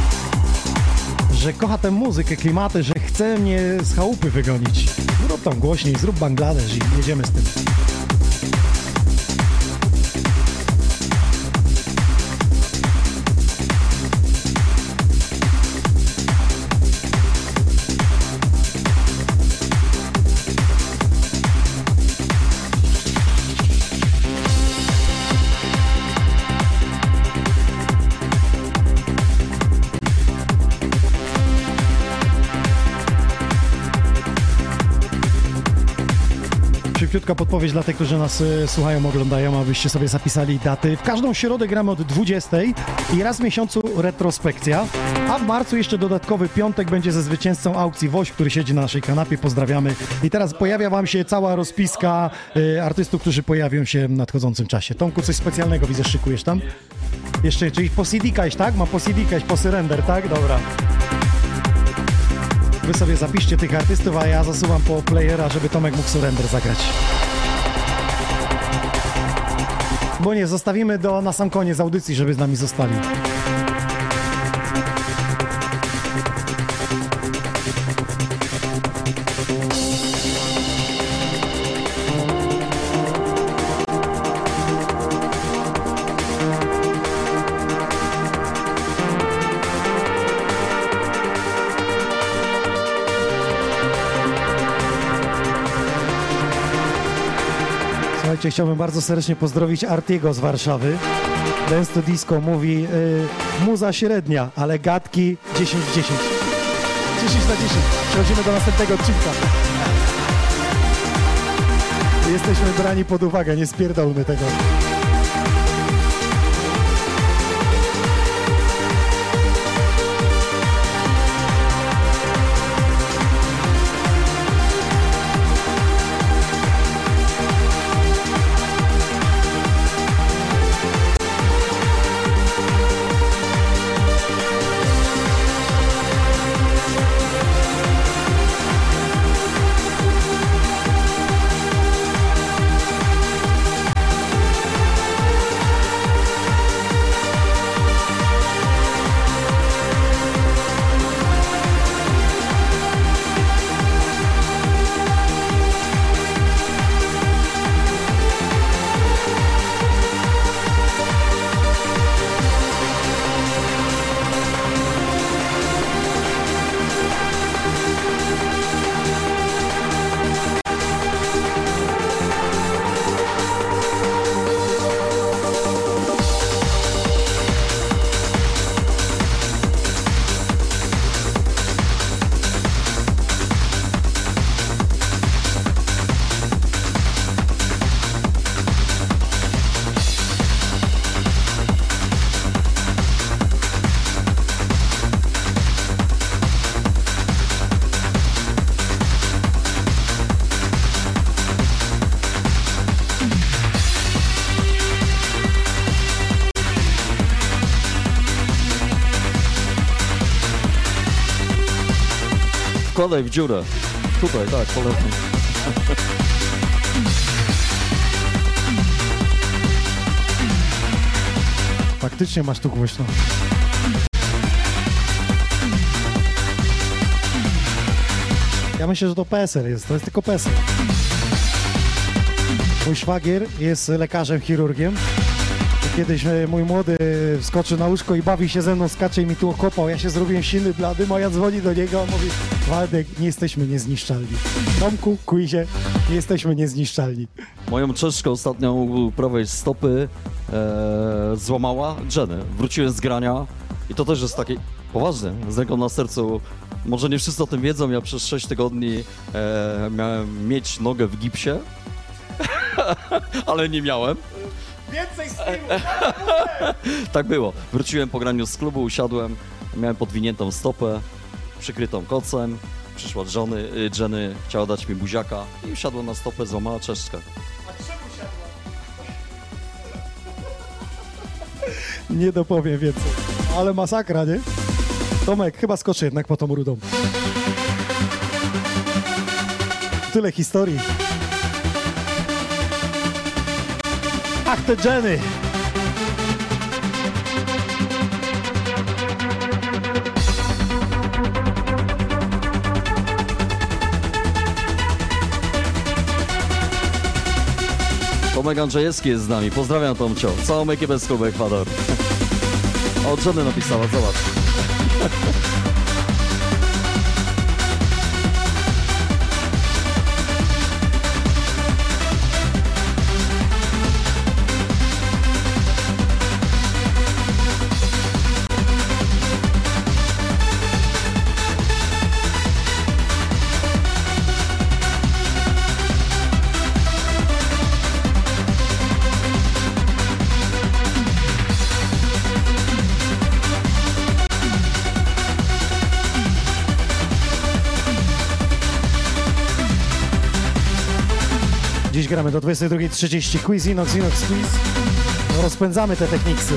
że kocha tę muzykę, klimaty, że chce mnie z chałupy wygonić. Zrób tam głośniej, zrób Bangladesz i jedziemy z tym. Szybciutka podpowiedź dla tych, którzy nas y, słuchają, oglądają, abyście sobie zapisali daty. W każdą środę gramy od dwudziestej i raz w miesiącu retrospekcja, a w marcu jeszcze dodatkowy piątek będzie ze zwycięzcą aukcji Woś, który siedzi na naszej kanapie. Pozdrawiamy. I teraz pojawia wam się cała rozpiska y, artystów, którzy pojawią się w nadchodzącym czasie. Tomku, coś specjalnego widzę, szykujesz tam? Jeszcze, czyli po C D kaś, tak? Ma po C D kaś, po surrender, tak? Dobra. Wy sobie zapiszcie tych artystów, a ja zasuwam po playera, żeby Tomek mógł surrender zagrać. Bo nie, zostawimy do, na sam koniec audycji, żeby z nami zostali. Słuchajcie, chciałbym bardzo serdecznie pozdrowić Artiego z Warszawy. Dance to Disco mówi y, muza średnia, ale gadki dziesięć z dziesięć. dziesięć na dziesięć. Przechodzimy do następnego odcinka. Jesteśmy brani pod uwagę, nie spierdolmy tego. wkładaj w dziurę. Tutaj, tak, po lewej. Faktycznie masz tu głośno. Ja myślę, że to P S L jest, to jest tylko P S L. Mój szwagier jest lekarzem, chirurgiem. Kiedyś mój młody wskoczył na łóżko i bawi się ze mną, skacze i mi tu okopał. Ja się zrobiłem silny, blady, moja dzwoni do niego, on mówi: Waldek, nie jesteśmy niezniszczalni. Tomku, Quizie, nie jesteśmy niezniszczalni. Moją czeszkę ostatnio u prawej stopy e, złamała Jenny. Wróciłem z grania i to też jest takie poważne, z ręką na sercu. Może nie wszyscy o tym wiedzą, ja przez sześć tygodni e, miałem mieć nogę w gipsie, ale nie miałem. Więcej z tyłu! Tak było. Wróciłem po graniu z klubu, usiadłem, miałem podwiniętą stopę, przykrytą kocem. Przyszła Johnny, Jenny, chciała dać mi buziaka i usiadła na stopę, złamała czeszkę. A czemu siadła? Nie dopowiem więcej. Ale masakra, nie? Tomek, chyba skoczy jednak po tą rudą. Tyle historii. Ach, te Jenny! Tomek Andrzejewski jest z nami. Pozdrawiam Tomcio. Całą ekipę z klubu Ekwador. O, Jenny napisała, zobacz. Dziś gramy do dwudziestej drugiej trzydzieści. Quiz Inox, Inox Quiz. No, rozpędzamy te techniksy.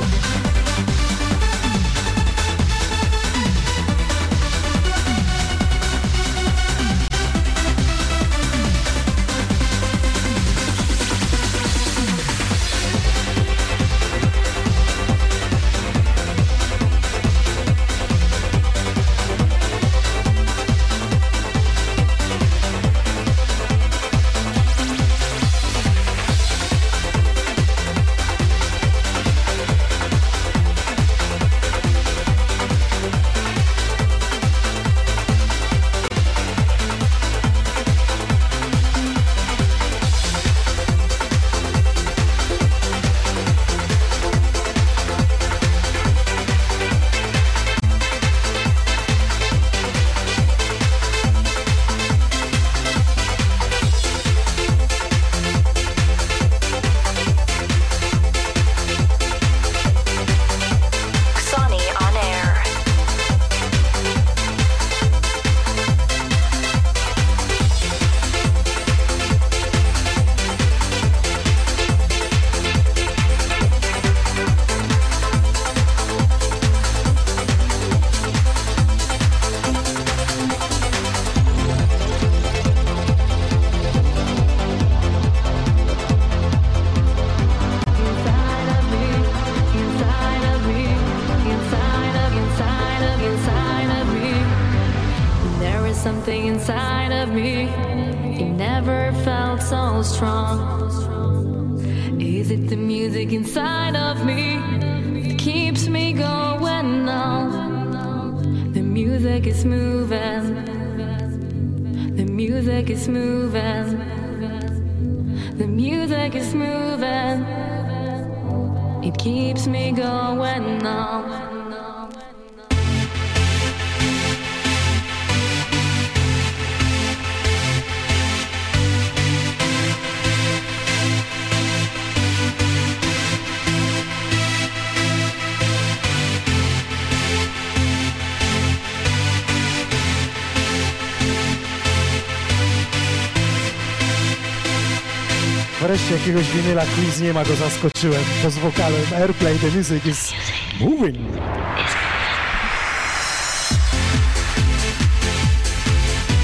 Wreszcie jakiegoś winyla Quiz nie ma, go zaskoczyłem. To z wokalem Airplay, the music is moving.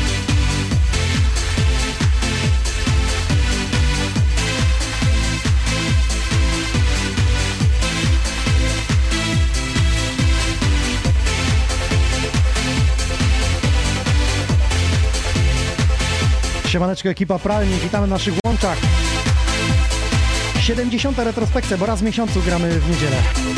Siemaneczko, ekipa Pralni, witamy w naszych łączach. siedemdziesiąta retrospekcja, bo raz w miesiącu gramy w niedzielę.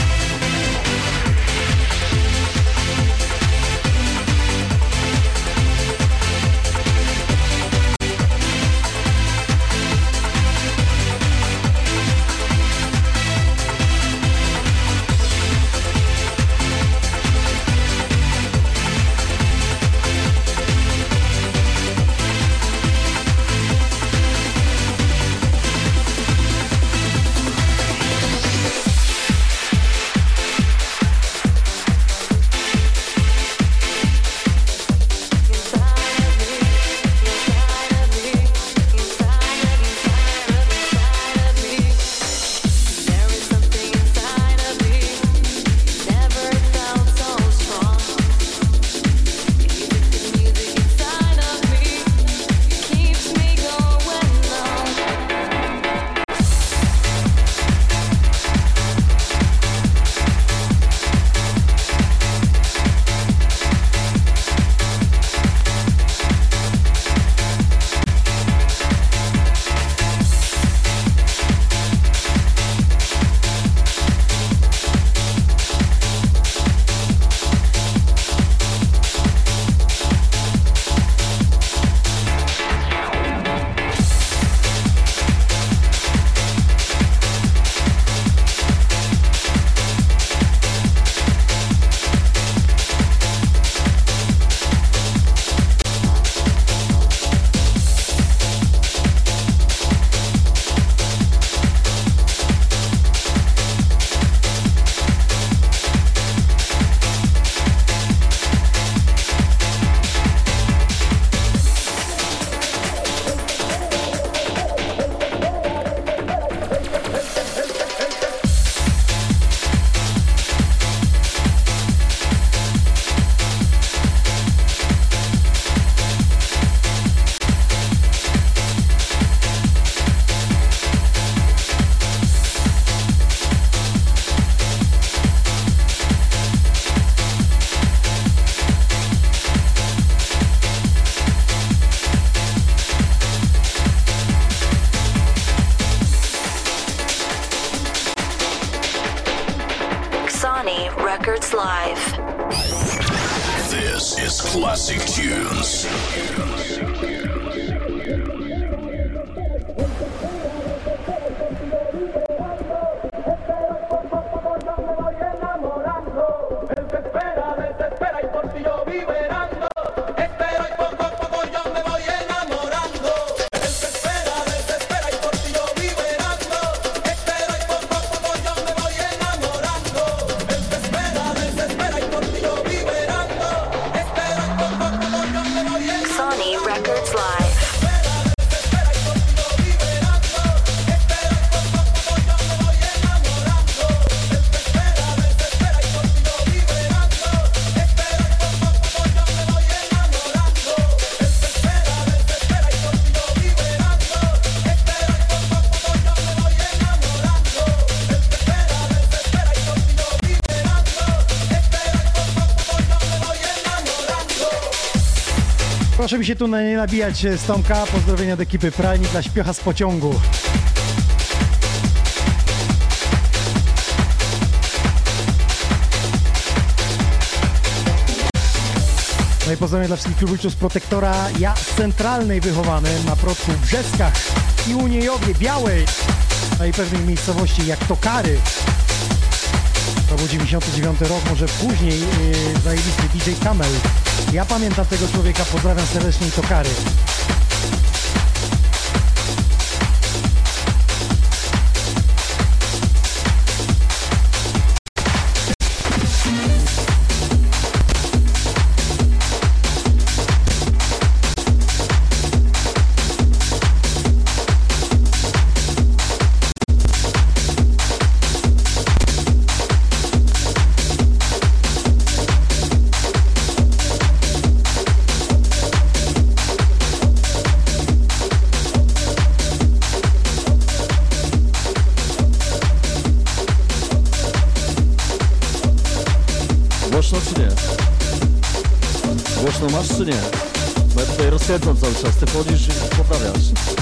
Proszę mi się tu nie nabijać z Tomka. Pozdrowienia od ekipy Pralni dla śpiocha z pociągu. No i pozdrowienia dla wszystkich klubuczów z Protektora. Ja z Centralnej wychowany na Prodku w Brzeskach i Uniejowie Białej. No i pewnej miejscowości jak Tokary. To był dziewięćdziesiąty dziewiąty rok, może później yy, zajebisty D J Kamel. Ja pamiętam tego człowieka, pozdrawiam serdecznie i Tokary. Głośno czy nie? Głośno masz czy nie? Bo ja tutaj rozkręcam cały czas, ty wchodzisz i poprawiasz.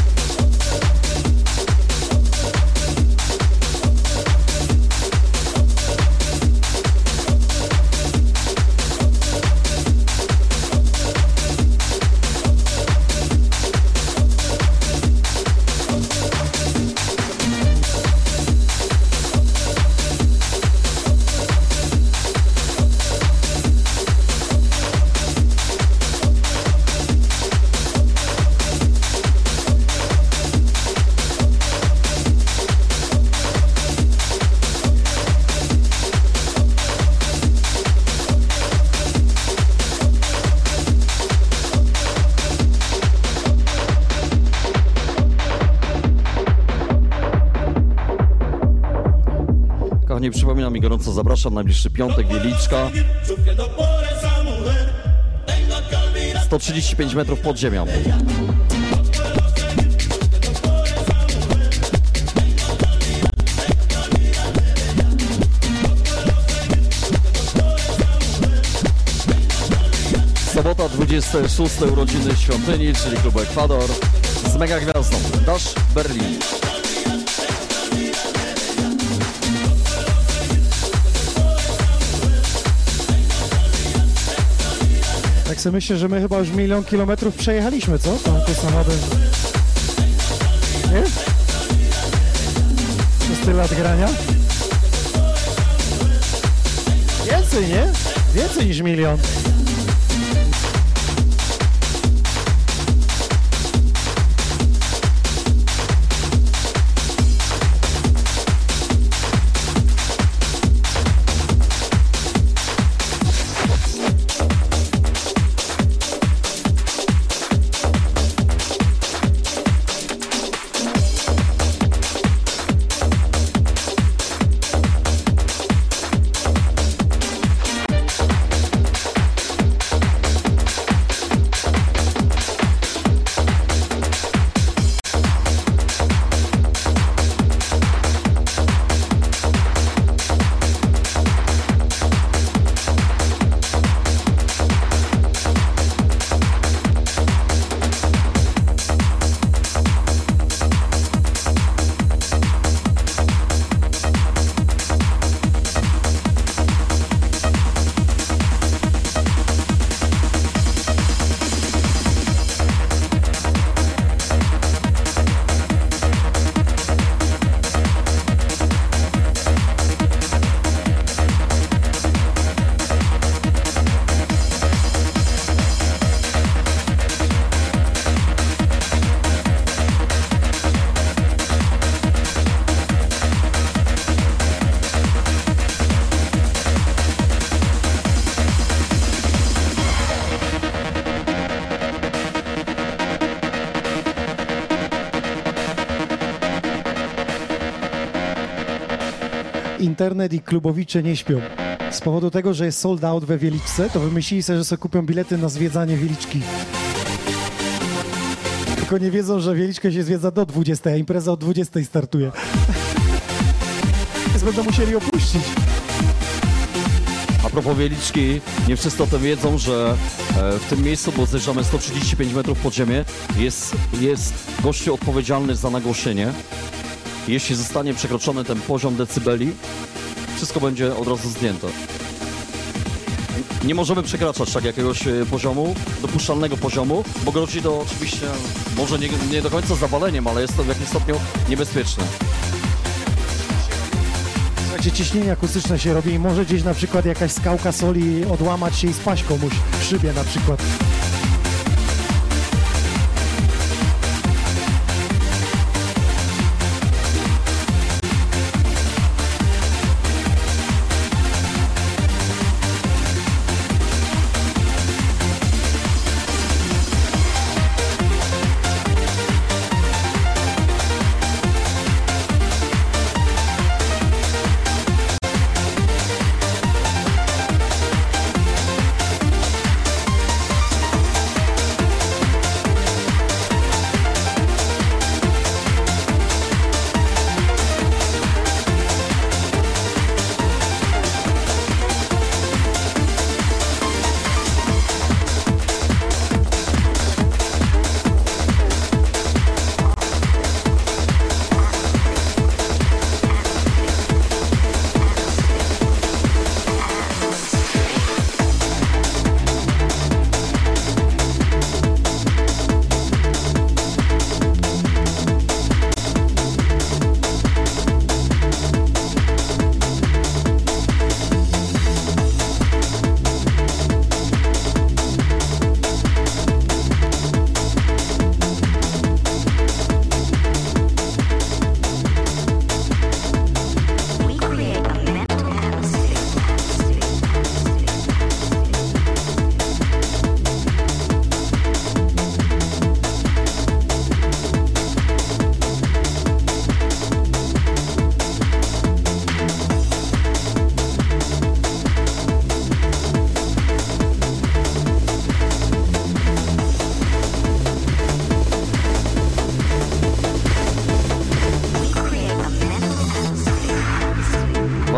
Nie przypominam i gorąco zapraszam, najbliższy piątek, Wieliczka. sto trzydzieści pięć metrów pod ziemią. Sobota, dwudzieste szóste urodziny świątyni, czyli klubu Ekwador z mega gwiazdą Dash Berlin. Tak sobie myślę, że my chyba już milion kilometrów przejechaliśmy, co? Tam te samochody. Nie? Przez tyle lat grania? Więcej, nie? Więcej niż milion. Internet i klubowicze nie śpią. Z powodu tego, że jest sold out we Wieliczce, to wymyślili sobie, że sobie kupią bilety na zwiedzanie Wieliczki. Tylko nie wiedzą, że Wieliczkę się zwiedza do dwudziestej, a impreza o dwudziestej startuje. Więc będą musieli opuścić. A propos Wieliczki, nie wszyscy o tym wiedzą, że w tym miejscu, bo zjeżdżamy sto trzydzieści pięć metrów pod ziemię, jest, jest gościu odpowiedzialny za nagłośnienie. Jeśli zostanie przekroczony ten poziom decybeli, wszystko będzie od razu zdjęte. Nie możemy przekraczać tak jakiegoś poziomu, dopuszczalnego poziomu, bo grozi to oczywiście, może nie, nie do końca zawaleniem, ale jest to w jakimś stopniu niebezpieczne. Słuchajcie, ciśnienie akustyczne się robi i może gdzieś na przykład jakaś skałka soli odłamać się i spaść komuś w szybie na przykład.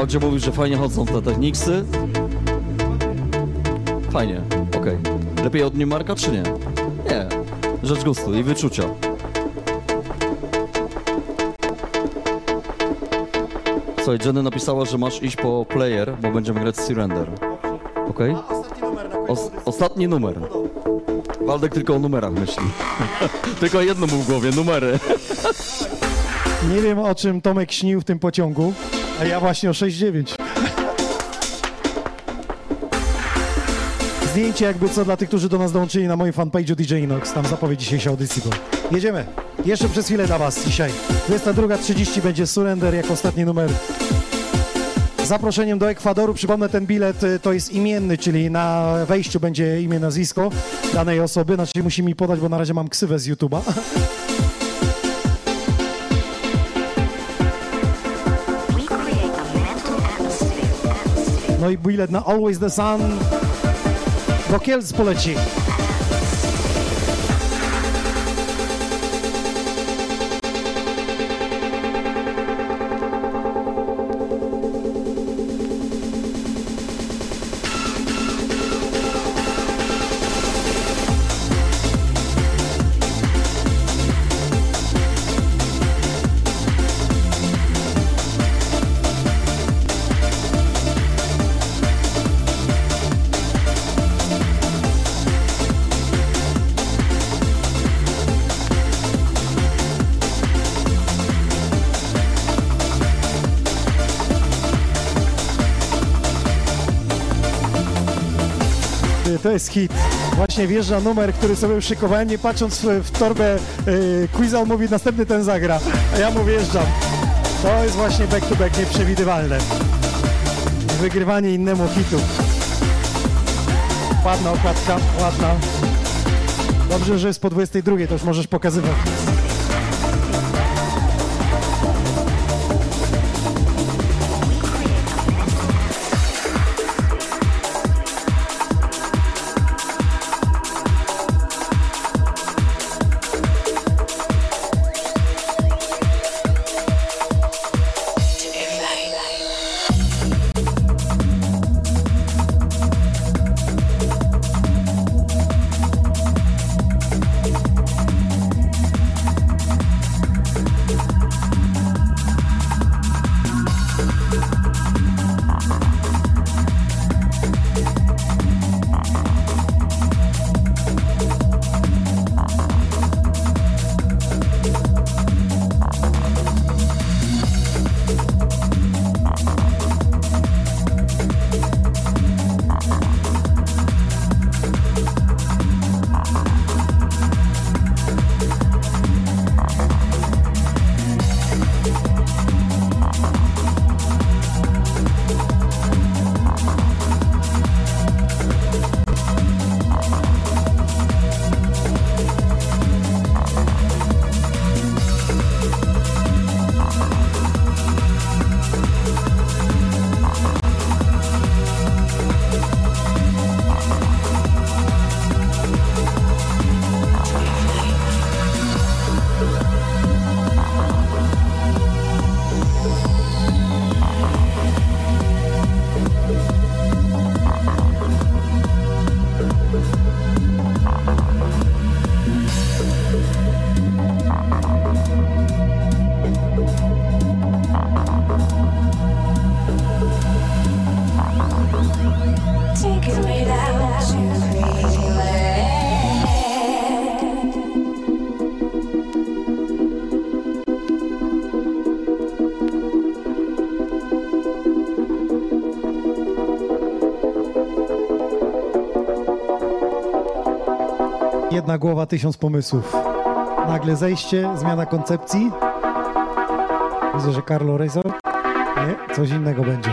Klaudia mówi, że fajnie chodzą te techniksy. Fajnie, okej. Okay. Lepiej od Newmarka, czy nie? Nie. Rzecz gustu i wyczucia. Słuchaj, Jenny napisała, że masz iść po player, bo będziemy grać Surrender. Okej? Okay? Os ostatni numer. Waldek tylko o numerach myśli. Tylko jedno mu w głowie, numery. Nie wiem, o czym Tomek śnił w tym pociągu, a ja właśnie o sześć dziewięć. Zdjęcie jakby co dla tych, którzy do nas dołączyli na moim fanpage'u D J Inox. Tam zapowiedź dzisiejszej audycji była. Jedziemy. Jeszcze przez chwilę dla was dzisiaj. dwudziesta druga trzydzieści będzie Surrender jako ostatni numer. Z zaproszeniem do Ekwadoru. Przypomnę, ten bilet to jest imienny, czyli na wejściu będzie imię, nazwisko danej osoby. Znaczy musi mi podać, bo na razie mam ksywę z YouTube'a. No i bilet na Always the Sun do Kielc poleci. To jest hit. Właśnie wjeżdża numer, który sobie szykowałem, nie patrząc w, w torbę yy, Quizal mówi, następny ten zagra, a ja mu wjeżdżam. To jest właśnie back to back nieprzewidywalne. Wygrywanie innemu hitu. Ładna okładka, ładna. Dobrze, że jest po dwudziestej drugiej, to już możesz pokazywać. Jedna głowa, tysiąc pomysłów. Nagle zejście, zmiana koncepcji. Widzę, że Carlo Razor. Nie, coś innego będzie.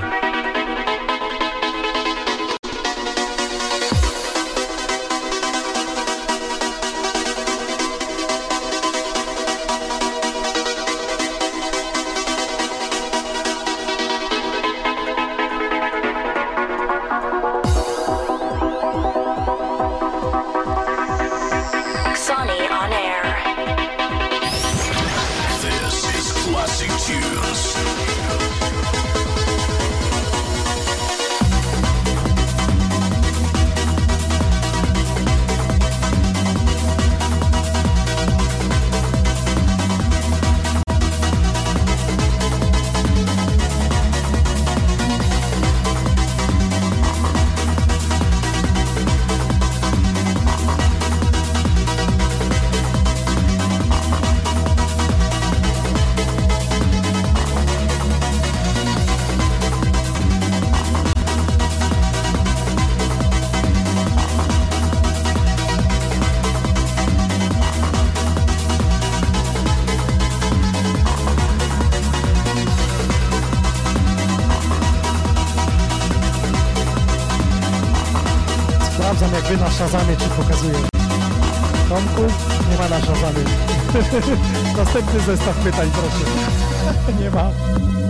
Na Shazamie ci pokazuję. Tomku, nie ma na Shazamie. Następny zestaw pytań, proszę. Nie ma.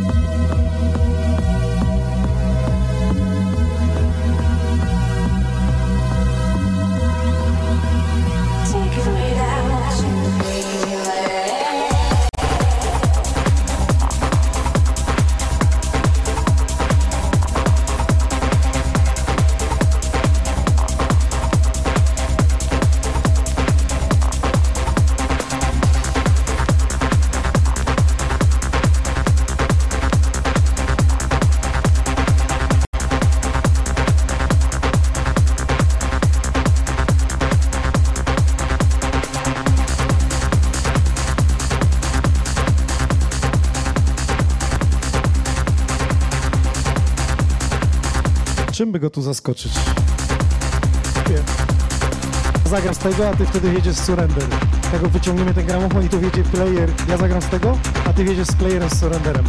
Czym by go tu zaskoczyć? Nie. Zagram z tego, a ty wtedy wjedziesz z Surrender. Tego wyciągniemy ten gramofon i tu wjedzie player. Ja zagram z tego, a ty wjedziesz z playerem z Surrenderem.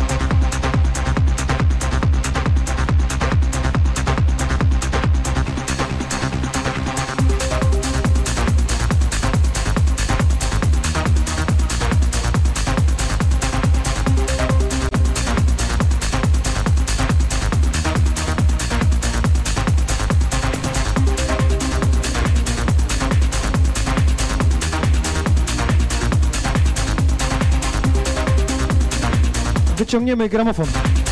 Wyciągniemy gramofon.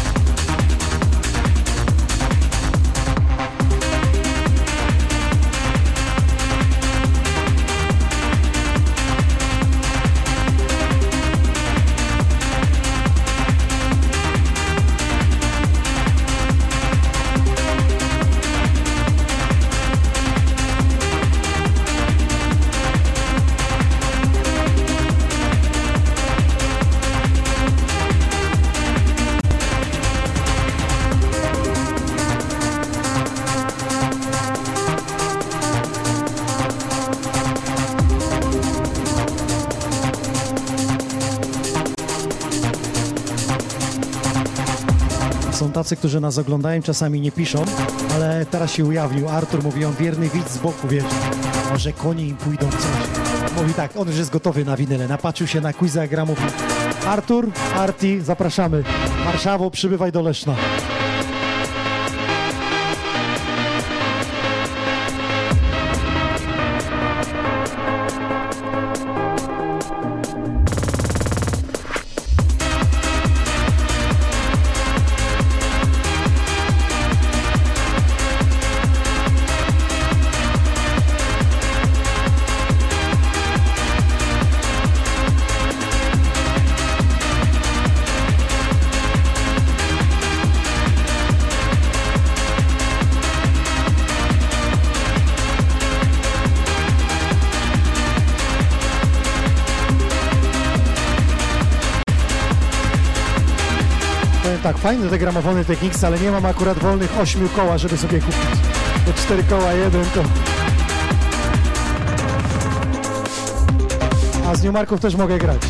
Są tacy, którzy nas oglądają, czasami nie piszą, ale teraz się ujawnił. Artur mówi, on wierny widz z boku, wiesz, może konie im pójdą coś. Mówi tak, on już jest gotowy na winyle, napatrzył się na quiza gramów. Artur, Arti, zapraszamy. Warszawo, przybywaj do Leszna. Tak, fajne te gramofony Technics, ale nie mam akurat wolnych ośmiu koła, żeby sobie kupić. Te cztery koła, jeden to... A z Newmarków też mogę grać.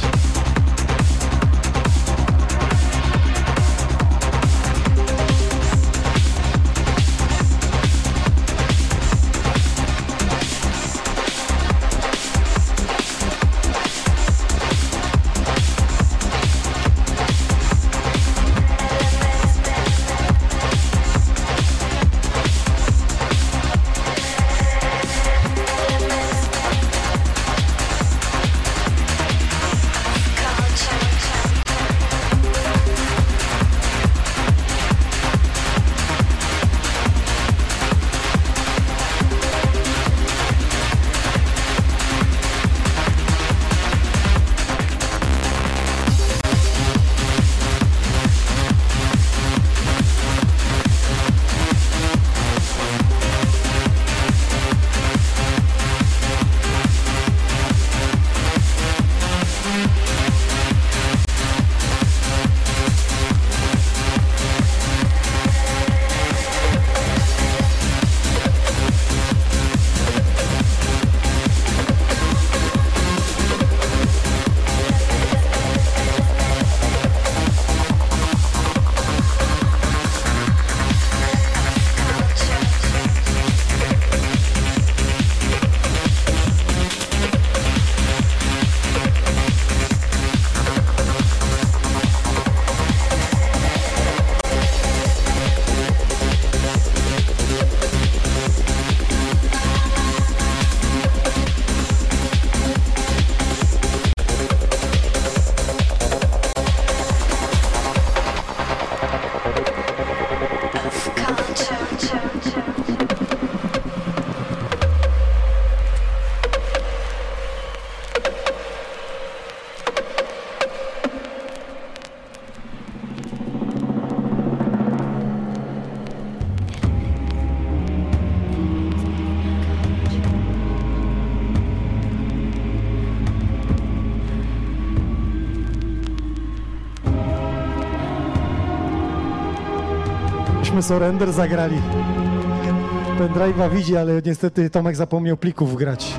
żeśmy Surrender zagrali. Pendrive'a widzi, ale niestety Tomek zapomniał plików grać.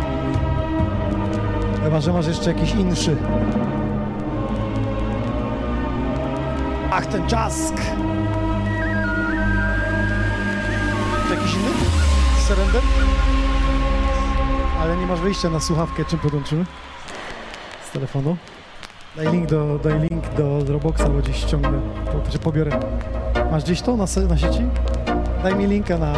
Chyba, że masz jeszcze jakiś inszy. Ach, ten czask! Czy jakiś inny? Surrender? Ale nie masz wyjścia na słuchawkę, czym podłączymy? Z telefonu? Daj link do, daj link do Dropboxa, bo gdzieś ściągnę, po, czy pobiorę. Masz gdzieś to na, na sieci? Daj mi linka na...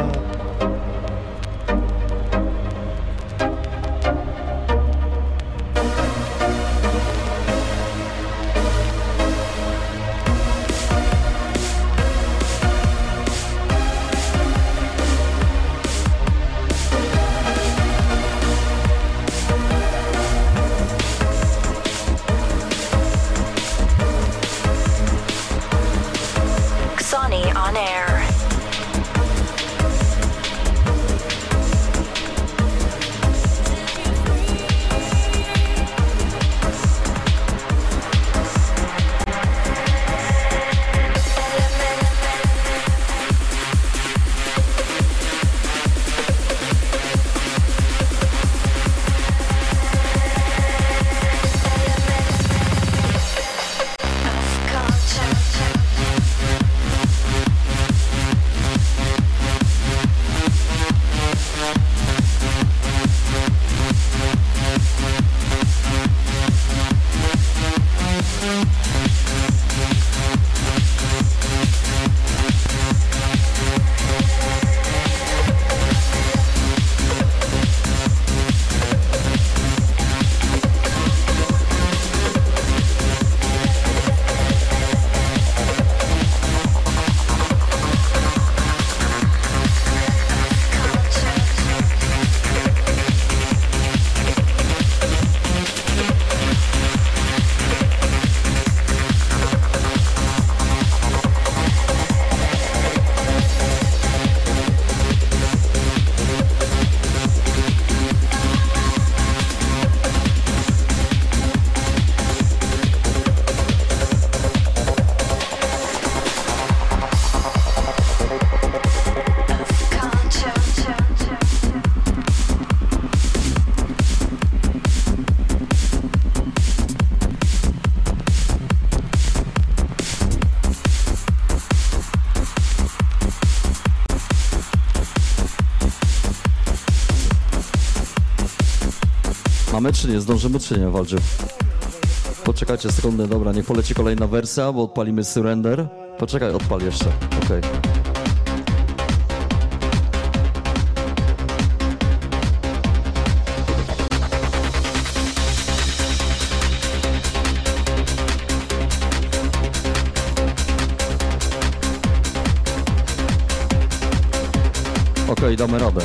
On air. Mamy czy nie? Zdążymy czy nie, Walczy? Poczekajcie sekundę, dobra, niech poleci kolejna wersja, bo odpalimy Surrender. Poczekaj, odpal jeszcze, okej. Okay. Okej, okay, damy radę.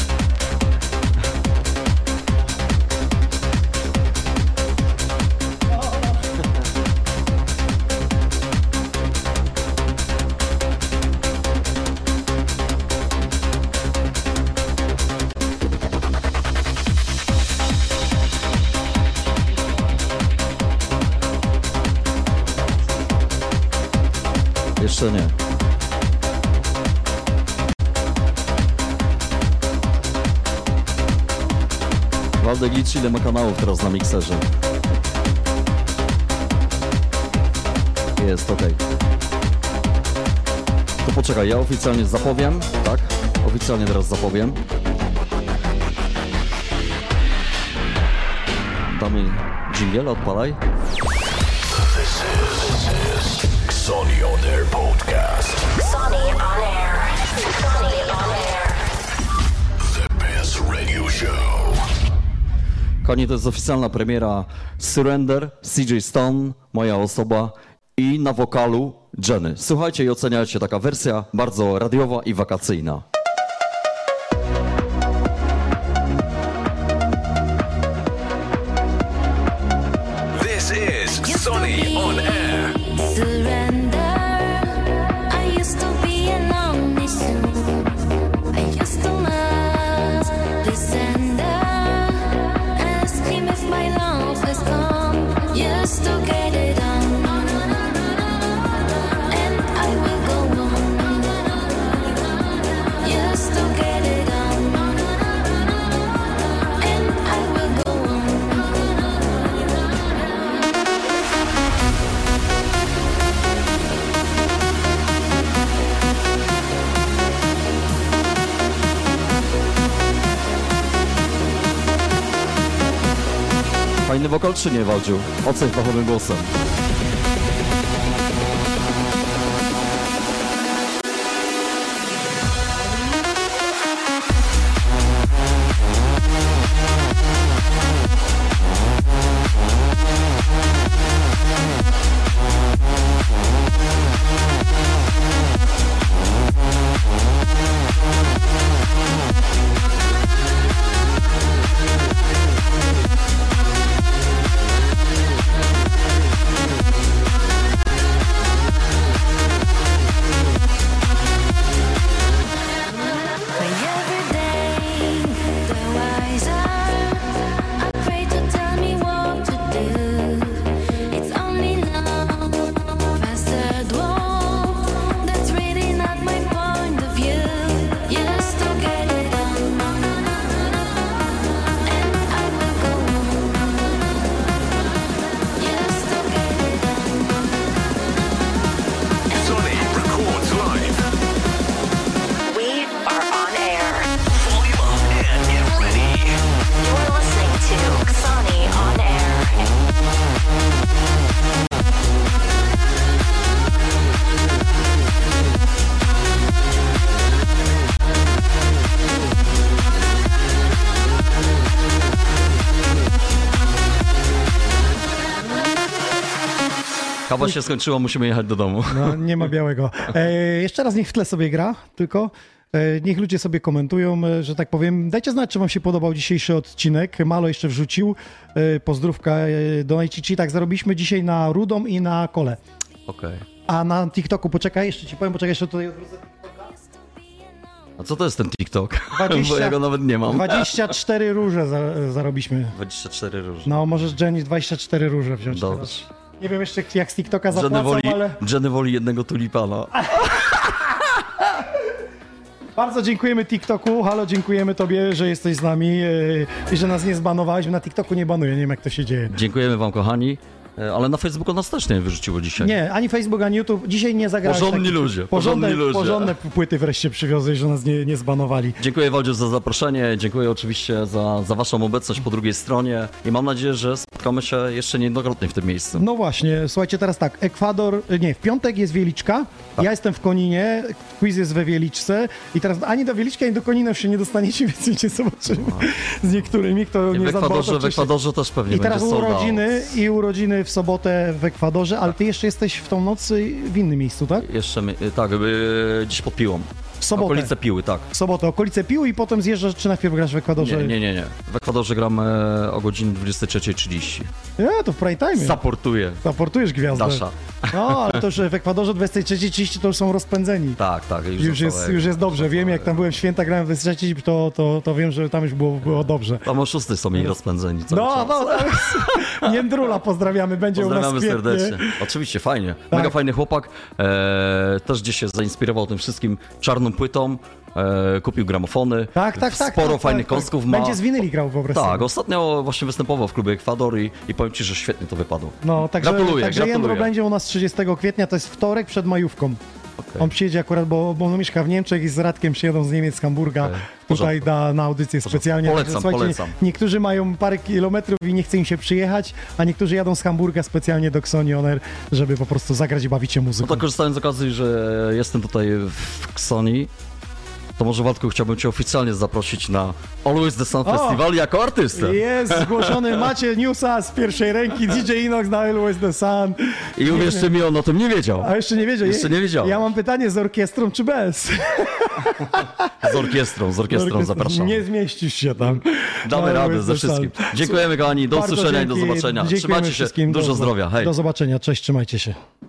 Jeszcze nie. Waldek, licz ile ma kanałów teraz na mikserze. Jest, okej. Okay. To poczekaj, ja oficjalnie zapowiem, tak? Oficjalnie teraz zapowiem. Damy dżingiel, odpalaj. This is Sonny on Air podcast. Sonny on air. Sonny on air. The best radio show. Konie, to jest oficjalna premiera Surrender, C J Stone, moja osoba i na wokalu Jenny. Słuchajcie i oceniajcie, taka wersja bardzo radiowa i wakacyjna. This is Sonny on Air. Surrender. I used to be alone, I used to love descender. Ask him if my love has come. Used to get it on, and I will go on. Fajny wokal czy nie, Waldziu? Oceń fachowym głosem. Kawa się skończyła, musimy jechać do domu. No, nie ma białego. E, jeszcze raz niech w tle sobie gra, tylko e, niech ludzie sobie komentują, e, że tak powiem. Dajcie znać, czy wam się podobał dzisiejszy odcinek. Malo jeszcze wrzucił. E, pozdrówka e, do Najcici. Tak, zarobiliśmy dzisiaj na Rudą i na Kole. Okej. Okay. A na TikToku, poczekaj, jeszcze ci powiem, poczekaj, jeszcze tutaj odwrócę. A co to jest ten TikTok? dwadzieścia, bo ja go nawet nie mam. dwadzieścia cztery róże za, zarobiliśmy. dwadzieścia cztery róże. No, możesz Jenny dwadzieścia cztery róże wziąć. Dobrze. Teraz. Nie wiem jeszcze jak z TikToka Jenny zapłacą, woli, ale... Jenny woli jednego tulipana. Bardzo dziękujemy TikToku. Halo, dziękujemy tobie, że jesteś z nami i że nas nie zbanowałeś. Na TikToku nie banuję, nie wiem jak to się dzieje. Dziękujemy wam, kochani. Ale na Facebooku nas też nie wyrzuciło dzisiaj. Nie, ani Facebook, ani YouTube. Dzisiaj nie zagrałeś. Porządni taki... ludzie, porządne, porządni ludzie. Porządne płyty wreszcie przywiozłeś, że nas nie, nie zbanowali. Dziękuję, Waldziu, za zaproszenie. Dziękuję oczywiście za, za waszą obecność po drugiej stronie. I mam nadzieję, że spotkamy się jeszcze niejednokrotnie w tym miejscu. No właśnie, słuchajcie, teraz tak. Ekwador, nie, w piątek jest Wieliczka. Tak. Ja jestem w Koninie, quiz jest we Wieliczce. I teraz ani do Wieliczki, ani do Konina już się nie dostaniecie, więc nie zobaczymy no. z niektórymi, kto I nie w Ekwadorze, zadbał. w Ekwadorze też pewnie I teraz będzie urodziny i urodziny w sobotę w Ekwadorze, ale ty jeszcze jesteś w tą noc w innym miejscu, tak? Jeszcze, tak, yy, gdzieś pod Piłą. W sobotę. Okolice Piły, tak. W sobotę, okolice Piły i potem zjeżdżasz, czy najpierw grasz w Ekwadorze? Nie, nie, nie, nie. W Ekwadorze gramy o godzinie dwudziestej trzeciej trzydzieści. Ja, to w prime time. Supportuję. Supportujesz gwiazdę. Dasza. No, ale to już w Ekwadorze dwudziestej trzeciej trzydzieści to już są rozpędzeni. Tak, tak. Już, już, jest, już jest dobrze. Wiem, jak tam byłem w święta, grałem w dwudziestej trzeciej, to, to, to wiem, że tam już było, było dobrze. Tam o szóstej są mi rozpędzeni cały No, czas. no, no. Międrula pozdrawiamy, będzie Pozdrawiamy u nas Pozdrawiamy serdecznie. Oczywiście, fajnie. Tak. Mega fajny chłopak. E, też gdzieś się zainspirował tym wszystkim czarną płytą. E, kupił gramofony. Tak, tak, tak. Sporo tak, fajnych tak, kąsków tak. ma. Będzie z winyli grał po prostu. Tak, ostatnio właśnie występował w klubie Ekwador i, i powiem ci, że świetnie to wypadło. No, także, gratuluję, także gratuluję. Jędro będzie u nas trzydziestego kwietnia, to jest wtorek przed majówką. Okay. On przyjedzie akurat, bo, bo on mieszka w Niemczech i z Radkiem przyjedą z Niemiec, z Hamburga, okay. tutaj da, na audycję specjalnie. Polecam, Także, polecam. Niektórzy mają parę kilometrów i nie chce im się przyjechać, a niektórzy jadą z Hamburga specjalnie do Xoni On Air, żeby po prostu zagrać i bawić się muzyką. No to korzystając z okazji, że jestem tutaj w Xoni, to może, Waldku, chciałbym cię oficjalnie zaprosić na Always the Sun Festival jako artystę. Jest zgłoszony, macie newsa z pierwszej ręki, D J Inox na Always the Sun. I uwierzcie mi, on o tym nie wiedział. A jeszcze nie wiedział. Jeszcze nie wiedział. Ja mam pytanie, z orkiestrą czy bez? Z orkiestrą, z orkiestrą zapraszam. Nie zmieścisz się tam. Damy radę ze wszystkim. Dziękujemy, kochani, do usłyszenia i do zobaczenia. Trzymajcie się, dużo zdrowia. Hej. Do zobaczenia, cześć, trzymajcie się.